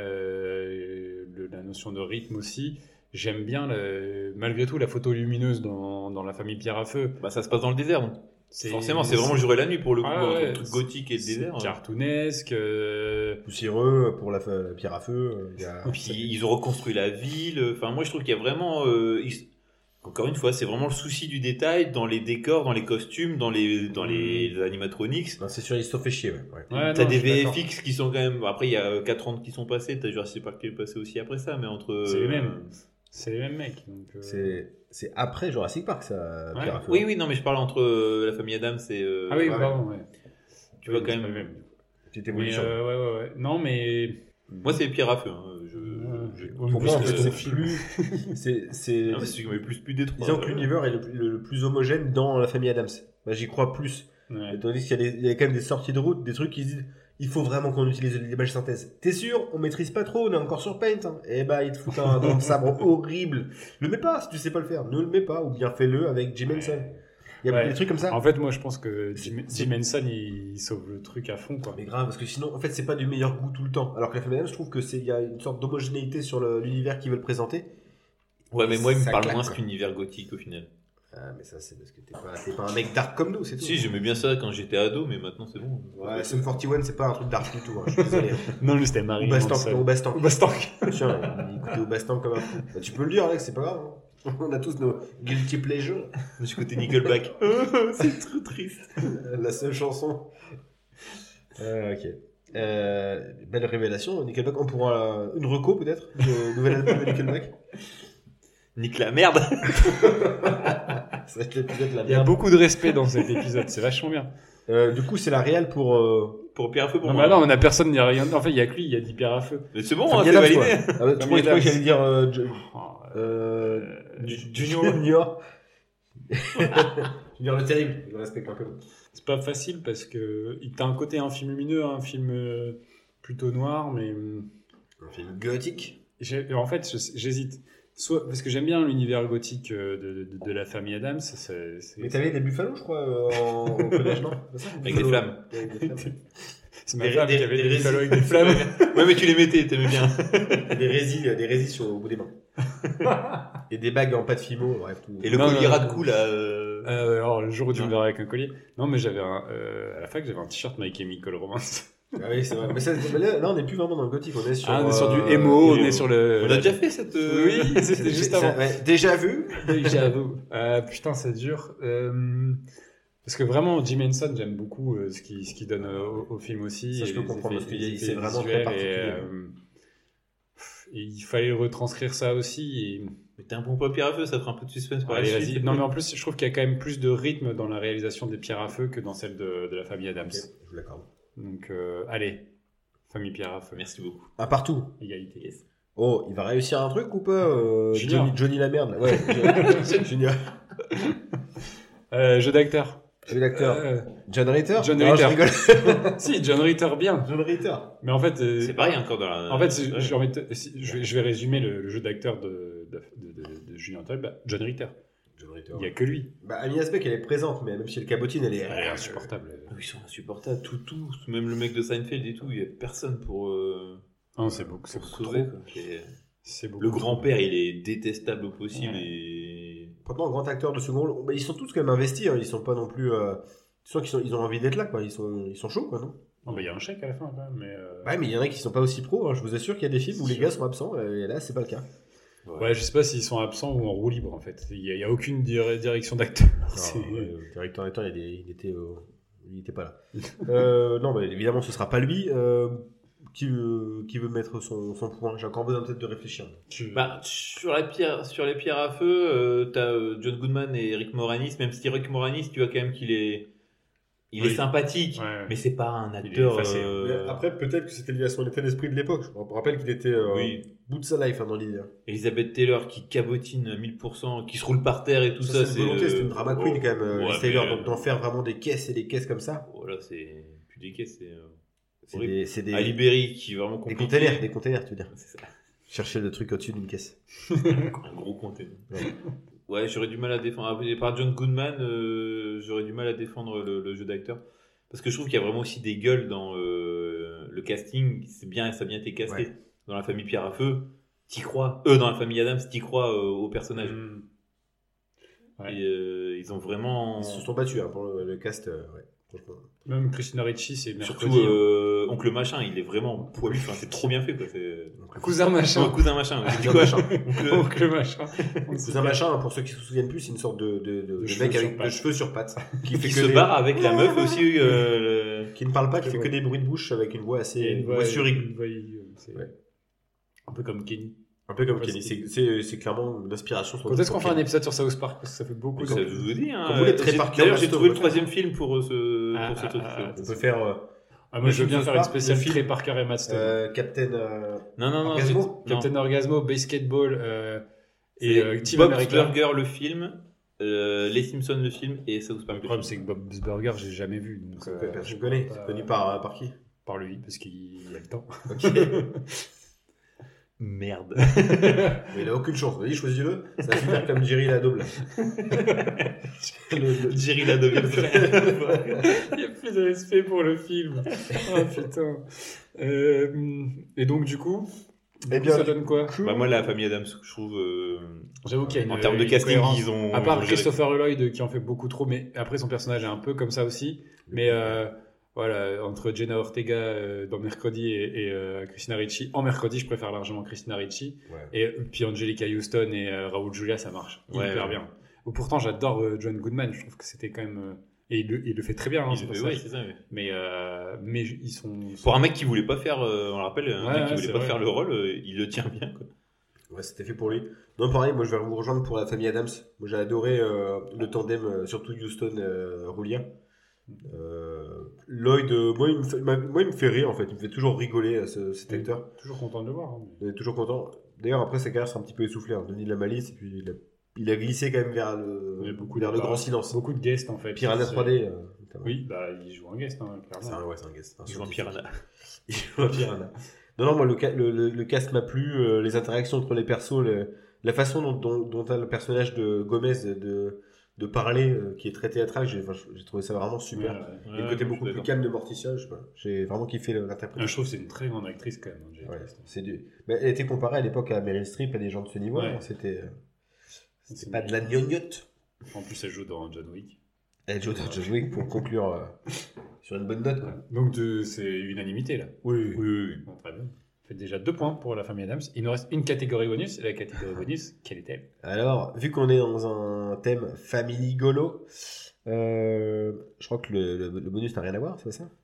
la notion de rythme aussi. J'aime bien, malgré tout, la photo lumineuse dans la famille Pierre à Feu. Bah, ça se passe dans le désert, donc. Forcément, c'est vraiment le jour et la nuit pour le coup, Ah ouais, entre le truc gothique et le désert. Cartoonesque. Poussiéreux pour la pierre à feu. Puis ils ont reconstruit la ville. Enfin, moi, je trouve qu'il y a vraiment. Encore une fois, c'est vraiment le souci du détail dans les décors, dans les costumes, dans les animatronics. Non, c'est sûr, ils se sont fait chier. Ouais. Ouais, T'as non, des je suis d'accord. VFX qui sont quand même. Après, il y a 4 ans qui sont passés. T'as Jurassic Park qui est passé aussi après ça, mais entre. C'est les mêmes. C'est les mêmes mecs. Donc, C'est après Jurassic Park, ça. Ouais. Pierre à feu. Oui, non, mais je parle entre la famille Adams et. Ah oui, ouais. pardon, ouais. Tu vois Oui, quand c'est même. pas le même. Petite Mais, évolution. ouais. Non, mais. Moi, c'est Pierre à feu. Hein. Pour moi, en fait, c'est c'est plus. C'est. Non, mais c'est plus des trois. Disons que l'univers est le plus homogène dans la famille Adams. Bah, j'y crois plus. Ouais. Tandis qu'il y a quand même des sorties de route, des trucs qui se disent il faut vraiment qu'on utilise l'image synthèse. T'es sûr? On maîtrise pas trop, on est encore sur Paint. Hein. Et bah, il te fout un don de sabre horrible. Le mets pas si tu sais pas le faire. Ne le mets pas, ou bien fais-le avec Jim Henson. Il y a Ouais. des trucs comme ça. En fait, moi, je pense que C'est- Jim Henson, il sauve le truc à fond, quoi. Mais grave, parce que sinon, en fait, c'est pas du meilleur goût tout le temps. Alors que la famille Adams, je trouve que il y a une sorte d'homogénéité sur l'univers qu'ils veulent présenter. Ouais, mais moi, il me Ça parle claque, moins quoi. cet univers gothique au final. Ah, mais ça, c'est parce que t'es pas un mec dark comme nous, c'est tout. Si, j'aimais bien ça quand j'étais ado, mais maintenant c'est bon. Ouais, Sum 41, c'est pas un truc dark du tout. Hein, je suis désolé. Non, lui, c'était Marie. Ou Bastank. Bastank. Tiens, il écoutait au Bastank comme un fou. Bah, tu peux le dire, Alex, c'est pas grave. Hein. On a tous nos guilty pleasures. Du côté Nickelback. C'est trop triste. La seule chanson. Ok. Belle révélation, Nickelback. On pourra une reco peut-être, le nouvel album de Nickelback. Nique la merde. Ça va être l'épisode de la Il y a merde. beaucoup de respect dans cet épisode, c'est vachement bien. Du coup, c'est la réal pour. Pour Pierre à feu pour Non, moi. mais là, on a personne, il n'y a rien. En fait, il y a que lui, il y a 10 pierres à feu. Mais c'est bon, Famille hein, c'est Adams, validé. quoi. Ah, ouais, tu Famille crois que Adams. j'allais dire Oh, Junior. Junior le terrible, je le respecte un peu. C'est pas facile parce que t'as un côté un film lumineux, un film plutôt noir, mais Un film gothique. en fait, j'hésite. Soit parce que j'aime bien l'univers gothique de la famille Adams. Mais t'avais des buffalos, je crois, au collège, non? Avec des flammes. Avec des flammes. C'est ma Des- femme des- qui avait des des résidus. buffalo avec des flammes. Ouais, mais tu les mettais, t'aimais bien. Et des résis au bout des mains. Et des bagues en pâte fimo, bref, tout. Et le Non, collier non, ras de non. cou, là. Alors le jour où tu me Non. verras avec un collier. Non, mais j'avais à la fac, j'avais un t-shirt My Chemical Romance. Ah oui, c'est vrai. Mais là, on n'est plus vraiment dans le gothique, on est sur. On est sur du emo, on est sur le. On a déjà fait cette. Oui, c'était juste avant. Ouais, déjà vu. J'avoue. Putain, c'est dur. Parce que vraiment, Jim Henson, j'aime beaucoup ce qu'il donne au film aussi. Ça, je et peux les comprendre, effets- parce que les c'est effets vraiment très visuels particulier. et il fallait retranscrire ça aussi. Et... Mais t'es un bon Pierre à feu, ça fera un peu de suspense par Allez, la vas-y. suite. Non, mais en plus, je trouve qu'il y a quand même plus de rythme dans la réalisation des pierres à feu que dans celle de la famille Adams. Ok, je vous l'accorde. Donc, allez, famille pierre à feu. Merci beaucoup. Un partout. Égalité. Yes. Oh, il va réussir un truc ou pas Junior. Johnny la merde. Là. Ouais, Junior. Jeu d'acteur. C'est l'acteur. John Ritter. John Non, Ritter. je rigole. Si, John Ritter, bien. John Ritter. Mais en fait, C'est pareil encore dans la. En fait, Ouais. j'ai envie de- si- je vais résumer le jeu d'acteur de Julien Toll. John Ritter. John Ritter. Il n'y a que lui. Bah, Amina Asbeck, elle est présente, mais même si elle cabotine, elle est. Elle est insupportable. Ils sont insupportables, tout. Même le mec de Seinfeld et tout, il y a personne pour. Non, c'est beaucoup, c'est Pour beaucoup sauver, trop. quoi. C'est beaucoup Le trop. grand-père, il est détestable au possible Ouais. et. Pourtant, grand acteur de second rôle. Bah, ils sont tous quand même investis, hein. Ils sont pas non plus. Tu sens qu'ils ont envie d'être là, quoi. Ils sont chauds, quoi, non? Non, mais il y a un chèque à la fin, quand même. Mais Ouais, mais il y en a qui sont pas aussi pros, hein. Je vous assure qu'il y a des films où les gars sont absents, et là, c'est pas le cas. ouais, je sais pas s'ils sont absents ou en roue libre, en fait. Il y a aucune direction d'acteur. C'est- Le directeur d'acteur, il était pas là. Non, mais évidemment, ce sera pas lui. Qui veut mettre son point? J'ai encore besoin peut-être de réfléchir. Bah, sur les pierres à feu, t'as John Goodman et Rick Moranis, même si Rick Moranis, tu vois quand même qu'il est. Il Oui. est sympathique, Ouais. mais c'est pas un Il est acteur. effacé. Mais après, peut-être que c'était lié à son état d'esprit de l'époque. Je me rappelle qu'il était Oui. bout de sa life dans l'idée. Elizabeth Taylor qui cabotine à 1000%, qui se roule par terre et tout ça. C'est une volonté, c'est une drama queen quand même, ouais, Liz Taylor, mais, d'en faire vraiment des caisses et des caisses comme ça. Voilà, c'est plus des caisses, C'est des Ali Berry qui est vraiment compliqué. des containers, tu veux dire. C'est ça. Chercher le truc au-dessus d'une caisse. Un gros container. Ouais, j'aurais du mal à défendre. Par John Goodman, j'aurais du mal à défendre le jeu d'acteur. Parce que je trouve qu'il y a vraiment aussi des gueules dans le casting. Ça a bien été casté. Ouais. Dans la famille Pierre à Feu, t'y crois. Dans la famille Adams, t'y crois au personnage. Ouais. Et ils ont vraiment. Ils se sont battus pour le cast, ouais, franchement. Même Christina Ricci, c'est mercredi. Surtout Oncle Machin, il est vraiment poilu. Enfin, c'est trop bien fait, quoi. Cousin Machin. Cousin Machin. J'ai dit Cousin quoi Machin. Oncle Machin. Cousin Machin, pour ceux qui se souviennent plus, c'est une sorte de cheveux mec sur avec pattes. de cheveux sur pattes. Qui se barre avec la meuf aussi. Qui ne parle pas, qui fait que des bruits de bouche avec une voix assez. Une voix suraigue. c'est Ouais. un peu comme Kenny. Un peu comme Ouais, Kenny. c'est- C'est clairement l'inspiration. Quand est-ce qu'on fait un épisode sur South Park? Parce que ça fait beaucoup Ça, de... je vous dis, hein. Comme vous l'êtes très par cœur, D'ailleurs, j'ai Masto, trouvé le ouais. troisième film pour ce truc. On peut faire moi, je veux bien South faire une Park, spéciale le film. Trey Parker et Matt Stone. Captain. Non. Orgasmo Captain Orgasmo, Basketball et Team Bob's America. Burger, le film, Les Simpsons, le film, et South Park. Le problème, c'est que Bob's Burger, j'ai jamais vu. Donc, Personne connaît. C'est connu par qui? par lui, parce qu'il y a le temps. Merde. Mais il a aucune chance. Vas-y, choisis-le. Ça va faire comme Jerry la double. Jerry la devient plus rien. Il n'y a plus de respect pour le film. Oh putain. Et donc, du coup, Eh bien, ça donne quoi? Bah, moi, la famille Adams, je trouve. J'avoue qu'il y a une. En termes de une casting, cohérence. ils ont. À part géré. Christopher Lloyd qui en fait beaucoup trop, mais après son personnage est un peu comme ça aussi. Mais voilà, entre Jenna Ortega dans Mercredi et Christina Ricci. En Mercredi, je préfère largement Christina Ricci. Ouais. Et puis Angelica Houston et Raoul Julia, ça marche hyper bien. Ou pourtant, j'adore John Goodman. Je trouve que c'était quand même. Et il le fait très bien. Hein, ce Ouais, personnage. c'est ça. Ouais. Mais ils sont. Pour un mec qui voulait pas faire, on le rappelle, un mec qui voulait c'est pas vrai. faire le rôle, il le tient bien, quoi. Ouais, c'était fait pour lui. Non, pareil, moi je vais vous rejoindre pour la famille Adams. Moi j'ai adoré le tandem, surtout Houston-Roulia. Lloyd, moi il me fait rire en fait. Il me fait toujours rigoler, cet acteur. Toujours content de le voir. Hein. On est toujours content. D'ailleurs, après sa carrière s'est un petit peu essoufflée. Denis de la Malice, et puis il a glissé quand même vers Il y a beaucoup le de- grand silence. Beaucoup de guests en fait. Piranha 3D. Notamment. Oui, bah il joue un guest, hein, clairement. C'est un guest. Il joue un Piranha. Il joue un Piranha. Non, moi le cast m'a plu, les interactions entre les persos, la façon dont a le personnage de Gomez de parler, qui est très théâtral, j'ai trouvé ça vraiment super. Ouais, Et le côté beaucoup plus calme de Morticia, je sais pas. J'ai vraiment kiffé l'interprétation. je trouve que c'est une très grande actrice quand même. Angelica Ouais, Houston. Mais elle était comparée à l'époque à Meryl Streep et des gens de ce niveau. Ouais. Hein. C'était C'est pas de la gnognotte. En plus, elle joue dans John Wick. Elle joue dans John Wick pour conclure sur une bonne note. Quoi. Donc c'est unanimité là. Oui. Bon, très bien. Ça fait déjà 2 points pour la famille Adams. Il nous reste une catégorie bonus. Et la catégorie bonus, quelle est-elle? Alors, vu qu'on est dans un thème family golo, je crois que le bonus n'a rien à voir, c'est pas ça?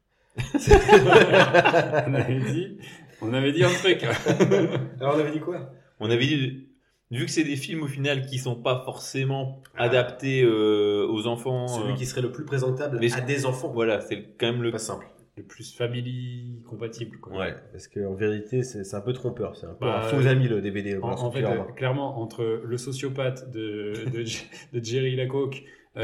on avait dit un truc. Alors, on avait dit quoi? On avait dit, vu que c'est des films au final qui sont pas forcément adaptés aux enfants. Celui qui serait le plus présentable mais à des enfants. Voilà, c'est quand même le. Pas simple. Le plus family compatible. Quoi. Ouais, parce qu'en vérité, c'est un peu trompeur. C'est un peu Bah, un faux ami, le DVD. En fait, clairement, entre le sociopathe de Jerry Lacoque,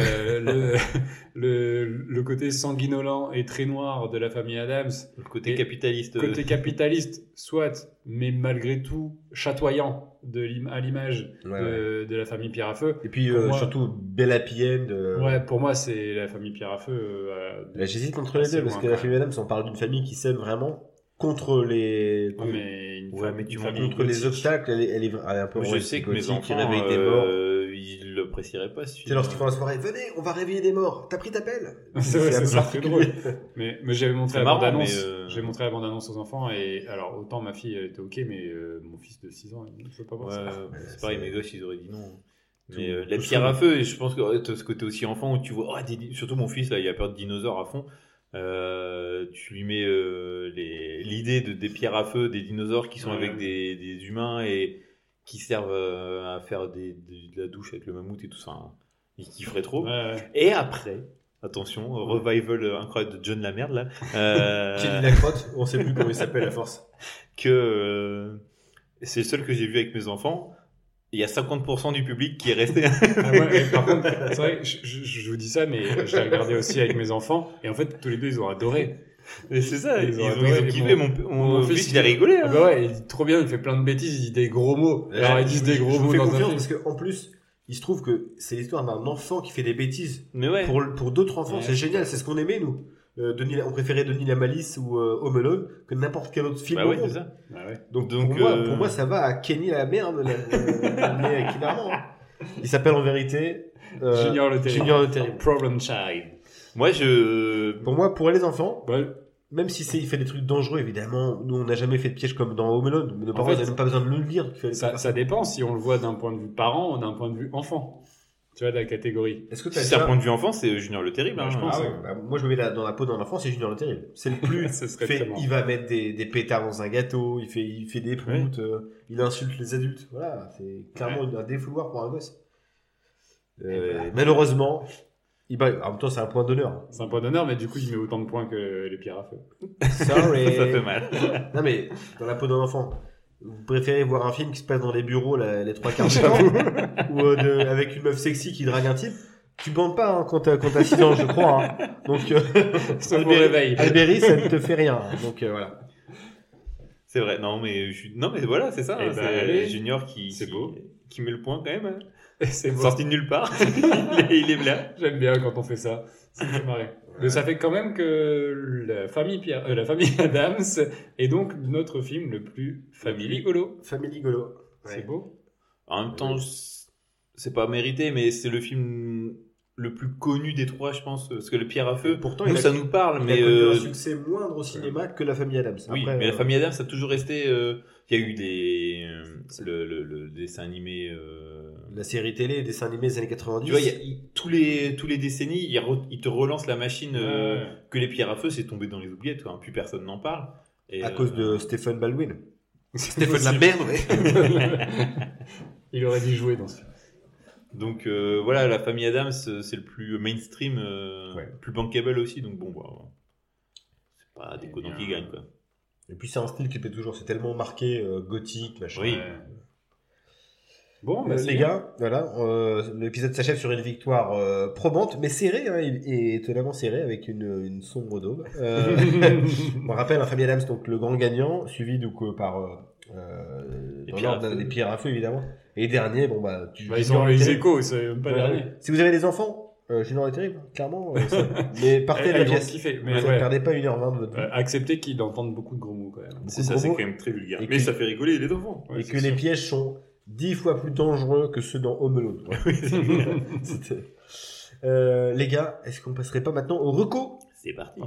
le côté sanguinolent et très noir de la famille Adams, Le côté Et capitaliste. côté capitaliste, soit, mais malgré tout chatoyant à l'image de la famille Pierre à Feu. Et puis, pour moi- surtout, Belle Happy End. Ouais, pour moi, c'est la famille Pierre à Feu. Là, j'hésite entre les assez deux, parce loin, que quand la famille Adams, on parle d'une famille qui s'aime vraiment contre les. Non, mais une Ouais, mais tu une m'en famille contre les gothique. obstacles, elle est un peu Je sais que mes gothique, qui enfants, réveille des morts. ils l'apprécieraient pas ce Tu sais, film. lorsqu'ils font la soirée, venez, on va réveiller des morts. T'as pris ta pelle? C'est vrai, un peu c'est particulier. Mais j'avais montré C'est la marrant, bande-annonce. mais, J'ai montré la bande-annonce aux enfants et alors autant ma fille elle était ok, mais mon fils de 6 ans, il ne veut pas voir Ouais, ça. c'est pareil, mes gosses, ils auraient dit non. Mais Tout- la tout pierre saoule. à feu, et je pense que t'as ce côté aussi enfant où tu vois, surtout mon fils, là, il a peur de dinosaures à fond. Tu lui mets l'idée des pierres à feu, des dinosaures qui sont Ouais. avec des humains et qui servent à faire de la douche avec le mammouth et tout ça. Hein. Il kifferait trop. Ouais. Et après, attention, revival incroyable de John Lamerde là, Kenny la crotte, on sait plus comment il s'appelle à force. que Et c'est le seul que j'ai vu avec mes enfants. Il y a 50% du public qui est resté. Ah ouais, par contre, c'est vrai, je vous dis ça, mais je l'ai regardé aussi avec mes enfants, et en fait, tous les deux, ils ont adoré. Mais c'est ça, ils ont adoré. kiffé. Mon fils, il a rigolé. Ah bah ouais, il dit trop bien, il fait plein de bêtises, il dit des gros mots. Alors, ils disent des gros mots je dans fais un confiance film. parce qu'en plus, il se trouve que c'est l'histoire d'un enfant qui fait des bêtises. Mais ouais. Pour d'autres enfants, Ouais, c'est génial, c'est ce qu'on aimait, nous. On préférait Denis la Malice ou Home Alone que n'importe quel autre film. Bah au ouais, monde. c'est ça. Ah ouais. Donc Donc, pour moi, ça va à Kenny la merde, mais clairement. Hein. Il s'appelle en vérité Junior le Terrible. Junior le Terrible. Problem Child. Moi, je. Pour moi, pour les enfants, Ouais. même si il fait des trucs dangereux, évidemment, nous on n'a jamais fait de piège comme dans Home Alone, mais nos parents fait, ils n'ont même pas besoin de nous le dire. Ça dépend si on le voit d'un point de vue parent ou d'un point de vue enfant. Tu vois, de la catégorie. Est-ce que Si c'est un point de vue enfant, c'est Junior le Terrible. Bah, Hein, je pense. Ah ouais, bah, moi je me mets dans la peau d'un enfant, c'est Junior le Terrible. C'est le plus. Ce serait fait, tellement. il va mettre des pétards dans un gâteau, il fait des proutes, il insulte les adultes. Voilà, c'est clairement un défouloir pour un gosse. Malheureusement, en même temps c'est un point d'honneur. C'est un point d'honneur, mais du coup, il met autant de points que les pierres à feu. Sorry. Ça fait mal. Non mais dans la peau d'un enfant. Vous préférez voir un film qui se passe dans les bureaux les 3/4 du temps ou avec une meuf sexy qui drague un type? Tu bandes pas hein, quand t'as 6 ans, je crois. Hein. Donc, Ça vous réveille. Alberi, ça ne te fait rien. Donc voilà. C'est vrai. Non, mais voilà, c'est ça. Eh Hein, ben, c'est allez. Junior C'est beau. qui met le point quand même. Hein. C'est beau. Sorti de nulle part. il est là. J'aime bien quand on fait ça. Ça me fait marrer. Mais ça fait quand même que la famille Adams est donc notre film le plus family-golo. Family Golo. C'est beau. En même temps, c'est pas mérité, mais c'est le film le plus connu des trois, je pense. Parce que le Pierre à feu, Pourtant, nous, ça nous parle, il mais. a connu un succès moindre au cinéma que La Famille Adams. Oui, Après, mais la famille Adams, ça a toujours resté. Il y a eu le dessin animé. La série télé, les dessins animés des années 90. Tu vois, tous les décennies, il te relance la machine que les pierres à feu, c'est tombé dans les oubliettes. Quoi. Plus personne n'en parle. Et, à cause de Stephen Baldwin. Stephen la merde, ouais. Il aurait dû jouer dans ce film. Donc voilà, la famille Adams, c'est le plus mainstream, plus bankable aussi. Donc bon, c'est pas des codons qui gagnent. Quoi. Et puis c'est un style qui était toujours, c'est tellement marqué gothique, machin. Oui. Bon, bah, les gars, voilà, l'épisode s'achève sur une victoire probante, mais serrée, hein, et étonnamment serrée, avec une sombre daube. On rappelle, un Famille Adams, donc le grand gagnant, suivi donc par dans l'ordre des pierres à feu, évidemment. Et dernier, bon bah, ils ont les échos, c'est même pas voilà. dernier. Si vous avez des enfants, Junior le Terrible, clairement, mais partez de la Ils vont pièce. kiffer, Vous mais ne ouais. perdez pas 1h20 de votre vie. Acceptez qu'ils entendent beaucoup de gros mots quand même. C'est ça, c'est quand même très vulgaire. Et Mais que- ça fait rigoler les enfants. Ouais, et c'est que sûr. les pièges sont 10 fois plus dangereux que ceux dans Home Alone. Les gars, est-ce qu'on passerait pas maintenant au reco? C'est parti.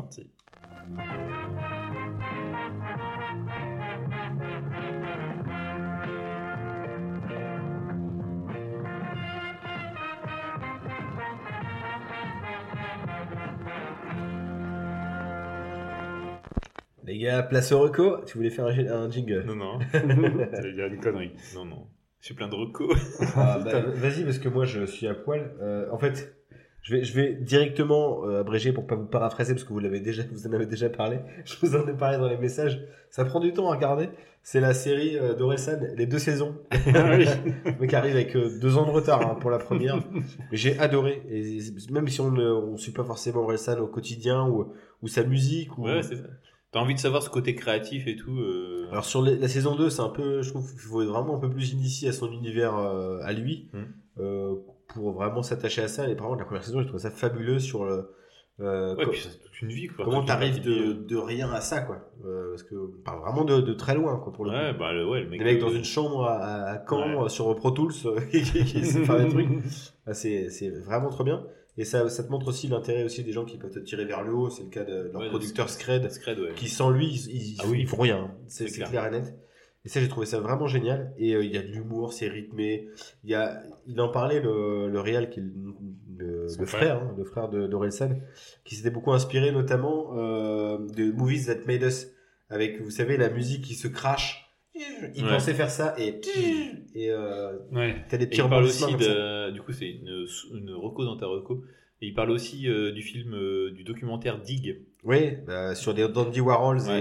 Les gars, place au reco. Tu voulais faire un jingle? Non, non. J'allais dire une connerie. Non, non. J'ai plein de recos. Ah, bah, vas-y, parce que moi je suis à poil. En fait, je vais directement abréger pour pas vous paraphraser parce que vous en avez déjà parlé. Je vous en ai parlé dans les messages. Ça prend du temps à regarder. C'est la série d'Orelsan, les 2 saisons. Le mec arrive avec 2 ans de retard hein, pour la première. Mais j'ai adoré. Et même si on suit pas forcément Orelsan au quotidien ou sa musique. Ou... Ouais, c'est ça. T'as envie de savoir ce côté créatif et tout. Alors sur la saison 2, c'est un peu, je trouve qu'il faut être vraiment un peu plus initié à son univers à lui pour vraiment s'attacher à ça. Et par contre, la première saison, j'ai trouvé ça fabuleux sur le. Ouais, puis c'est toute une vie, quoi. Comment Toute t'arrives une vie. de rien à ça, quoi. Parce que on parle vraiment de très loin, quoi, pour le coup. Ouais, bah, le mec. Les mecs dans une chambre à Caen, sur Pro Tools, qui sait faire des trucs. Ah, c'est vraiment trop bien. Et ça te montre aussi l'intérêt aussi des gens qui peuvent te tirer vers le haut. C'est le cas de leur producteur Scred, ouais. qui sans lui, ils font rien. C'est clair et net. Et ça, j'ai trouvé ça vraiment génial. Et il y a de l'humour, c'est rythmé. Il en parlait, le réal, qui est le frère d'Orelsan, qui s'était beaucoup inspiré notamment de Movies That Made Us, avec, vous savez, la musique qui se crache. Il pensait faire ça et t'as des Et pires il parle rebondissements aussi comme ça. du coup, c'est une reco dans ta reco. Et il parle aussi du film, du documentaire Dig. Oui, sur les Dandy Warhols Ouais.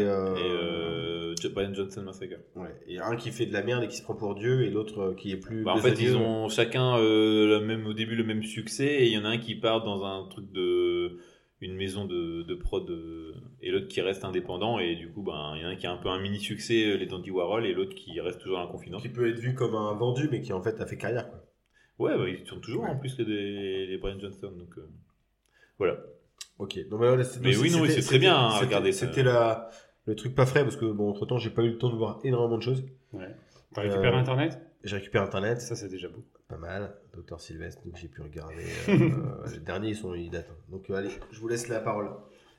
et Brian Johnson Massacre. ouais. Et un qui fait de la merde et qui se prend pour Dieu et l'autre qui est plus. En fait, besogneux. ils ont chacun au début le même succès et il y en a un qui part dans un truc une maison de prod et l'autre qui reste indépendant et du coup, il y en a un qui a un peu un mini succès, les Dandy Warhol, et l'autre qui reste toujours en confidence. Qui peut être vu comme un vendu mais qui en fait a fait carrière quoi. Ouais, ils tournent toujours Ouais. en plus les Brian Johnson, donc voilà. Ok. Non, mais, c'est très bien à regarder ça. C'était le truc pas frais parce que bon entre temps j'ai pas eu le temps de voir énormément de choses. Ouais. T'as récupéré Internet? J'ai récupéré Internet. Ça, c'est déjà beau. Pas mal, Dr Sylvestre, donc j'ai pu regarder. Les derniers, ils datent. Donc allez, je vous laisse la parole.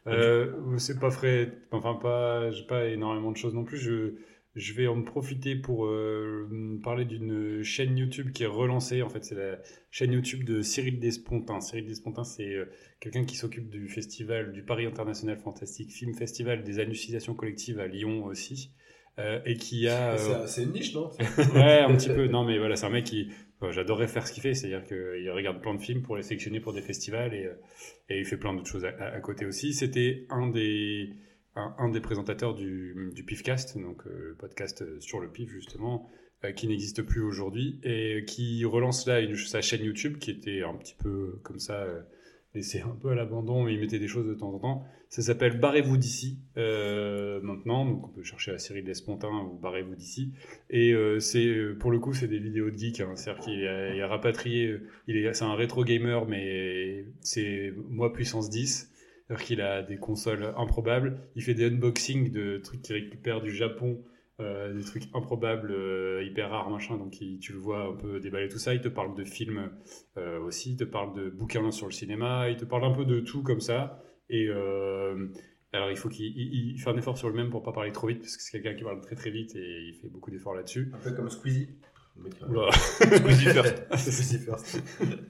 C'est pas frais. Enfin, j'ai pas énormément de choses non plus. Je vais en profiter pour parler d'une chaîne YouTube qui est relancée. En fait, c'est la chaîne YouTube de Cyril Despontin. Cyril Despontin, c'est quelqu'un qui s'occupe du festival, du Paris International Fantastic Film Festival, des hallucinations collectives à Lyon aussi. Et qui a... C'est une niche, non? Ouais, un petit peu. Non, mais voilà, c'est un mec qui... j'adorerais faire ce qu'il fait, c'est-à-dire qu'il regarde plein de films pour les sélectionner pour des festivals et il fait plein d'autres choses à côté aussi. C'était un des présentateurs du PIFcast, donc le podcast sur le PIF justement, qui n'existe plus aujourd'hui et qui relance là sa chaîne YouTube qui était un petit peu comme ça, laissée un peu à l'abandon, mais il mettait des choses de temps en temps. Ça s'appelle Barrez-vous d'ici maintenant, donc on peut chercher à Cyril Despontin ou Barrez-vous d'ici. Et pour le coup, c'est des vidéos de geek, hein. C'est-à-dire qu'il a rapatrié, c'est un rétro gamer, mais c'est moi puissance 10. C'est-à-dire qu'il a des consoles improbables. Il fait des unboxings de trucs qu'il récupère du Japon, des trucs improbables, hyper rares, machin. Donc tu le vois un peu déballer tout ça. Il te parle de films aussi, il te parle de bouquins sur le cinéma, il te parle un peu de tout comme ça. Et alors il faut qu'il fait un effort sur le même pour pas parler trop vite, parce que c'est quelqu'un qui parle très très vite et il fait beaucoup d'efforts là-dessus. Un peu comme Squeezie. Oula. Squeezie first. Squeezie first.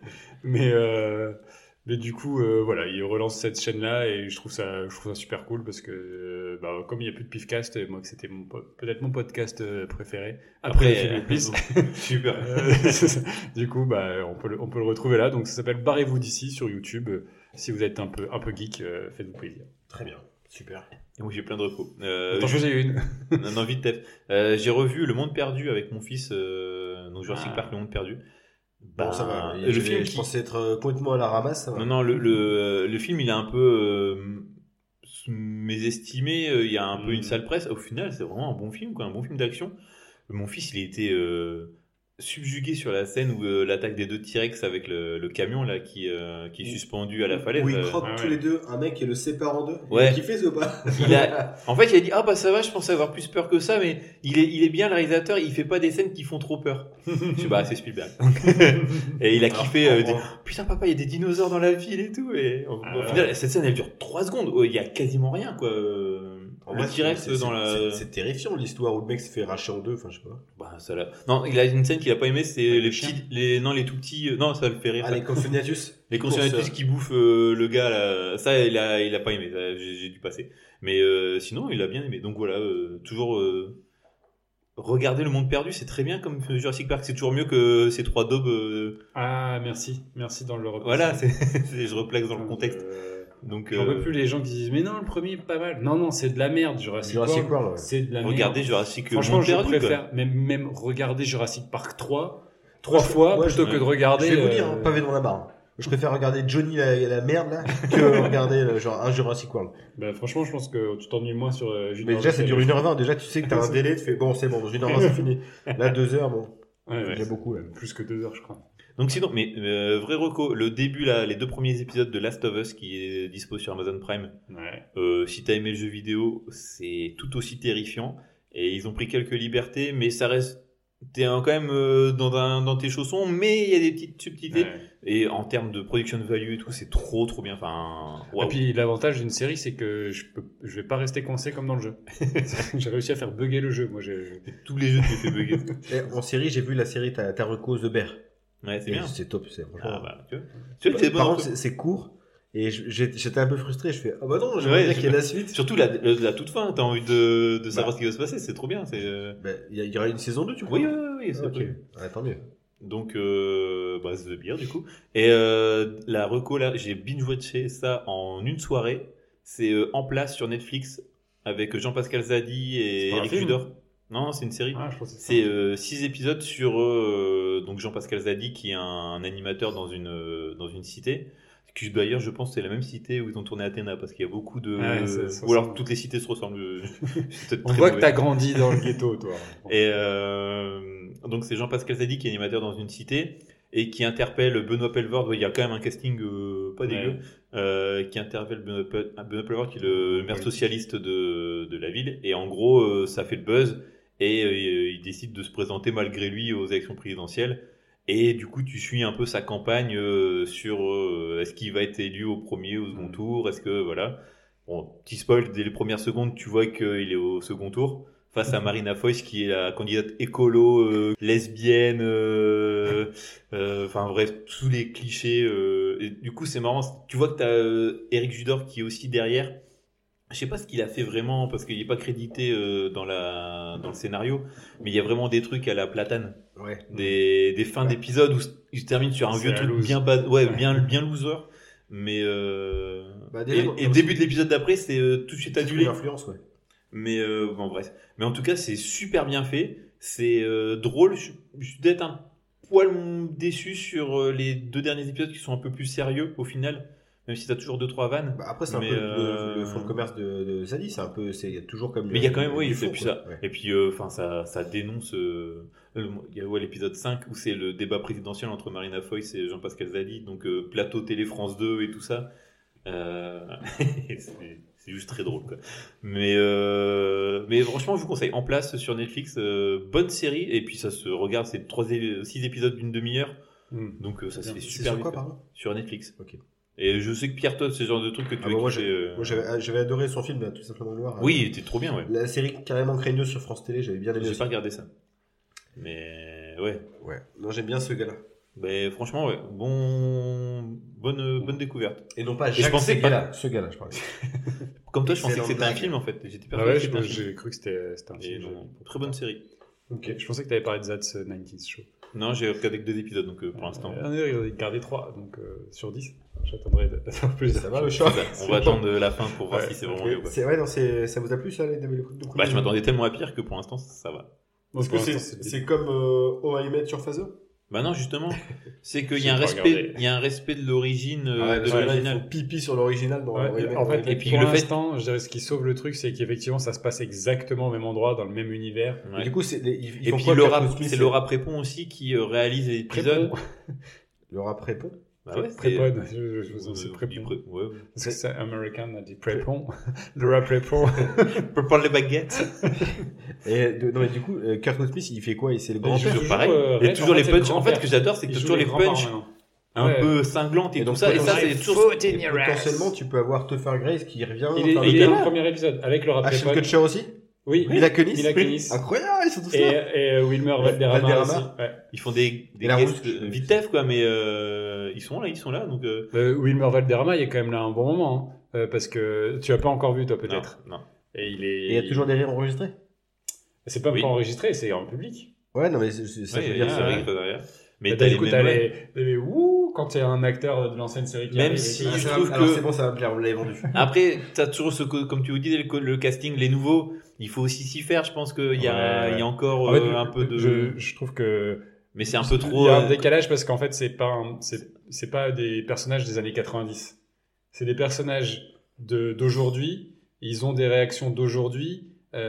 Mais du coup, voilà, il relance cette chaîne-là et je trouve ça super cool parce que comme il n'y a plus de PIFcast, moi que c'était peut-être mon podcast préféré après Film Plus. Super. Du coup, on peut le retrouver là. Donc ça s'appelle Barrez-vous d'ici sur YouTube. Si vous êtes un peu geek, faites-vous plaisir. Très bien, super. Et moi j'ai plein de repos. T'en choisis une. non, vite, Tef. J'ai revu Le Monde Perdu avec mon fils, donc Jurassic Park, Le Monde Perdu. Bon, ça va. Le film je pensais être complètement à la ramasse. Ça va. Non, le film, il est un peu mésestimé. Il y a un peu une sale presse. Au final, c'est vraiment un bon film, quoi, un bon film d'action. Mon fils, il a été subjugué sur la scène où l'attaque des deux T-Rex avec le camion là qui est suspendu à la falaise. Où ils croquent tous les deux un mec et le sépare en deux. Ouais. Il a kiffé ça ou pas? En fait, il a dit ça va, je pensais avoir plus peur que ça, mais il est bien le réalisateur, il fait pas des scènes qui font trop peur. Je sais c'est Spielberg. Et il a kiffé. Putain papa, il y a des dinosaures dans la ville et tout. Et au final, cette scène elle dure 3 secondes. Il y a quasiment rien quoi. Le T-Rex dans la. C'est terrifiant l'histoire où le mec se fait arracher en deux. Enfin, je sais pas. Non, il a une scène qu'il a pas aimé, c'est les petits, les tout petits. Non, ça le fait rire. Les Consoniatus. Les Consoniatus qui bouffent le gars là. Ça, il a pas aimé. Ça, j'ai dû passer. Mais sinon, il a bien aimé. Donc voilà, toujours. Regarder Le Monde Perdu, c'est très bien comme Jurassic Park. C'est toujours mieux que ces 3 daubes. Ah, merci dans le repas. Voilà, je replace dans le contexte. Donc, j'en veux plus les gens qui disent mais non le premier est pas mal. Non c'est de la merde Jurassic World. Ouais. C'est de la regardez merde. Jurassic Franchement je Perdu, préfère même regarder Jurassic Park 3 fois plutôt que de regarder. Je vais vous dire pavé dans la barre. Je préfère regarder Johnny la merde là que regarder un Jurassic World. Franchement je pense que tu t'ennuies moins sur mais déjà ça dure 1h20. Déjà tu sais que t'as un délai, tu fais bon c'est bon dans 1h20 c'est fini. Là 2h bon. Ouais, beaucoup là. Plus que 2 heures je crois. Donc sinon, mais vrai reco, le début là, les 2 premiers épisodes de Last of Us qui est dispo sur Amazon Prime. Ouais. Si t'as aimé le jeu vidéo, c'est tout aussi terrifiant. Et ils ont pris quelques libertés, mais ça reste, t'es quand même dans tes chaussons, mais il y a des petites subtilités. Ouais. Et en termes de production value et tout, c'est trop bien. Enfin, wow. Et puis l'avantage d'une série, c'est que je vais pas rester coincé comme dans le jeu. J'ai réussi à faire bugger le jeu. Moi, tous les jeux tu les fais bugger. En série, j'ai vu la série Taruko The Bear. Ouais, c'est bien. C'est top, c'est franchement. Tu vois. Par contre, c'est court. Et j'étais un peu frustré. Je fais non, j'aimerais bien qu'il y ait la suite. Surtout la toute fin. T'as envie de savoir ce qui va se passer. C'est trop bien. Il y aura une saison 2, tu crois? Oui, c'est ok. Ouais, tant mieux. Donc, The Beer, du coup. Et la reco, là, j'ai binge-watché ça en une soirée. C'est En place sur Netflix avec Jean-Pascal Zadi et C'est pas un Eric film Judor. Non, c'est une série. Ah, je pense que C'est 6 épisodes sur donc Jean-Pascal Zadi qui est un animateur dans une cité. Que d'ailleurs, je pense que c'est la même cité où ils ont tourné Athéna parce qu'il y a beaucoup de. Ouais, ou alors toutes les cités se ressemblent. C'est On très voit que mauvais. t'as grandi dans le ghetto, toi. Et donc c'est Jean-Pascal Zadi qui est animateur dans une cité et qui interpelle Benoît Pelvord. Il y a quand même un casting pas dégueu. Qui interpelle Benoît Pelvord qui est le maire socialiste de la ville. Et en gros, ça fait le buzz et il décide de se présenter malgré lui aux élections présidentielles. Et du coup, tu suis un peu sa campagne sur est-ce qu'il va être élu au premier ou au second tour. Est-ce que voilà. Bon, petit spoil, dès les premières secondes, tu vois qu'il est au second tour. Face à Marina Foïs qui est la candidate écolo, lesbienne, enfin bref, tous les clichés. Et du coup, c'est marrant. Tu vois que t'as Eric Judor qui est aussi derrière. Je sais pas ce qu'il a fait vraiment parce qu'il est pas crédité dans le scénario, mais il y a vraiment des trucs à la Platane, des fins d'épisodes où il se termine sur un C'est vieux la truc loose. bien loser. Mais déjà, et le début de l'épisode d'après, c'est tout de suite adulé. L'influence, ouais. Mais bon bref. Mais en tout cas, c'est super bien fait. C'est drôle. Je suis peut-être un poil déçu sur les 2 derniers épisodes qui sont un peu plus sérieux au final. Même si t'as toujours 2-3 vannes. Bah après, c'est un Mais, peu le fonds de commerce de Zadi. C'est un peu, il y a toujours comme. Mais il y a quand même, oui, du c'est fond, plus quoi. ça. Ouais. Et puis, enfin, ça dénonce. Il y a l'épisode 5 où c'est le débat présidentiel entre Marina Foïs et Jean-Pascal Zadi, donc plateau Télé France 2 et tout ça. C'est juste très drôle, quoi. Mais franchement, je vous conseille. En place sur Netflix, bonne série. Et puis ça se regarde, c'est 6 épisodes d'une demi-heure. Donc ça se fait C'est super sur quoi, vite. pardon? Sur Netflix. Ok. Et je sais que Pierre Todd, c'est le genre de truc que tu Ah as bah moi, kiffé, moi, j'avais adoré son film, Tout simplement noir. Oui, il était trop bien, ouais. La série Carrément craigneuse sur France Télé, j'avais bien aimé J'ai aussi. pas regardé ça. Mais ouais. Ouais. Non, j'aime bien ce gars-là. Ben franchement, ouais. Bonne découverte. Et non pas je Jacques pensais Seguela. Ce gars-là, je parlais. Comme toi, je pensais que Excellente c'était un blague. film en fait. J'étais Ah persuadé ouais, que c'était un film. j'ai cru que c'était un Et film. non, très bonne série. Ok, je pensais que tu avais parlé de That's 90s Show. Non, j'ai regardé que 2 épisodes donc pour l'instant. On a gardé 3, donc sur 10. J'attendrai d'avoir plus. Ça va le chat? On va attendre la fin pour voir Ouais, si c'est vraiment Ok. mieux ou pas. C'est ouais, non, ça vous a plu ça, les deux Bah, je m'attendais tellement à pire que pour l'instant ça va. Bon, Est-ce pour que l'instant, c'est comme Oh I Met sur Phase 2? Bah non, justement, c'est qu'il y J'ai a un pas respect, regardé. il y a un respect de l'origine, de Là, il l'original. faut pipi sur l'original dans Ouais, Oh I Met. en fait, Et puis pour le fait- l'instant, je dirais ce qui sauve le truc, c'est qu'effectivement, ça se passe exactement au même endroit, dans le même univers. Ouais. Et du coup, ils Et font puis quoi, Laura, Kurt Smith, c'est Laura Prépon aussi qui réalise l'épisode. Laura Prépon. Bah ouais, Prépon, je vous en sais Prépon. Ouais. Parce que c'est American, on a dit Prépon. Laura Prépon. Pour prendre les baguettes. Non, mais du coup, Kurt Smith, il fait quoi? C'est le Il grand-père. joue Toujours pareil. Red, Et toujours en les fait, c'est le punchs. En fait, grand-père. ce que j'adore, c'est que Il t'as joue toujours les les grands-parents punchs maintenant. un Ouais. peu cinglantes et Et tout donc, ça. Et ça, c'est toujours. Et potentiellement, tu peux avoir Topher Grace qui revient. Il est faire le dans père. le premier épisode, avec Laura Ashton Prépon. Kutcher aussi? Oui. Mila Kunis? Mila Kunis. Incroyable, ils sont tous là. Et Wilmer Valderrama Valderrama. aussi. Ouais. Ils font des Et la guests rousse, vitef, quoi, mais ils sont là. Donc, Wilmer Valderrama, il est quand même là un bon moment. Parce que tu as pas encore vu, toi, peut-être. Non. Et il Et il y a toujours des rires enregistrés? C'est pas Oui. encore enregistré, c'est en public. Ouais, non, mais ça veut Ouais, dire c'est ça. vrai que derrière. Mais Mais t'as les du coup, mêmes. t'as Ouais. les ouh quand t'es un acteur de l'ancienne série qui Même arrive et si- tout. je Ah, trouve alors que- c'est bon, ça va me plaire, on l'avait vendu. Après, t'as toujours comme tu vous dis, le casting, les nouveaux, il faut aussi s'y faire. Je pense qu'il y Ouais. il y a encore En fait, un peu de. je trouve que Mais c'est un peu trop. il y a un décalage parce qu'en fait, c'est pas des personnages des années 90. C'est des personnages d'aujourd'hui. Ils ont des réactions d'aujourd'hui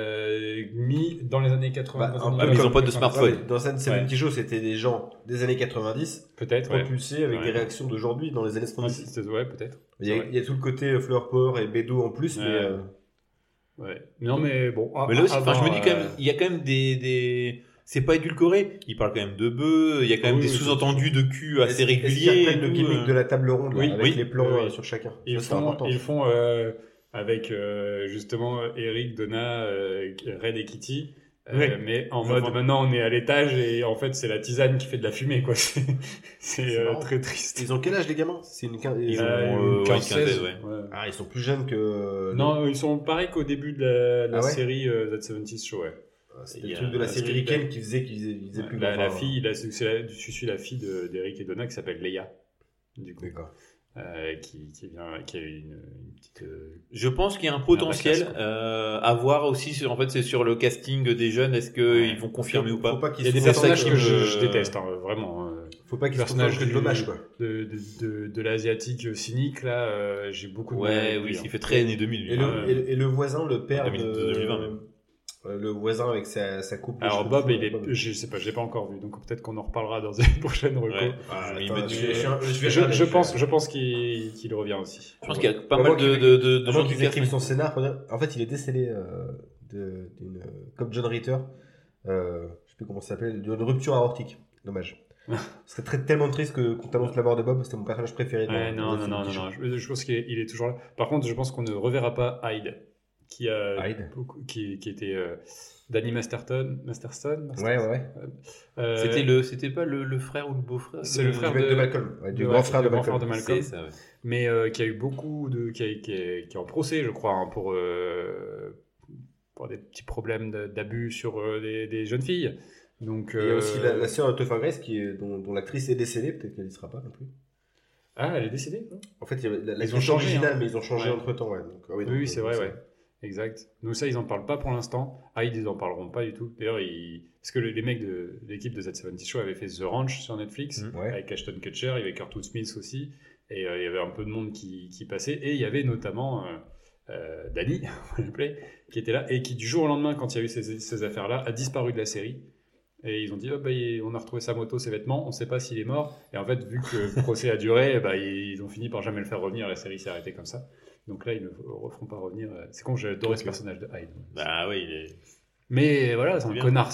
mis dans les années 80. Bah, dans un les peu années mais ils ont 80. pas de smartphone. Dans Sen 70 Show, c'était des gens des années 90 Peut-être. Ouais. propulsés avec Ouais. des réactions d'aujourd'hui dans les années Ouais, 70. ouais, peut-être. Il y a tout le côté Flower Power et Bédo en plus, Ouais. mais Ouais. Non, mais bon. Mais là aussi, avant, enfin, je me dis quand même, il y a quand même des. C'est pas édulcoré. Il parle quand même de bœufs. Il y a quand même Oui, des oui, sous-entendus de cul assez est-ce qu'ils réguliers. reprennent le et tout, gimmick de la table ronde là, Oui, avec oui, les plans oui, oui. sur chacun. Ils Ça, c'est important. font avec justement Eric, Donna, Red et Kitty. Ouais. Mais en Je mode vois. maintenant on est à l'étage et en fait c'est la tisane qui fait de la fumée quoi. C'est marrant. très triste. Ils ont quel âge les gamins? C'est une Ils ont, Une ouais, 15, une quinzaine, 16, ouais. Ah, ils sont plus jeunes que. Non, ils sont pareils qu'au début de la Ah ouais série That 70's Show. Ouais. C'était le truc de la série Rick qui faisait plus grand. La fille, je suis la fille d'Eric et Donna qui s'appelle Leia. Du coup. D'accord. Qui a une petite. Je pense qu'il y a un potentiel à voir aussi. En fait, c'est sur le casting des jeunes. Est-ce qu'ils vont confirmer ou pas? Il y a des personnages que je déteste, hein, vraiment. Faut pas qu'ils se trompent de l'hommage, quoi. De l'asiatique cynique, là, j'ai beaucoup de mal. Ouais, oui, il fait très années 2000. Et le voisin, le père 2020 même. Le voisin avec sa coupe. Alors Bob, je sais pas, j'ai pas encore vu, donc peut-être qu'on en reparlera dans une prochaine reco. Ouais. Je pense qu'il revient aussi. Je pense qu'il y a pas mal de gens qui écrivent son scénar. En fait, il est décédé comme John Ritter. Je sais plus comment ça s'appelle, d'une rupture aortique. Dommage. Ce serait tellement triste qu'on t'annonce la mort de Bob. C'était mon personnage préféré. Non. Je pense qu'il est toujours là. Par contre, je pense qu'on ne reverra pas Hyde. Qui était Danny Masterson. C'était pas le frère ou le beau-frère. C'est le frère de Malcolm, du grand frère de Malcolm. C'est ça, ouais. Mais qui a eu beaucoup qui est en procès, je crois, hein, pour des petits problèmes d'abus sur des jeunes filles. Donc il y a aussi la sœur de Topher Grace dont l'actrice est décédée, peut-être qu'elle n'y sera pas non plus. Ah, elle est décédée, non? En fait, ils ont changé, originale, mais ils ont changé entre-temps, ouais. Donc, oui, c'est vrai, ouais. Exact. Donc ça, ils en parlent pas pour l'instant. Hyde, ils en parleront pas du tout. D'ailleurs, parce que les mecs de l'équipe de That 70 Show avaient fait The Ranch sur Netflix, avec Ashton Kutcher, il y avait Kurtwood Smith aussi, et il y avait un peu de monde qui passait, et il y avait notamment Danny, qui était là, et qui du jour au lendemain, quand il y a eu ces affaires-là, a disparu de la série. Et ils ont dit, on a retrouvé sa moto, ses vêtements, on sait pas s'il est mort. Et en fait, vu que le procès a duré, ils ont fini par jamais le faire revenir, la série s'est arrêtée comme ça. Donc là, ils ne referont pas revenir. C'est con, j'ai adoré ce personnage de Hyde. Bah oui, il est... Mais voilà, c'est un connard.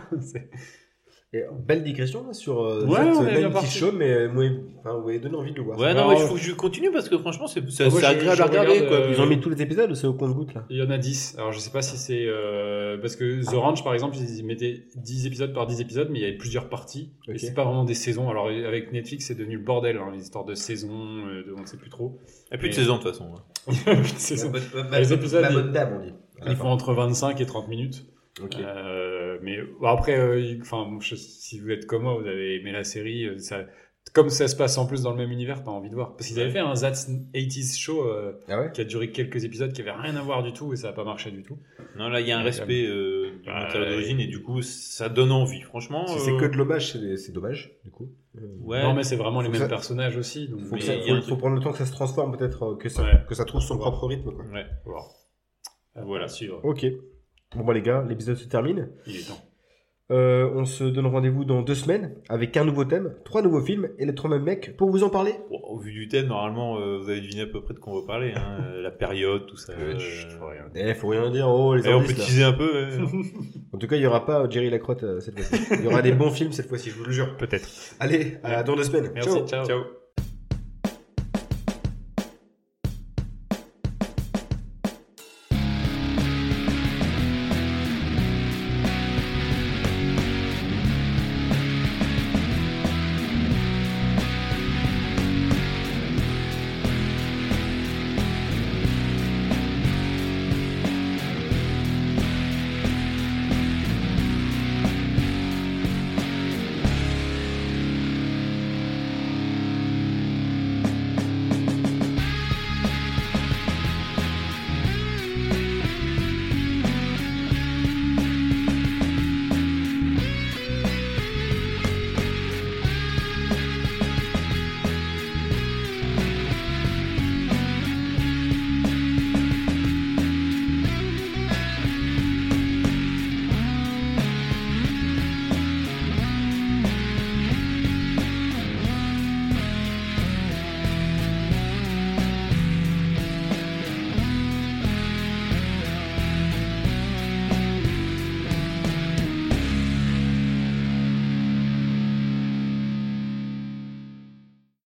Et belle digression là, sur That Show, mais vous m'avez donné envie de le voir. Ouais, non, mais il faut que je continue parce que franchement, c'est agréable à regarder. Ils ont mis tous les épisodes, c'est au compte-goutte là. Il y en a 10. Alors je sais pas si c'est parce que The Ranch par exemple, ils mettaient 10 épisodes par 10 épisodes, mais il y avait plusieurs parties. Okay. Et c'est pas vraiment des saisons. Alors avec Netflix, c'est devenu le bordel, hein, les histoires de saisons, on ne sait plus trop. Il n'y a plus de saison de toute façon. Il n'y a plus de saison. Les épisodes, ils font entre 25 et 30 minutes. Okay. Mais après, si vous êtes comme moi, vous avez aimé la série, comme ça se passe en plus dans le même univers, t'as envie de voir. Parce qu'ils avaient fait un That's 80's Show qui a duré quelques épisodes, qui avait rien à voir du tout et ça n'a pas marché du tout. Non, là il y a un respect du matériau d'origine et du coup ça donne envie, franchement. Si c'est que de l'hommage, c'est dommage du coup. Ouais. Non, mais c'est vraiment les mêmes personnages aussi. Donc faut prendre le temps que ça se transforme, peut-être que ça trouve son propre rythme, quoi. Ouais. Voilà. Suivre. Ok. Bon les gars, l'épisode se termine. Il est temps. On se donne rendez-vous dans 2 semaines avec un nouveau thème, 3 nouveaux films et les 3 mêmes mecs pour vous en parler. Bon, au vu du thème, normalement, vous avez deviné à peu près de quoi on va parler, hein, la période, tout ça. Faut rien dire. Oh, les on peut teaser un peu. En tout cas, il y aura pas Jerry Lacrotte cette fois-ci. Il y aura des bons films cette fois-ci, je vous le jure. Peut-être. Allez, dans 2 semaines. Merci, ciao.